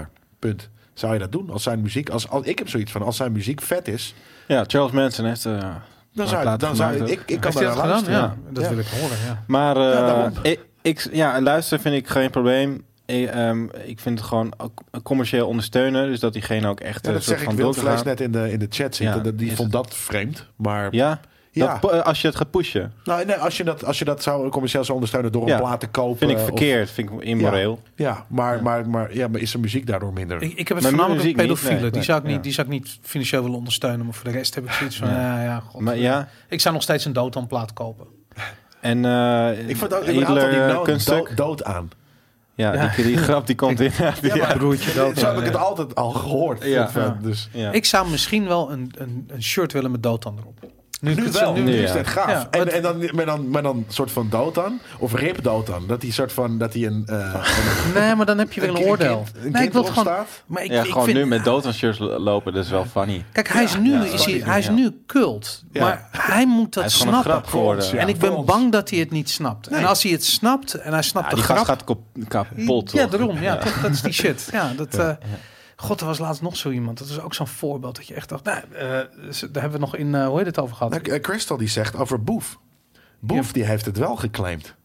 Punt. Zou je dat doen? Als zijn muziek... Ik heb zoiets van, als zijn muziek vet is... Ja, Charles Manson heeft... Dan zou ik kan daar gedaan? luisteren. Ja, dat wil ik horen, ja. Maar luisteren vind ik geen probleem. Ik vind het gewoon commercieel ondersteunen. Dus dat diegene ook echt... dat zeg ik Wildvlees net in de chat zitten. Ja, die vond dat vreemd. Maar... Ja, als je het gaat pushen. Nou, nee, als je dat zou commercieel zou ondersteunen door een plaat te kopen. Vind ik verkeerd, vind ik immoreel. Maar is de muziek daardoor minder? Ik heb het voornamelijk met pedofielen. Die zou ik niet financieel willen ondersteunen. Maar voor de rest heb ik zoiets van... Ik zou nog steeds een Dotan-plaat kopen. En ik vond ook die dood aan. Ja, die grap die komt in. Broertje dood. Zo heb ik het altijd al gehoord. Dus. Ik zou misschien wel een shirt willen met Dotan erop. Nu is het gaaf. Ja, en dan met een soort van Dotan of Rip Dotan. Dat die soort van nee, maar dan heb je weer een oordeel. Ik wil het gewoon. Maar ik vind, nu met Dotan shirts lopen, dat is wel funny. Kijk, hij is nu cult, maar hij moet dat snappen. En ik ben bang dat hij het niet snapt. Nee. En als hij het snapt en hij snapt de grap, gaat kapot. Ja, daarom. Ja, dat is die shit. Ja, dat. God, er was laatst nog zo iemand. Dat is ook zo'n voorbeeld dat je echt dacht... daar hebben we nog in... hoe heet het over gehad? Crystal die zegt over Boef. Boef die heeft het wel geclaimd.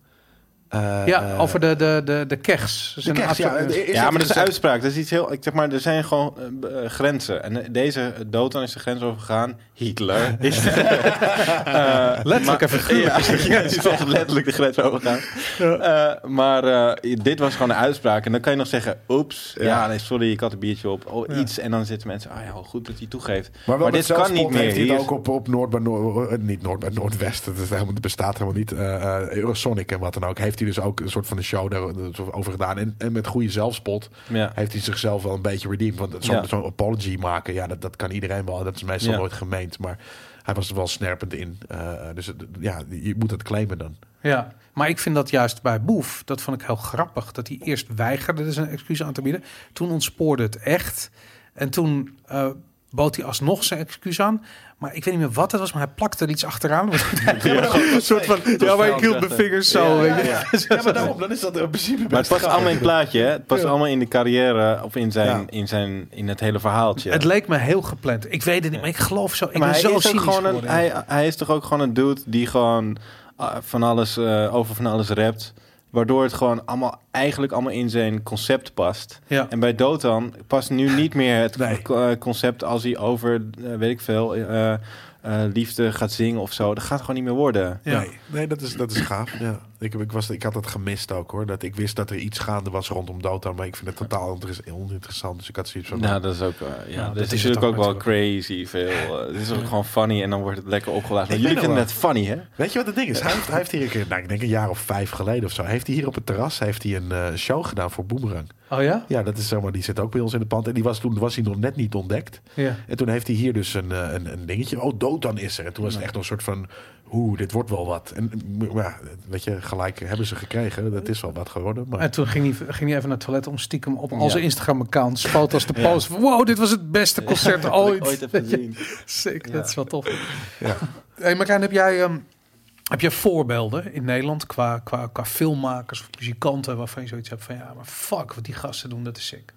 Over de kegs. Maar dat is een uitspraak. Dat is iets heel... er zijn gewoon grenzen. En deze Dotan is de grens overgegaan. Hitler is letterlijk even is letterlijk de grens overgegaan. Maar dit was gewoon een uitspraak. En dan kan je nog zeggen... Oeps, sorry, ik had een biertje op. Iets. En dan zitten mensen... goed dat hij toegeeft. Maar dit kan niet meer. Heeft hij ook op Noord bij Noordwest. Het bestaat helemaal niet. Eurosonic en wat dan ook. Heeft hij dus ook een soort van een show daarover gedaan. En met goede zelfspot heeft hij zichzelf wel een beetje redeemed. Want zo'n apology maken, dat kan iedereen wel. Dat is meestal nooit gemeend. Maar hij was er wel snerpend in. Dus je moet het claimen dan. Ja, maar ik vind dat juist bij Boef, dat vond ik heel grappig. Dat hij eerst weigerde zijn excuus aan te bieden. Toen ontspoorde het echt. En toen bood hij alsnog zijn excuus aan. Maar ik weet niet meer wat het was, maar hij plakte er iets achteraan. Een soort van, maar ik hield mijn vingers zo. Maar daarom, dan is dat in principe best. Maar het past allemaal in het plaatje, hè? Het past allemaal in de carrière of in het hele verhaaltje. Het leek me heel gepland. Ik weet het niet, maar ik geloof zo. Ik ben zo cynisch hij is toch ook gewoon een dude die gewoon over van alles rapt. Waardoor het gewoon eigenlijk allemaal in zijn concept past. Ja. En bij Dotan past nu niet meer het concept als hij over, weet ik veel, liefde gaat zingen of zo. Dat gaat gewoon niet meer worden. Ja. Nee, dat is gaaf. Ja. Ik had het gemist ook hoor. Dat ik wist dat er iets gaande was rondom Dotan, maar ik vind het totaal oninteressant. Dus ik had zoiets van. Nou, dat is ook. Dat is natuurlijk ook wel crazy veel. Het is ook gewoon funny en dan wordt het lekker opgelaten. Maar jullie vinden het funny, hè? Weet je wat het ding is? Hij heeft hier een keer, ik denk een jaar of 5 geleden of zo, heeft hij hier op het terras een show gedaan voor Boomerang. Oh ja? Ja, dat is die zit ook bij ons in het pand. En toen was hij nog net niet ontdekt. Ja. En toen heeft hij hier dus een dingetje. Oh, Dotan is er. En toen was het echt een soort van, dit wordt wel wat. En weet je, gelijk hebben ze gekregen. Dat is wel wat geworden. Maar... En toen ging hij even naar het toilet om stiekem op onze Instagram-account foto's te posten. Ja. Wow, dit was het beste concert ooit heb gezien. Zeker, dat is wel tof. Ja. Hey Marijn, heb jij voorbeelden in Nederland qua filmmakers of muzikanten waarvan je zoiets hebt van maar fuck, wat die gasten doen, dat is sick?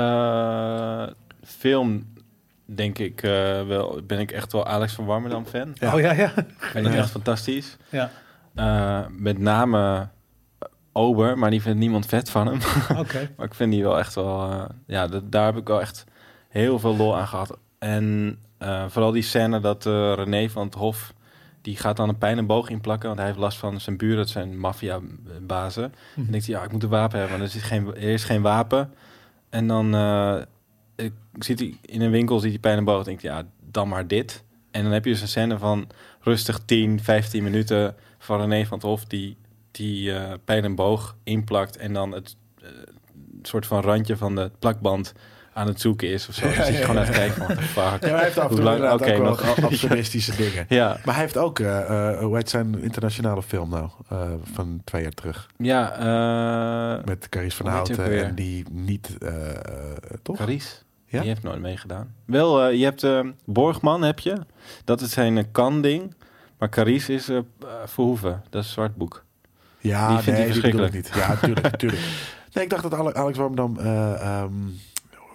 Film, denk ik wel, ben ik echt wel Alex van Warmerdam fan. Ja. Oh ja. Vind ik echt fantastisch. Ja. Met name Ober, maar die vindt niemand vet van hem. Okay. Maar ik vind die wel echt wel... daar heb ik wel echt heel veel lol aan gehad. En vooral die scène dat René van het Hof... die gaat dan een pijn en boog inplakken... want hij heeft last van zijn buren, dat zijn maffia-bazen. En denkt hij, ik moet een wapen hebben, want er is geen wapen. En dan ziet hij in een winkel pijn en boog... en denkt hij, dan maar dit. En dan heb je dus een scène van rustig 10, 15 minuten... van René van het Hof die pijl en boog inplakt... en dan het soort van randje van de plakband aan het zoeken is of zo. Dus je gewoon aan het kijken van, what the fuck. Ja, hij heeft af en toe ook wel absurdistische dingen. Ja. Maar hij heeft ook, hoe heet zijn internationale film nou? Van 2 jaar terug. Ja. Met Carice van Houten en die niet, toch? Carice? Ja? Die heeft nooit meegedaan. Wel, je hebt Borgman, heb je. Dat is zijn kan-ding. Maar Carice is Verhoeven. Dat is een zwart boek. Ja, die vindt hij verschrikkelijk. Niet. Ja, tuurlijk. Nee, ik dacht dat Alex Warmerdam...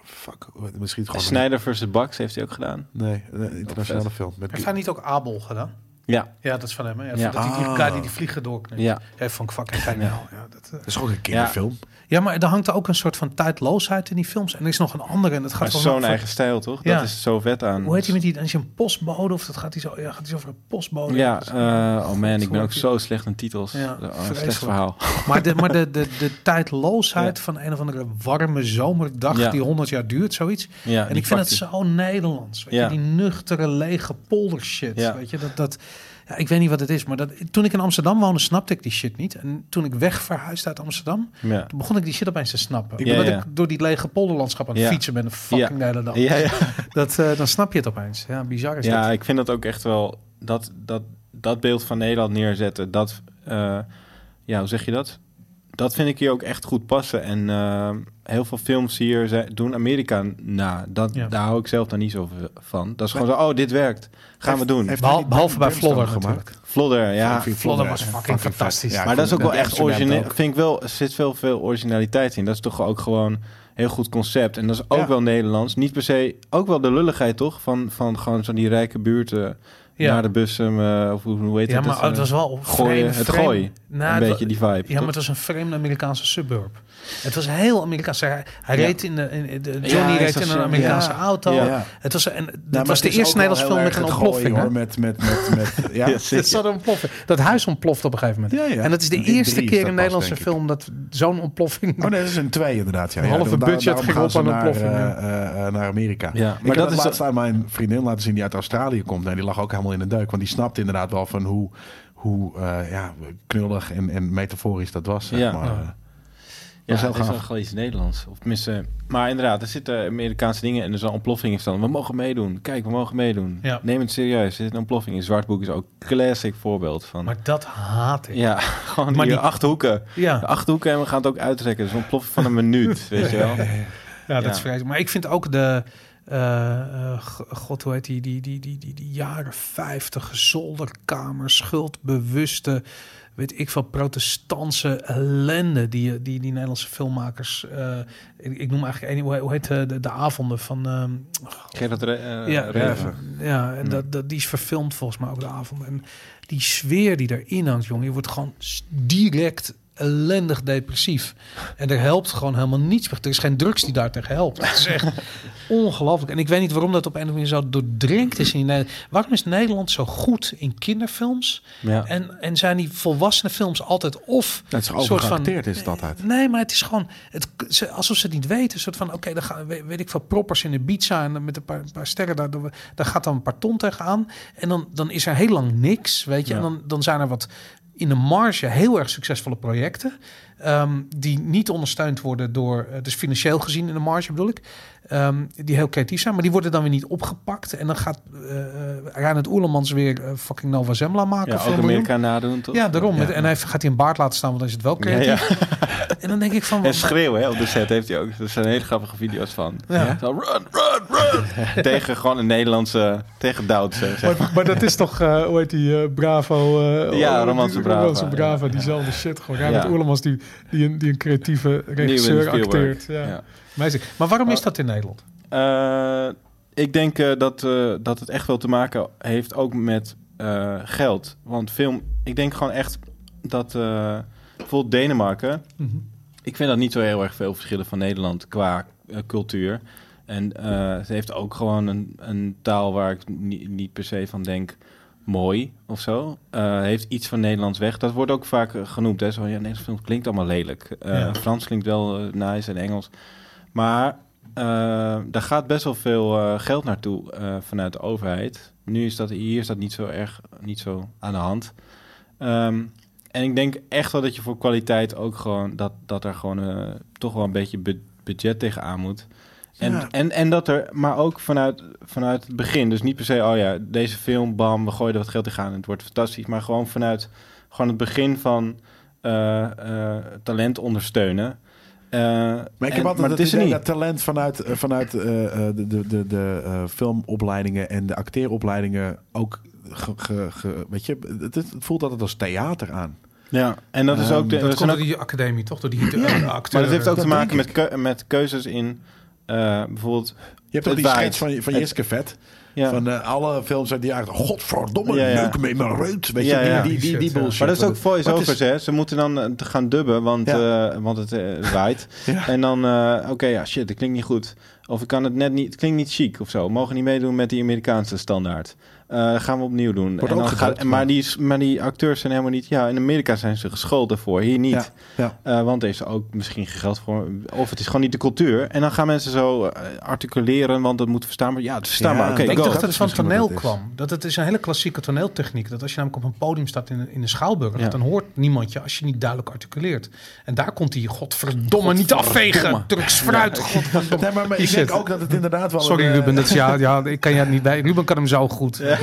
Fuck, misschien gewoon... Snyder vs. Bucks heeft hij ook gedaan. Nee, een internationale film. Heeft hij niet ook Abel gedaan? Ja. Ja, dat is van hem. Hè? Ja. Die guy die vliegen doorknipt. Ja. Ja, vond ik fucking geniaal. Ja, Dat is ook een kinderfilm. Ja, maar er hangt ook een soort van tijdloosheid in die films. En er is nog een andere. En het gaat zo'n eigen stijl, toch? Ja. Dat is zo vet aan. Hoe heet hij met die... Als je een postbode... Of dat gaat hij zo... Ja, gaat hij over een postbode. Ja, oh man, ik ben ook zo slecht in titels. Ja, Een slecht verhaal. Maar de tijdloosheid van een of andere warme zomerdag... die 100 jaar duurt, zoiets. Ja, en ik vind het zo Nederlands. Weet je? Die nuchtere, lege poldershit. Ja. Weet je, ja, ik weet niet wat het is, maar toen ik in Amsterdam woonde, snapte ik die shit niet. En toen ik verhuisde uit Amsterdam, toen begon ik die shit opeens te snappen. Omdat ik door die lege polderlandschap aan het fietsen ben, een fucking de hele dag. Ja. Dan snap je het opeens. Ja, bizar is dat. Ja, ik vind dat ook echt wel... Dat beeld van Nederland neerzetten, dat... hoe zeg je dat? Dat vind ik hier ook echt goed passen. En heel veel films hier doen Amerika na. Daar hou ik zelf dan niet zo van. Dat is gewoon zo, dit werkt. Gaan we doen. Behalve bij Flodder gemaakt. Flodder, ja. Flodder was fucking fantastisch. Ja, maar dat is ook wel echt origineel. Ook. Vind ik wel, er zit veel originaliteit in. Dat is toch ook gewoon een heel goed concept. En dat is ook wel Nederlands. Niet per se, ook wel de lulligheid toch? Van gewoon zo'n die rijke buurten... naar de bussen, of hoe heet het? Ja, maar het was wel gooien. Een beetje die vibe. Ja, maar het was een vreemde Amerikaanse suburb. Het was heel Amerikaans. Hij reed Johnny reed in een Amerikaanse auto. Ja. Het was de eerste Nederlandse film met een ontploffing. Hoor, met het zat een ontploffing. Dat huis ontploft op een gegeven moment. Ja. En dat is de eerste keer in een Nederlandse film dat zo'n ontploffing... Oh nee, dat is een 2 inderdaad. Ja. Een halve budget ging op aan een ontploffing. Naar Amerika. Ja. Maar dat is laatst aan mijn vriendin laten zien die uit Australië komt. En die lag ook helemaal in de deuk. Want die snapte inderdaad wel van hoe knullig en metaforisch dat was. Zeg maar. Ja, het is wel gewoon iets Nederlands. Of tenminste, maar inderdaad, er zitten Amerikaanse dingen en er is een ontploffing in staan. We mogen meedoen. Kijk, we mogen meedoen. Ja. Neem het serieus. Er zit een ontploffing in. Zwartboek is ook een classic voorbeeld van. Maar dat haat ik. Ja, gewoon die Achterhoeken. Ja. De Achterhoeken en we gaan het ook uittrekken. Dus een ontploffing van een minuut, weet je wel. Ja, dat is vreselijk. Maar ik vind ook god, hoe heet die jaren 50 zolderkamer, schuldbewuste, weet ik veel, protestantse ellende die Nederlandse filmmakers... ik noem eigenlijk hoe heet de avonden van... Gerard Reven. Ja, en die is verfilmd volgens mij ook, de avonden. En die sfeer die erin hangt, jongen, je wordt gewoon direct ellendig depressief. En er helpt gewoon helemaal niets. Er is geen drugs die daar tegen helpt. Het is echt ongelooflijk. En ik weet niet waarom dat op een of andere manier zo doordrenkt is in Nederland. Waarom is Nederland zo goed in kinderfilms? Ja. En zijn die volwassene films altijd of... Het is overgeacteerd, is het altijd. Nee, maar het is gewoon... alsof ze het niet weten. Een soort van, dan gaan, weet ik veel, proppers in Ibiza en met een paar sterren, daar gaat dan een paar ton tegenaan. En dan is er heel lang niks, weet je. Ja. En dan zijn er wat... in de marge heel erg succesvolle projecten... die niet ondersteund worden door... dus financieel gezien in de marge bedoel ik... die heel creatief zijn... maar die worden dan weer niet opgepakt... en dan gaat Reinhard Oerlemans weer fucking Nova Zembla maken. Ja, ook Amerika nadoen, toch? Ja, daarom. Ja. En hij gaat hij een baard laten staan... want dan is het wel creatief. Ja. En dan denk ik van... En schreeuwen, hè, op de set heeft hij ook. Er zijn hele grappige video's van. Ja. Zo, run! Tegen gewoon een Nederlandse... tegen Duitse. Maar dat is toch... hoe heet die? Bravo... Romanse Bravo. Diezelfde shit. Gewoon Reinhard Oerlemans die een creatieve regisseur acteert. Ja. Maar waarom is dat in Nederland? Ik denk dat het echt wel te maken heeft ook met geld. Want film... Ik denk gewoon echt dat... bijvoorbeeld Denemarken... Mm-hmm. Ik vind dat niet zo heel erg veel verschillen van Nederland qua cultuur. En het heeft ook gewoon een taal waar ik niet per se van denk... mooi of zo. Heeft iets van Nederlands weg. Dat wordt ook vaak genoemd. Hè? Zo, Nederlands film klinkt allemaal lelijk. Frans klinkt wel nice en Engels. Maar daar gaat best wel veel geld naartoe vanuit de overheid. Hier is dat niet zo aan de hand. En ik denk echt wel dat je voor kwaliteit ook gewoon... dat er gewoon toch wel een beetje budget tegenaan moet. En dat er, maar ook vanuit het begin. Dus niet per se, deze film, bam, we gooien er wat geld tegenaan en het wordt fantastisch. Maar gewoon vanuit het begin van talent ondersteunen. Maar ik heb altijd het idee dat talent vanuit de filmopleidingen en de acteeropleidingen ook... weet je, het voelt altijd als theater aan. Ja, en dat is ook... Dat komt door die academie, toch? Door die acteur. Maar dat heeft ook te maken met keuzes in bijvoorbeeld... Je hebt toch die schets van Jiske Vet? Ja. Van alle films uit die jaren. Godverdomme, leuk mee maar reut. Weet je, die bullshit. Maar dat is ook voice-overs, hè. Ze moeten dan gaan dubben, want het waait. Ja. En dan, shit, dat klinkt niet goed. Of ik kan het net niet, het klinkt niet chic of zo. We mogen niet meedoen met die Amerikaanse standaard. Gaan we opnieuw doen. En dan maar die acteurs zijn helemaal niet... Ja, in Amerika zijn ze geschoold ervoor. Hier niet. Want er is ook misschien geen geld voor. Of het is gewoon niet de cultuur. En dan gaan mensen zo articuleren, want dat moet verstaanbaar. Ja, het is verstaanbaar. Ik denk dat het van toneel kwam. Dat het is een hele klassieke toneeltechniek. Dat als je namelijk op een podium staat in de Schouwburg, dan hoort niemand je als je niet duidelijk articuleert. En daar komt die godverdomme niet afvegen. Turks fruit. Nee, maar ik denk ook dat het inderdaad wel... Sorry Ruben, dat is, ik kan je niet bij. Ruben kan hem zo goed. Ja.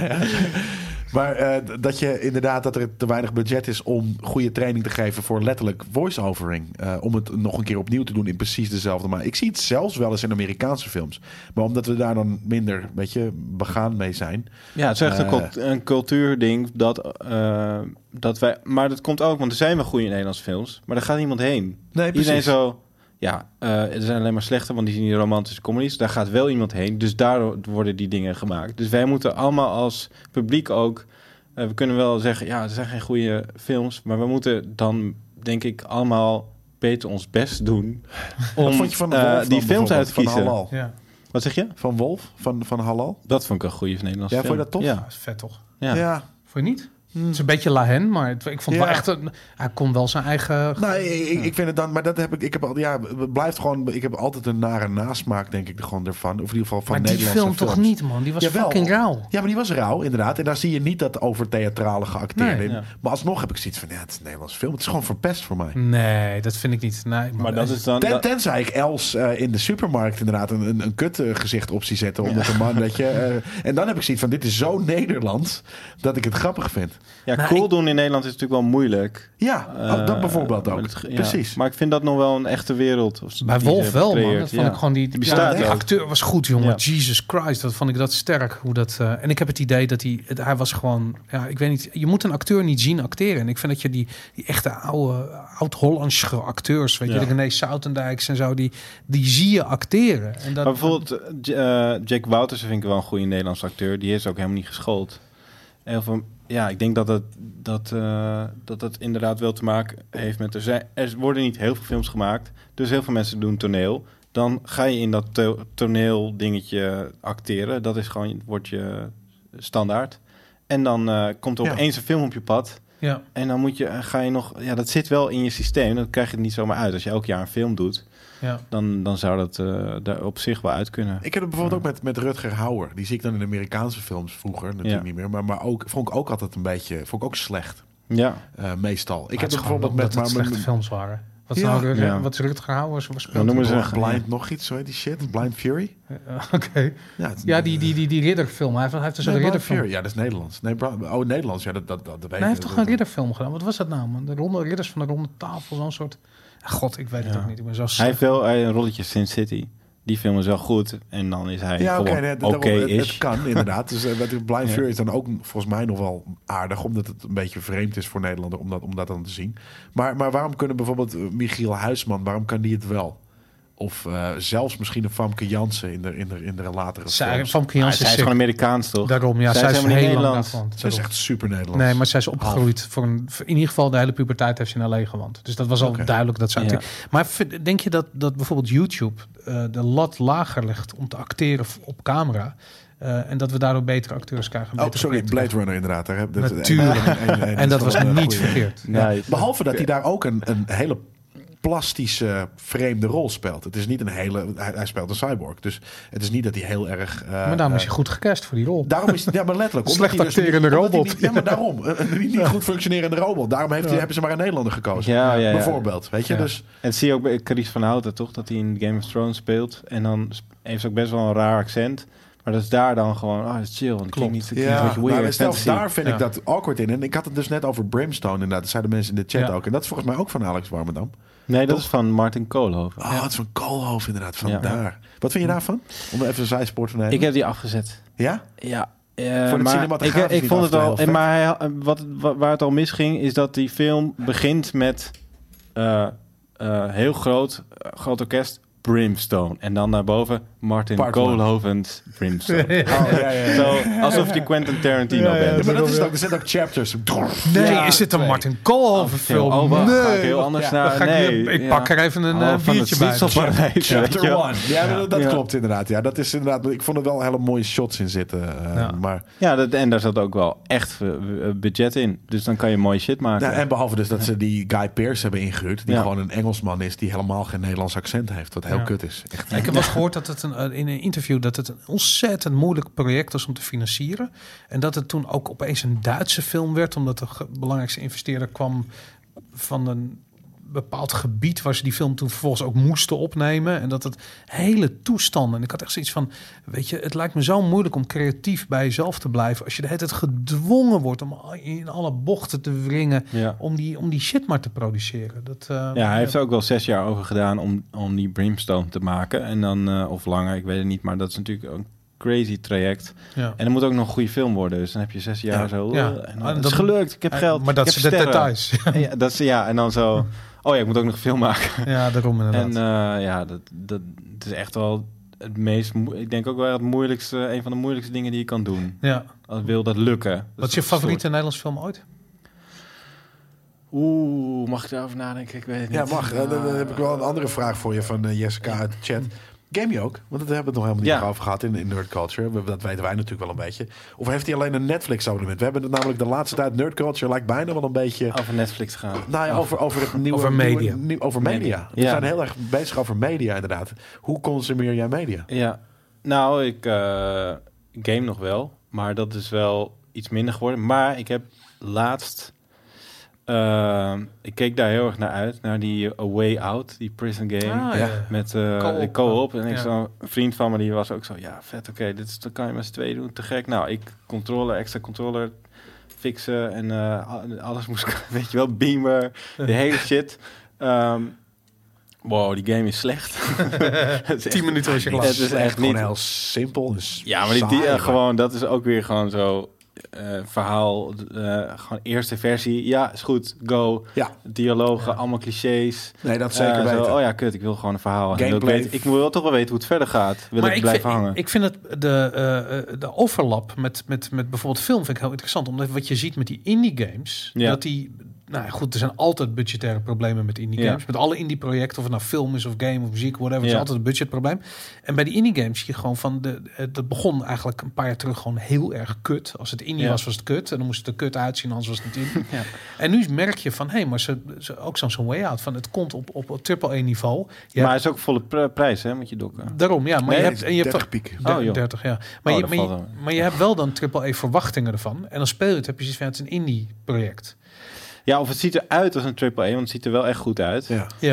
Maar dat je inderdaad dat er te weinig budget is om goede training te geven voor letterlijk voice-overing. Om het nog een keer opnieuw te doen in precies dezelfde manier. Ik zie het zelfs wel eens in Amerikaanse films. Maar omdat we daar dan minder begaan mee zijn. Ja, het is echt een cultuurding dat wij... Maar dat komt ook, want er zijn wel goede Nederlandse films. Maar daar gaat niemand heen. Nee, precies. Iedereen zo... Ja, er zijn alleen maar slechte, want die zien die romantische comedies. Daar gaat wel iemand heen, dus daardoor worden die dingen gemaakt. Dus wij moeten allemaal als publiek ook... we kunnen wel zeggen, ja, er zijn geen goede films... maar we moeten dan, denk ik, allemaal beter ons best doen... om vond je van Wolf die films uit te kiezen. Ja. Wat zeg je? Van Wolf, van Halal? Dat vond ik een goede Nederlandse film. Vond je dat tof? Ja, dat is vet toch? Ja. Vond je niet? Het is een beetje Lahen, maar ik vond wel echt... Hij kon wel zijn eigen... Ik vind het dan... Maar dat heb ik... het blijft gewoon... Ik heb altijd een nare nasmaak, denk ik, gewoon ervan. Of in ieder geval van maar Nederlandse films. Maar die film toch niet, man? Die was fucking rauw. Ja, maar die was rauw, inderdaad. En daar zie je niet dat over theatrale geacteerd in. Ja. Maar alsnog heb ik zoiets van... Ja, het is een Nederlandse film. Het is gewoon verpest voor mij. Nee, dat vind ik niet. Nee, maar dat is dan... Tenzij ik Els in de supermarkt inderdaad een kut gezicht op zie zetten. Omdat een man, weet je... en dan heb ik zoiets van... Dit is zo Nederlands dat ik het grappig vind. Ja, cool doen in Nederland is natuurlijk wel moeilijk. Ja, dat bijvoorbeeld ook. Precies. Maar ik vind dat nog wel een echte wereld. Bij Wolf wel, man. Dat vond ik gewoon die bestaat acteur was goed, jongen. Ja. Jesus Christ, dat vond ik dat sterk. Hoe dat, en ik heb het idee dat hij was gewoon... Ja, ik weet niet, je moet een acteur niet zien acteren. En ik vind dat je die echte oud-Hollandse acteurs, weet je, de René Soutendijks en zo, die zie je acteren. En dat, maar bijvoorbeeld Jack Wouters vind ik wel een goede Nederlandse acteur. Die is ook helemaal niet geschoold. Heel veel... Ja, ik denk dat het inderdaad wel te maken heeft met... Er worden niet heel veel films gemaakt, dus heel veel mensen doen toneel. Dan ga je in dat toneel dingetje acteren. Dat is gewoon, wordt je standaard. En dan komt er opeens een film op je pad. Ja. En dan ga je nog... Ja, dat zit wel in je systeem. Dan krijg je het niet zomaar uit. Als je elk jaar een film doet... Ja. Dan zou dat daar op zich wel uit kunnen. Ik heb het bijvoorbeeld ook met Rutger Hauer. Die zie ik dan in de Amerikaanse films vroeger natuurlijk niet meer. Maar ook, vond ik ook altijd een beetje... Vond ik ook slecht. Ja. Meestal. Ik heb het bijvoorbeeld met... Dat slechte films waren. Wat is Rutger Hauer? Dan noemen ze Blind nog iets, zo heet die shit. Blind Fury. Oké. Ja, die ridderfilm. Hij heeft dus een ridderfilm. Ja, dat is Nederlands. Nederlands. Ja, dat weet hij heeft toch een ridderfilm gedaan? Wat was dat nou, man? De ridders van de ronde tafel, zo'n soort... God, ik weet het ook niet. Ik ben zo hij heeft wel een rolletje Sin City. Die film is wel goed. En dan is hij het kan inderdaad. Dus Blind Fury is dan ook volgens mij nog wel aardig. Omdat het een beetje vreemd is voor Nederlander om dat dan te zien. Maar waarom kunnen bijvoorbeeld Michiel Huisman... Waarom kan die het wel? Of zelfs misschien een Famke Janssen in de latere films. Famke Janssen is gewoon Amerikaans, toch? Daarom, ja. Zij is heel Nederlands. Zij is echt super Nederlands. Nee, maar zij is opgegroeid. In ieder geval de hele puberteit heeft ze in L.A. gewoond. Dus dat was al duidelijk dat ze... Maar denk je dat bijvoorbeeld YouTube de lat lager legt om te acteren op camera... en dat we daardoor betere acteurs krijgen? Blade Runner inderdaad. Natuurlijk. En dat was niet verkeerd. Nee, behalve dat hij daar ook een hele... plastische, vreemde rol speelt. Het is niet een hele... Hij speelt een cyborg. Dus het is niet dat hij heel erg... maar daarom is hij goed gecast voor die rol. Daarom is maar letterlijk. Slecht acterende robot. Maar daarom. Een niet goed functionerende robot. Daarom hebben ze maar een Nederlander gekozen. Bijvoorbeeld. Weet je? Ja. Dus... En zie je ook bij Carice van Houten, toch? Dat hij in Game of Thrones speelt. En dan heeft ze ook best wel een raar accent. Maar dat is daar dan gewoon... dat is chill. Want klinkt niet zelfs daar vind ik dat awkward in. En ik had het dus net over Brimstone inderdaad. Dat zeiden mensen in de chat ook. En dat is volgens mij ook van Alex Warmerdam. Nee, dat is van Martin Koolhoven. Het is van Koolhoven inderdaad, vandaar. Wat vind je daarvan? Om even een zijspoor te nemen. Ik heb die afgezet. Ja? Ja. Maar ik vond het al... Maar waar het al misging, is dat die film begint met heel groot orkest Brimstone. En dan daarboven Martin Part Koolhoven's Brimstone. Ja. Zo, alsof je Quentin Tarantino bent. Maar dat is ook, er zitten ook chapters. Nee, is dit een Martin Koolhoven film? Oh, wacht, nee. ga ik heel anders naar... Ik pak er even een biertje bij. Chapter 1. Ja, dat klopt inderdaad. Ja, dat is inderdaad. Ik vond er wel hele mooie shots in zitten. Maar... en daar zat ook wel echt budget in. Dus dan kan je mooie shit maken. Ja, en behalve dus dat ze die Guy Pearce hebben ingehuurd, die gewoon een Engelsman is die helemaal geen Nederlands accent heeft. Wat heel kut is. Echt. Ik heb wel eens gehoord dat het in een interview dat het een ontzettend moeilijk project was om te financieren. En dat het toen ook opeens een Duitse film werd, omdat de belangrijkste investeerder kwam van een bepaald gebied waar ze die film toen vervolgens ook moesten opnemen. En dat het hele toestanden. En ik had echt zoiets van, weet je, het lijkt me zo moeilijk om creatief bij jezelf te blijven als je de hele tijd gedwongen wordt om in alle bochten te wringen om die shit maar te produceren. Hij heeft er ook wel 6 jaar over gedaan om die Brimstone te maken. En dan, of langer, ik weet het niet, maar dat is natuurlijk een crazy traject. Ja. En er moet ook nog een goede film worden. Dus dan heb je 6 jaar zo. En dat is gelukt. Ik heb geld. Maar dat zijn de details. En dan zo. Oh ja, ik moet ook nog een film maken. Ja, daarom inderdaad. En dat is echt wel het meest... Ik denk ook wel het moeilijkste... Een van de moeilijkste dingen die je kan doen. Ja. Als wil dat lukken. Wat is je favoriete Nederlandse film ooit? Mag ik daarover nadenken? Ik weet het niet. Ja, mag. Dan heb ik wel een andere vraag voor je van Jessica uit de chat. Game je ook? Want daar hebben we het nog helemaal niet over gehad in Nerd Culture. Dat weten wij natuurlijk wel een beetje. Of heeft hij alleen een Netflix-abonnement? We hebben het namelijk de laatste tijd... Nerd Culture lijkt bijna wel een beetje... Over Netflix gaan. Nou ja, over het nieuwe... Over media. Over media. We zijn heel erg bezig over media, inderdaad. Hoe consumeer jij media? Ja, nou, ik game nog wel. Maar dat is wel iets minder geworden. Maar ik heb laatst... ik keek daar heel erg naar uit, naar die A Way Out, die prison game met de co-op. En ik zo, een vriend van me die was ook zo, ja, vet, oké, dat kan je met z'n tweeën doen, te gek. Nou, ik extra controller fixen en alles moest, weet je wel, beamer, de hele shit. Wow, die game is slecht. 10 minuten was je klaar. Het is echt gewoon heel simpel. Dus ja, maar die gewoon, dat is ook weer gewoon zo... verhaal, gewoon eerste versie. Ja, is goed, go. Ja. Dialogen, allemaal clichés. Nee, dat zeker weten. Zo, kut, ik wil gewoon een verhaal. Ik wil toch wel weten hoe het verder gaat. Wil ik blijven hangen. Ik vind het de overlap met bijvoorbeeld film vind ik heel interessant. Omdat wat je ziet met die indie games, dat die... Nou goed, er zijn altijd budgettaire problemen met indie games. Met alle indie projecten, of het nou film is of game of muziek, whatever, is altijd een budgetprobleem. En bij die indie games zie je gewoon van dat begon eigenlijk een paar jaar terug gewoon heel erg kut. Als het indie was het kut. En dan moest het er kut uitzien, anders was het niet indie. En nu merk je van, maar ze ook zo'n Way Out van het komt op AAA niveau. Maar het is ook volle prijs, hè, met je dokken. Daarom, ja. Maar je hebt 30 piek. 30, ja. Maar je hebt wel dan AAA verwachtingen ervan. En dan speel je het, heb je zoiets van, het is een indie project. Ja, of het ziet eruit als een AAA, want het ziet er wel echt goed uit.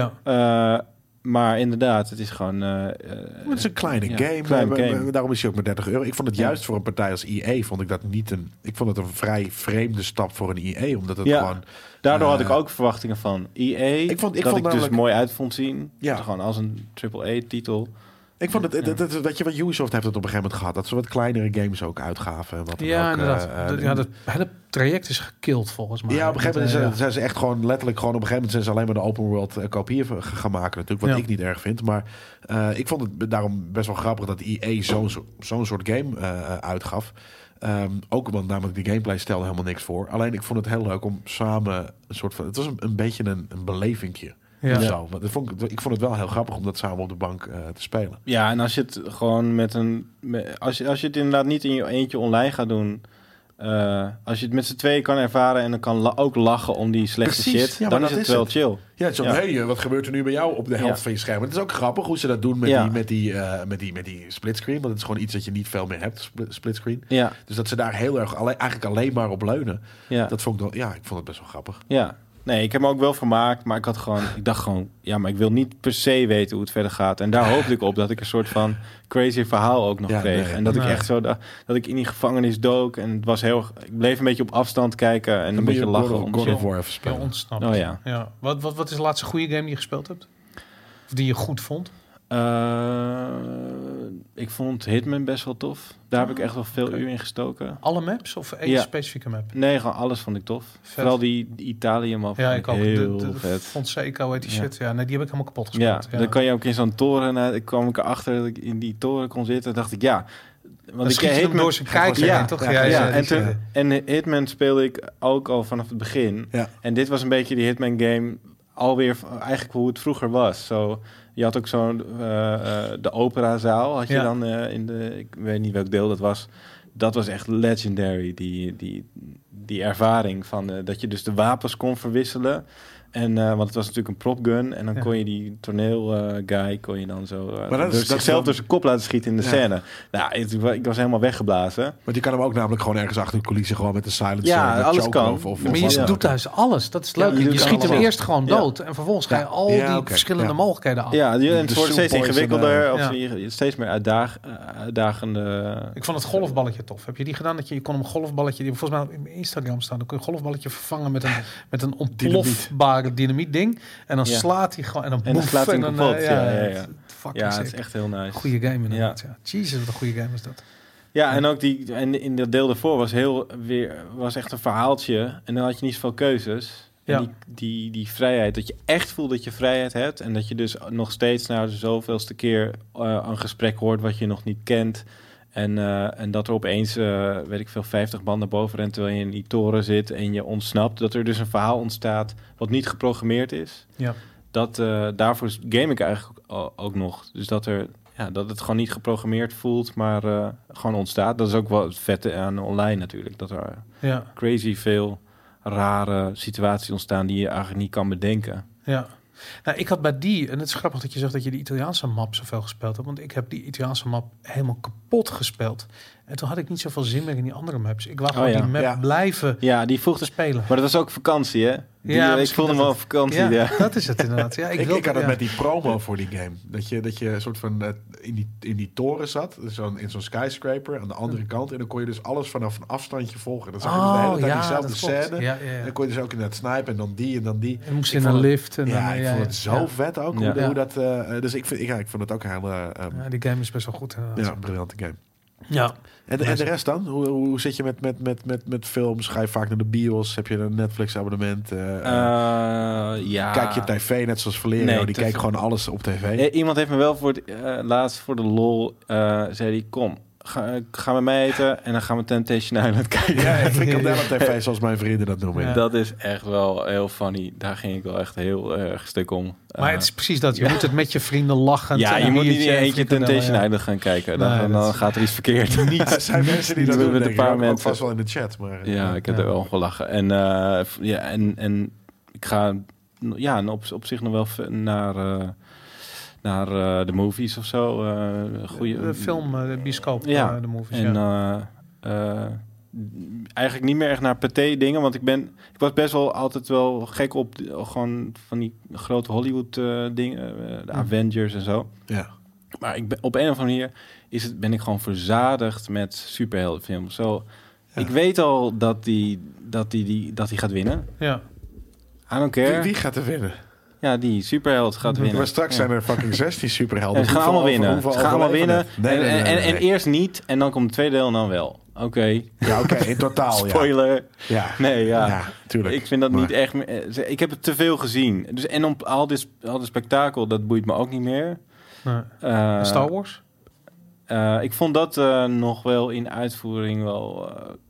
Ja. Maar inderdaad, het is gewoon... het is een kleine game. Daarom is hij ook maar €30. Ik vond het juist voor een partij als EA, vond ik dat niet een... Ik vond het een vrij vreemde stap voor een EA, omdat het gewoon... Daardoor had ik ook verwachtingen van EA. Ik vond dus namelijk, mooi uit vond zien. Ja. Gewoon als een AAA-titel. Ik vond het, weet je wat, Ubisoft heeft het op een gegeven moment gehad, dat ze wat kleinere games ook uitgaven. Wat inderdaad. Dat hele traject is gekild volgens mij. Ja, op een gegeven moment zijn ze echt gewoon letterlijk gewoon op een gegeven moment zijn ze alleen maar de open world kopieën gaan maken natuurlijk, wat ik niet erg vind. Maar ik vond het daarom best wel grappig dat EA zo'n soort game uitgaf. Ook want namelijk die gameplay stelde helemaal niks voor. Alleen ik vond het heel leuk om samen een soort van... Het was een beetje een belevingje. Ja. Zo. Ik vond het wel heel grappig om dat samen op de bank te spelen. Ja, en als je het gewoon als je het inderdaad niet in je eentje online gaat doen... als je het met z'n tweeën kan ervaren en dan kan ook lachen om die slechte shit, dan is het wel chill. Ja, het is zo, wat gebeurt er nu bij jou op de helft van je scherm? Het is ook grappig hoe ze dat doen met die splitscreen, want het is gewoon iets dat je niet veel meer hebt, splitscreen. Ja. Dus dat ze daar heel erg eigenlijk alleen maar op leunen. Ja. Dat vond ik ik vond het best wel grappig. Ja. Nee, ik heb me ook wel vermaakt, maar ik dacht gewoon, maar ik wil niet per se weten hoe het verder gaat. En daar hoopte ik op dat ik een soort van crazy verhaal ook nog kreeg. En dat ik echt zo, dat ik in die gevangenis dook en het was ik bleef een beetje op afstand kijken en een beetje lachen. God of War even spelen. Ontsnapt. Oh ja. Wat is de laatste goede game die je gespeeld hebt? Of die je goed vond? Ik vond Hitman best wel tof. Daar heb ik echt wel veel uur in gestoken. Alle maps of één specifieke map? Nee, gewoon alles vond ik tof. Vet. Vooral die Italië-map Ja, ik ook. heel de vet. Fonseca, weet die shit. Ja, nee, die heb ik helemaal kapot gespeeld. Ja, dan kan je ook in zo'n toren... Ik kwam erachter dat ik in die toren kon zitten. En dacht ik, ja... Want ik schiet hem door zijn kijker, toch? En Hitman speelde ik ook al vanaf het begin. Ja. En dit was een beetje die Hitman game... alweer eigenlijk hoe het vroeger was. Je had ook zo'n... de operazaal had je dan in de... Ik weet niet welk deel dat was. Dat was echt legendary. Die ervaring van... dat je dus de wapens kon verwisselen... En, want het was natuurlijk een propgun. En dan kon je die toneelguy... kon je dan zo... maar zichzelf door zijn kop laten schieten in de scène. Nou, ik was helemaal weggeblazen. Want je kan hem ook namelijk gewoon ergens achter de coulissen... gewoon met een silencer... Ja, alles kan. Maar je doet thuis alles. Dat is leuk. Je schiet hem eerst gewoon dood. En vervolgens ga je al die verschillende mogelijkheden af. Ja, en het wordt steeds ingewikkelder. Of steeds meer uitdagende... Ik vond het golfballetje tof. Heb je die gedaan? Dat je kon een golfballetje... Die volgens mij op mijn Instagram staan. Dan kun je een golfballetje vervangen met een ontplofbare dynamiet ding. En dan slaat hij gewoon... En dan slaat hij kapot. Het is echt heel nice. Goeie game inderdaad. Ja. Jesus, wat een goede game is dat. Ja, en ook in dat deel ervoor was echt een verhaaltje. En dan had je niet zoveel keuzes. En die vrijheid, dat je echt voelt dat je vrijheid hebt. En dat je dus nog steeds naar de zoveelste keer een gesprek hoort wat je nog niet kent. En dat er opeens, weet ik veel, 50 man naar boven rent terwijl je in die toren zit en je ontsnapt. Dat er dus een verhaal ontstaat wat niet geprogrammeerd is. Ja. Daarvoor game ik eigenlijk ook nog. Dus dat het gewoon niet geprogrammeerd voelt, maar gewoon ontstaat. Dat is ook wel het vette aan online natuurlijk. Dat er crazy veel rare situaties ontstaan die je eigenlijk niet kan bedenken. Ja. Nou, ik had bij die, en het is grappig dat je zegt dat je die Italiaanse map zoveel gespeeld hebt, want ik heb die Italiaanse map helemaal kapot gespeeld. En toen had ik niet zoveel zin meer in die andere maps. Ik wou gewoon die map blijven die voegde spelen. Maar dat was ook vakantie, hè? Ik voelde me wel op vakantie. Ja, dat is het inderdaad. Ja, ik had het met die promo voor die game. Dat je een soort van in die toren zat, in zo'n skyscraper aan de andere kant. En dan kon je dus alles vanaf een afstandje volgen. Dan zag je de hele tijd diezelfde scène. En dan kon je dus ook inderdaad snipen en dan die en dan die. En moest je in een lift. En ik vond het zo vet ook. Hoe dat, dus ik vond het ook een hele... die game is best wel goed. Ja, een briljante game. Ja. En de rest dan? Hoe zit je met films? Ga je vaak naar de bios? Heb je een Netflix-abonnement? Kijk je tv net zoals Valerio? Die kijkt gewoon alles op tv. Iemand heeft me wel laatst voor de lol zei die, kom, ga met mij eten en dan gaan we Temptation Island kijken. Ja, frikandel op tv zoals mijn vrienden dat noemen. Ja. Dat is echt wel heel funny. Daar ging ik wel echt heel erg stuk om. Maar het is precies dat. Je moet het met je vrienden lachen. Ja, je moet niet in eentje Temptation Island gaan kijken. Dan gaat er iets verkeerd. Niet. Er zijn mensen die dat doen. Met een paar mensen. Vast wel in de chat. Maar, ik heb er wel gelachen. En ik ga op zich nog wel naar de movies of zo. De film, de bioscoop, de movies. En eigenlijk niet meer echt naar paté dingen, want ik was best wel altijd wel gek op gewoon van die grote Hollywood dingen, de Avengers en zo. Ja. Maar op een of andere manier ben ik gewoon verzadigd met superheldenfilms. Ik weet al dat die gaat winnen. Ja. I don't care. Wie gaat er winnen? Ja, die superheld gaat winnen. Maar straks zijn er fucking 16 superhelden. En ze gaan allemaal winnen. En eerst niet. En dan komt het tweede deel en dan wel. Oké. Ja, oké. In totaal, Spoiler. Ja. Nee, ja, tuurlijk. Ik vind dat niet echt meer... Ik heb het te veel gezien. Dus, en om al dit spektakel, dat boeit me ook niet meer. Star Wars? Ik vond dat nog wel in uitvoering wel...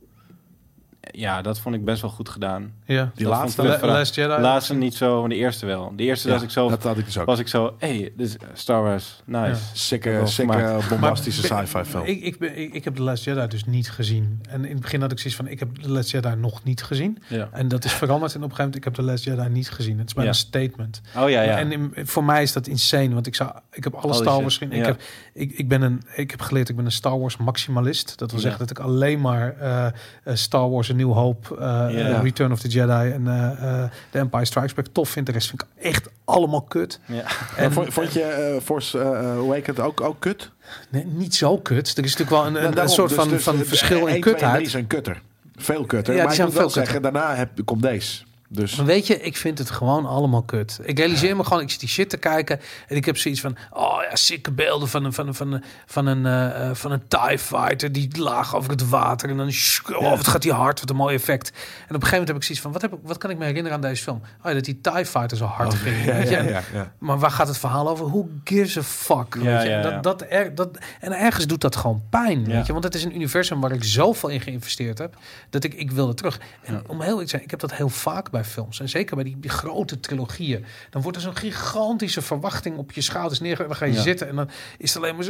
dat vond ik best wel goed gedaan. Ja. Die laatste? Last Jedi? Laatste niet zo, maar de eerste wel. De eerste dat had ik dus ook. Was ik zo, dus Star Wars, nice. Sikke bombastische sci-fi film. Ik heb The Last Jedi dus niet gezien. En in het begin had ik zoiets van, ik heb The Last Jedi nog niet gezien. Ja. En dat is veranderd. En op een gegeven moment, ik heb The Last Jedi niet gezien. Het is bijna een statement. Oh ja. En voor mij is dat insane. Want ik heb alle Star Wars gezien. Ja. Ik heb geleerd, ik ben een Star Wars maximalist. Dat wil zeggen dat ik alleen maar Star Wars A New Hope, Return of the Jedi en The Empire Strikes Back tof vind. De rest vind ik echt allemaal kut. Ja. En vond je Force Awakens ook kut? Nee, niet zo kut. Er is natuurlijk wel een soort van verschil in kutheid. 1, 2 en 3 zijn kutter. Veel kutter. Ja, maar ik moet wel zeggen, daarna komt deze. Dus... Weet je, ik vind het gewoon allemaal kut. Ik realiseer me gewoon, ik zit die shit te kijken en ik heb zoiets van, sikke beelden van een TIE Fighter die laag over het water en dan wat gaat die hard, wat een mooi effect. En op een gegeven moment heb ik zoiets van, wat kan ik me herinneren aan deze film? Dat die TIE Fighter zo hard ging. Maar waar gaat het verhaal over? Who gives a fuck? En ergens doet dat gewoon pijn, weet je? Want het is een universum waar ik zoveel in geïnvesteerd heb dat ik wilde terug. En om heel iets te zijn, ik heb dat heel vaak bij films. En zeker bij die grote trilogieën. Dan wordt er zo'n gigantische verwachting op je schouders neergelegd. Dan ga je zitten en dan is het alleen maar zo...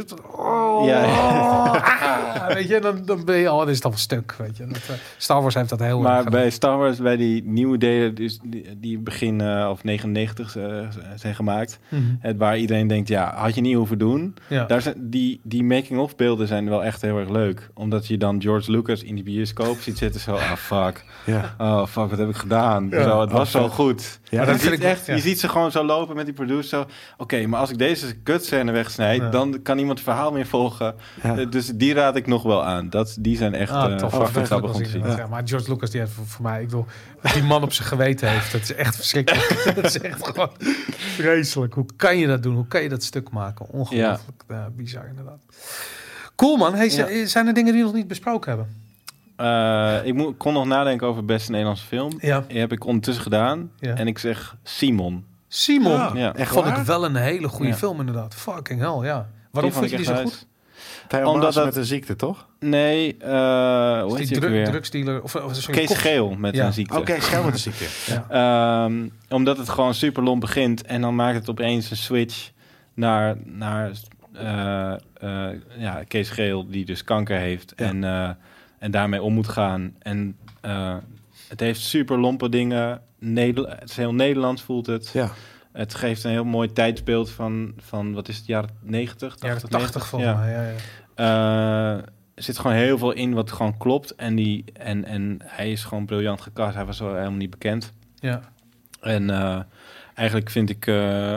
weet je, dan ben je al... Dat is dan een stuk, weet je. Star Wars heeft dat heel erg gedaan. Bij Star Wars, bij die nieuwe delen... Dus die begin of 99 zijn gemaakt... waar iedereen denkt, had je niet hoeven doen. Ja. Daar zijn, die making-of beelden zijn wel echt heel erg leuk. Omdat je dan George Lucas in die bioscoop ziet zitten. Zo, fuck. Ja. Oh, fuck, wat heb ik gedaan? Ja. Zo, het was zo goed. Ja, maar je ziet ze gewoon zo lopen met die producer. Oké, maar als ik deze kutscène wegsnijd... dan kan niemand het verhaal meer volgen. Ja. Dus die raad ik nog wel aan. Die zijn echt fucking grappig om te zien. Ja, maar George Lucas, die heeft voor mij... Ik bedoel, wat die man op zijn geweten heeft... dat is echt verschrikkelijk. Dat is echt gewoon vreselijk. Hoe kan je dat doen? Hoe kan je dat stuk maken? Ongelooflijk bizar, inderdaad. Cool, man. Hey, zijn er dingen die we nog niet besproken hebben? Ik kon nog nadenken over beste Nederlandse film. Ja. Die heb ik ondertussen gedaan. Ja. En ik zeg Simon. Ja. Echt vond ik wel een hele goede film, inderdaad. Fucking hell, ja. Waarom vond je die zo goed? Omdat dat met een ziekte, toch? Nee, hoe heet die weer? Drugsdealer. Kees Geel met een ziekte. Oké, Geel met een ziekte. Omdat het gewoon super lomp begint. En dan maakt het opeens een switch naar Kees Geel, die dus kanker heeft. Ja. En daarmee om moet gaan. En het heeft super lompe dingen. Het is heel Nederlands, voelt het. Ja. Het geeft een heel mooi tijdsbeeld van wat is het, jaren 90? Jaren 80 volgens mij, ja. Er zit gewoon heel veel in wat gewoon klopt. En hij is gewoon briljant gecast. Hij was helemaal niet bekend. Ja. En eigenlijk vind ik...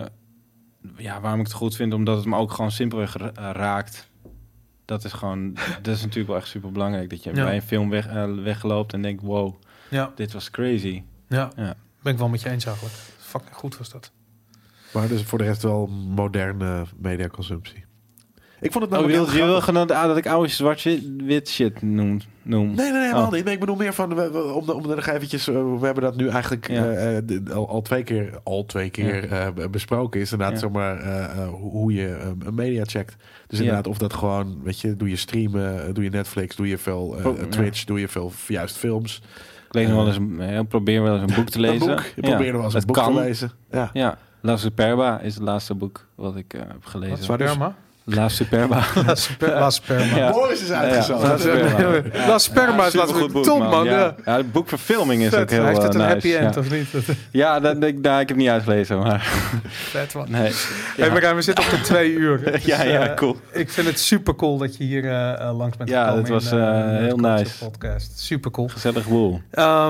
waarom ik het goed vind, omdat het me ook gewoon simpelweg raakt. Dat is natuurlijk wel echt super belangrijk. Dat je bij een film wegloopt en denkt, wow, dit was crazy. Ja, ben ik wel met je eens eigenlijk. Fucking goed was dat. Maar dus voor de rest wel moderne mediaconsumptie. Ik vond het namelijk je wil gewoon dat ik oude zwart-wit shit noem. Nee, helemaal niet. Nee, ik bedoel meer van om er eventjes. We hebben dat nu eigenlijk al twee keer besproken. Is inderdaad zomaar hoe je media checkt. Dus inderdaad, of dat gewoon, weet je, doe je streamen, doe je Netflix, doe je veel Twitch, doe je veel juist films. Ik probeer wel eens een boek te lezen. Je probeert wel eens een boek te lezen. Ja. La Superba is het laatste boek wat ik heb gelezen. Superba? La Superba. La Superba. Ja. Boris is uitgezocht. La Superba is laten we top, man. Ja, het boekverfilming is ook heel nice. Heeft het een happy end, of niet? Ja, ik heb het niet uitgelezen, maar... Vet, man. Nee. Hey, we zitten op de 2 uur. Dus, cool. Ik vind het super cool dat je hier langs bent gekomen. Ja, het was heel nice. Podcast. Super cool. Gezellig woel.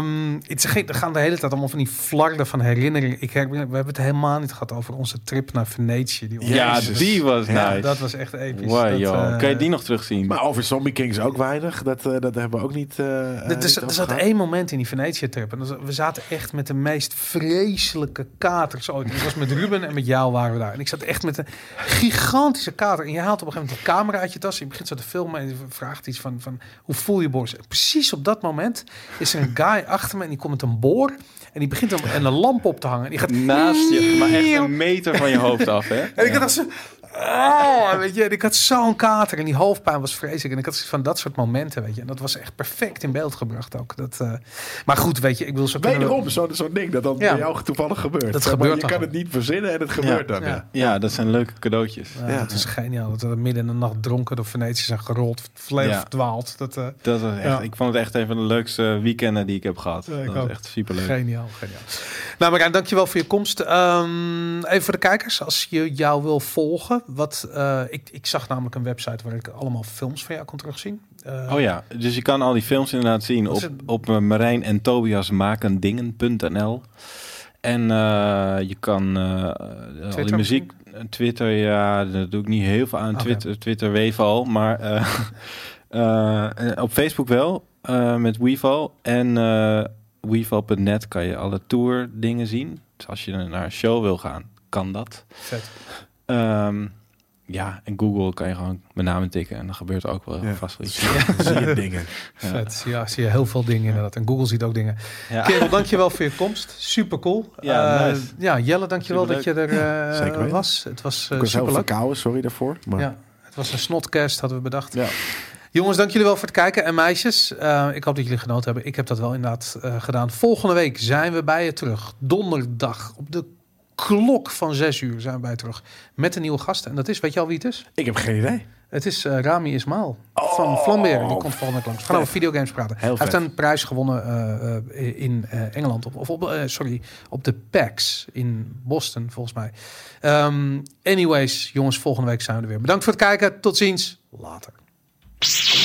Er gaan de hele tijd allemaal van die flarden van herinneringen. We hebben het helemaal niet gehad over onze trip naar Venetië. Die was nice. Dat was echt episch. Wow, kan je die nog terugzien? Maar over Zombie Kings ook weinig. Dat hebben we ook niet. Er zat 1 moment in die Venetië-trip. En we zaten echt met de meest vreselijke katers ooit. Ik was met Ruben en met jou waren we daar. En ik zat echt met een gigantische kater. En je haalt op een gegeven moment de camera uit je tas. Je begint zo te filmen en je vraagt iets van hoe voel je Boris? Precies op dat moment is er een guy achter me en die komt met een boor. En die begint een lamp op te hangen. En die gaat naast je, maar echt een meter van je hoofd af, hè? En ik dacht zo... weet je, ik had zo'n kater en die hoofdpijn was vreselijk. En ik had van dat soort momenten, weet je. En dat was echt perfect in beeld gebracht ook. Maar goed, weet je, ik wil zo... Wederom zo'n ding dat dan bij jou toevallig gebeurt. Dat gebeurt. Je kan het niet verzinnen en het gebeurt dan. Ja, dat zijn leuke cadeautjes. Het is geniaal. Dat we midden in de nacht dronken door Venetië zijn gerold. Volledig verdwaald. Dat was echt, ik vond het echt een van de leukste weekenden die ik heb gehad. Dat was echt superleuk. Geniaal. Nou Marijn, dankjewel voor je komst. Even voor de kijkers, als je jou wil volgen. Ik zag namelijk een website waar ik allemaal films van jou kon terugzien. Dus je kan al die films inderdaad zien op Marijn en Tobias makendingen.nl. En je kan al die muziek... Twitter, daar doe ik niet heel veel aan. Twitter Weval, maar op Facebook wel, met Weval. En weeval.net kan je alle tour dingen zien. Dus als je naar een show wil gaan, kan dat. Vet. En Google kan je gewoon mijn naam tikken en dan gebeurt er ook wel vast wel iets. Zie je dingen. Vet. Ja, zie je heel veel dingen inderdaad. En Google ziet ook dingen. Ja. Kerel, dankjewel voor je komst. Super cool. Ja, nice. Jelle, dankjewel dat je er was. Het was ik was super leuk. verkouden, sorry daarvoor. Maar... Ja, het was een snotcast, hadden we bedacht. Ja. Jongens, dank jullie wel voor het kijken. En meisjes, ik hoop dat jullie genoten hebben. Ik heb dat wel inderdaad gedaan. Volgende week zijn we bij je terug. Donderdag op de klok van 6 uur zijn we bij je terug. Met een nieuwe gast. En dat is, weet je al wie het is? Ik heb geen idee. Het is Rami Ismail van Flambeer. Die komt volgende week langs. We gaan over videogames praten. Hij heeft een prijs gewonnen in Engeland. Op de PAX in Boston, volgens mij. Anyways, jongens, volgende week zijn we er weer. Bedankt voor het kijken. Tot ziens. Later.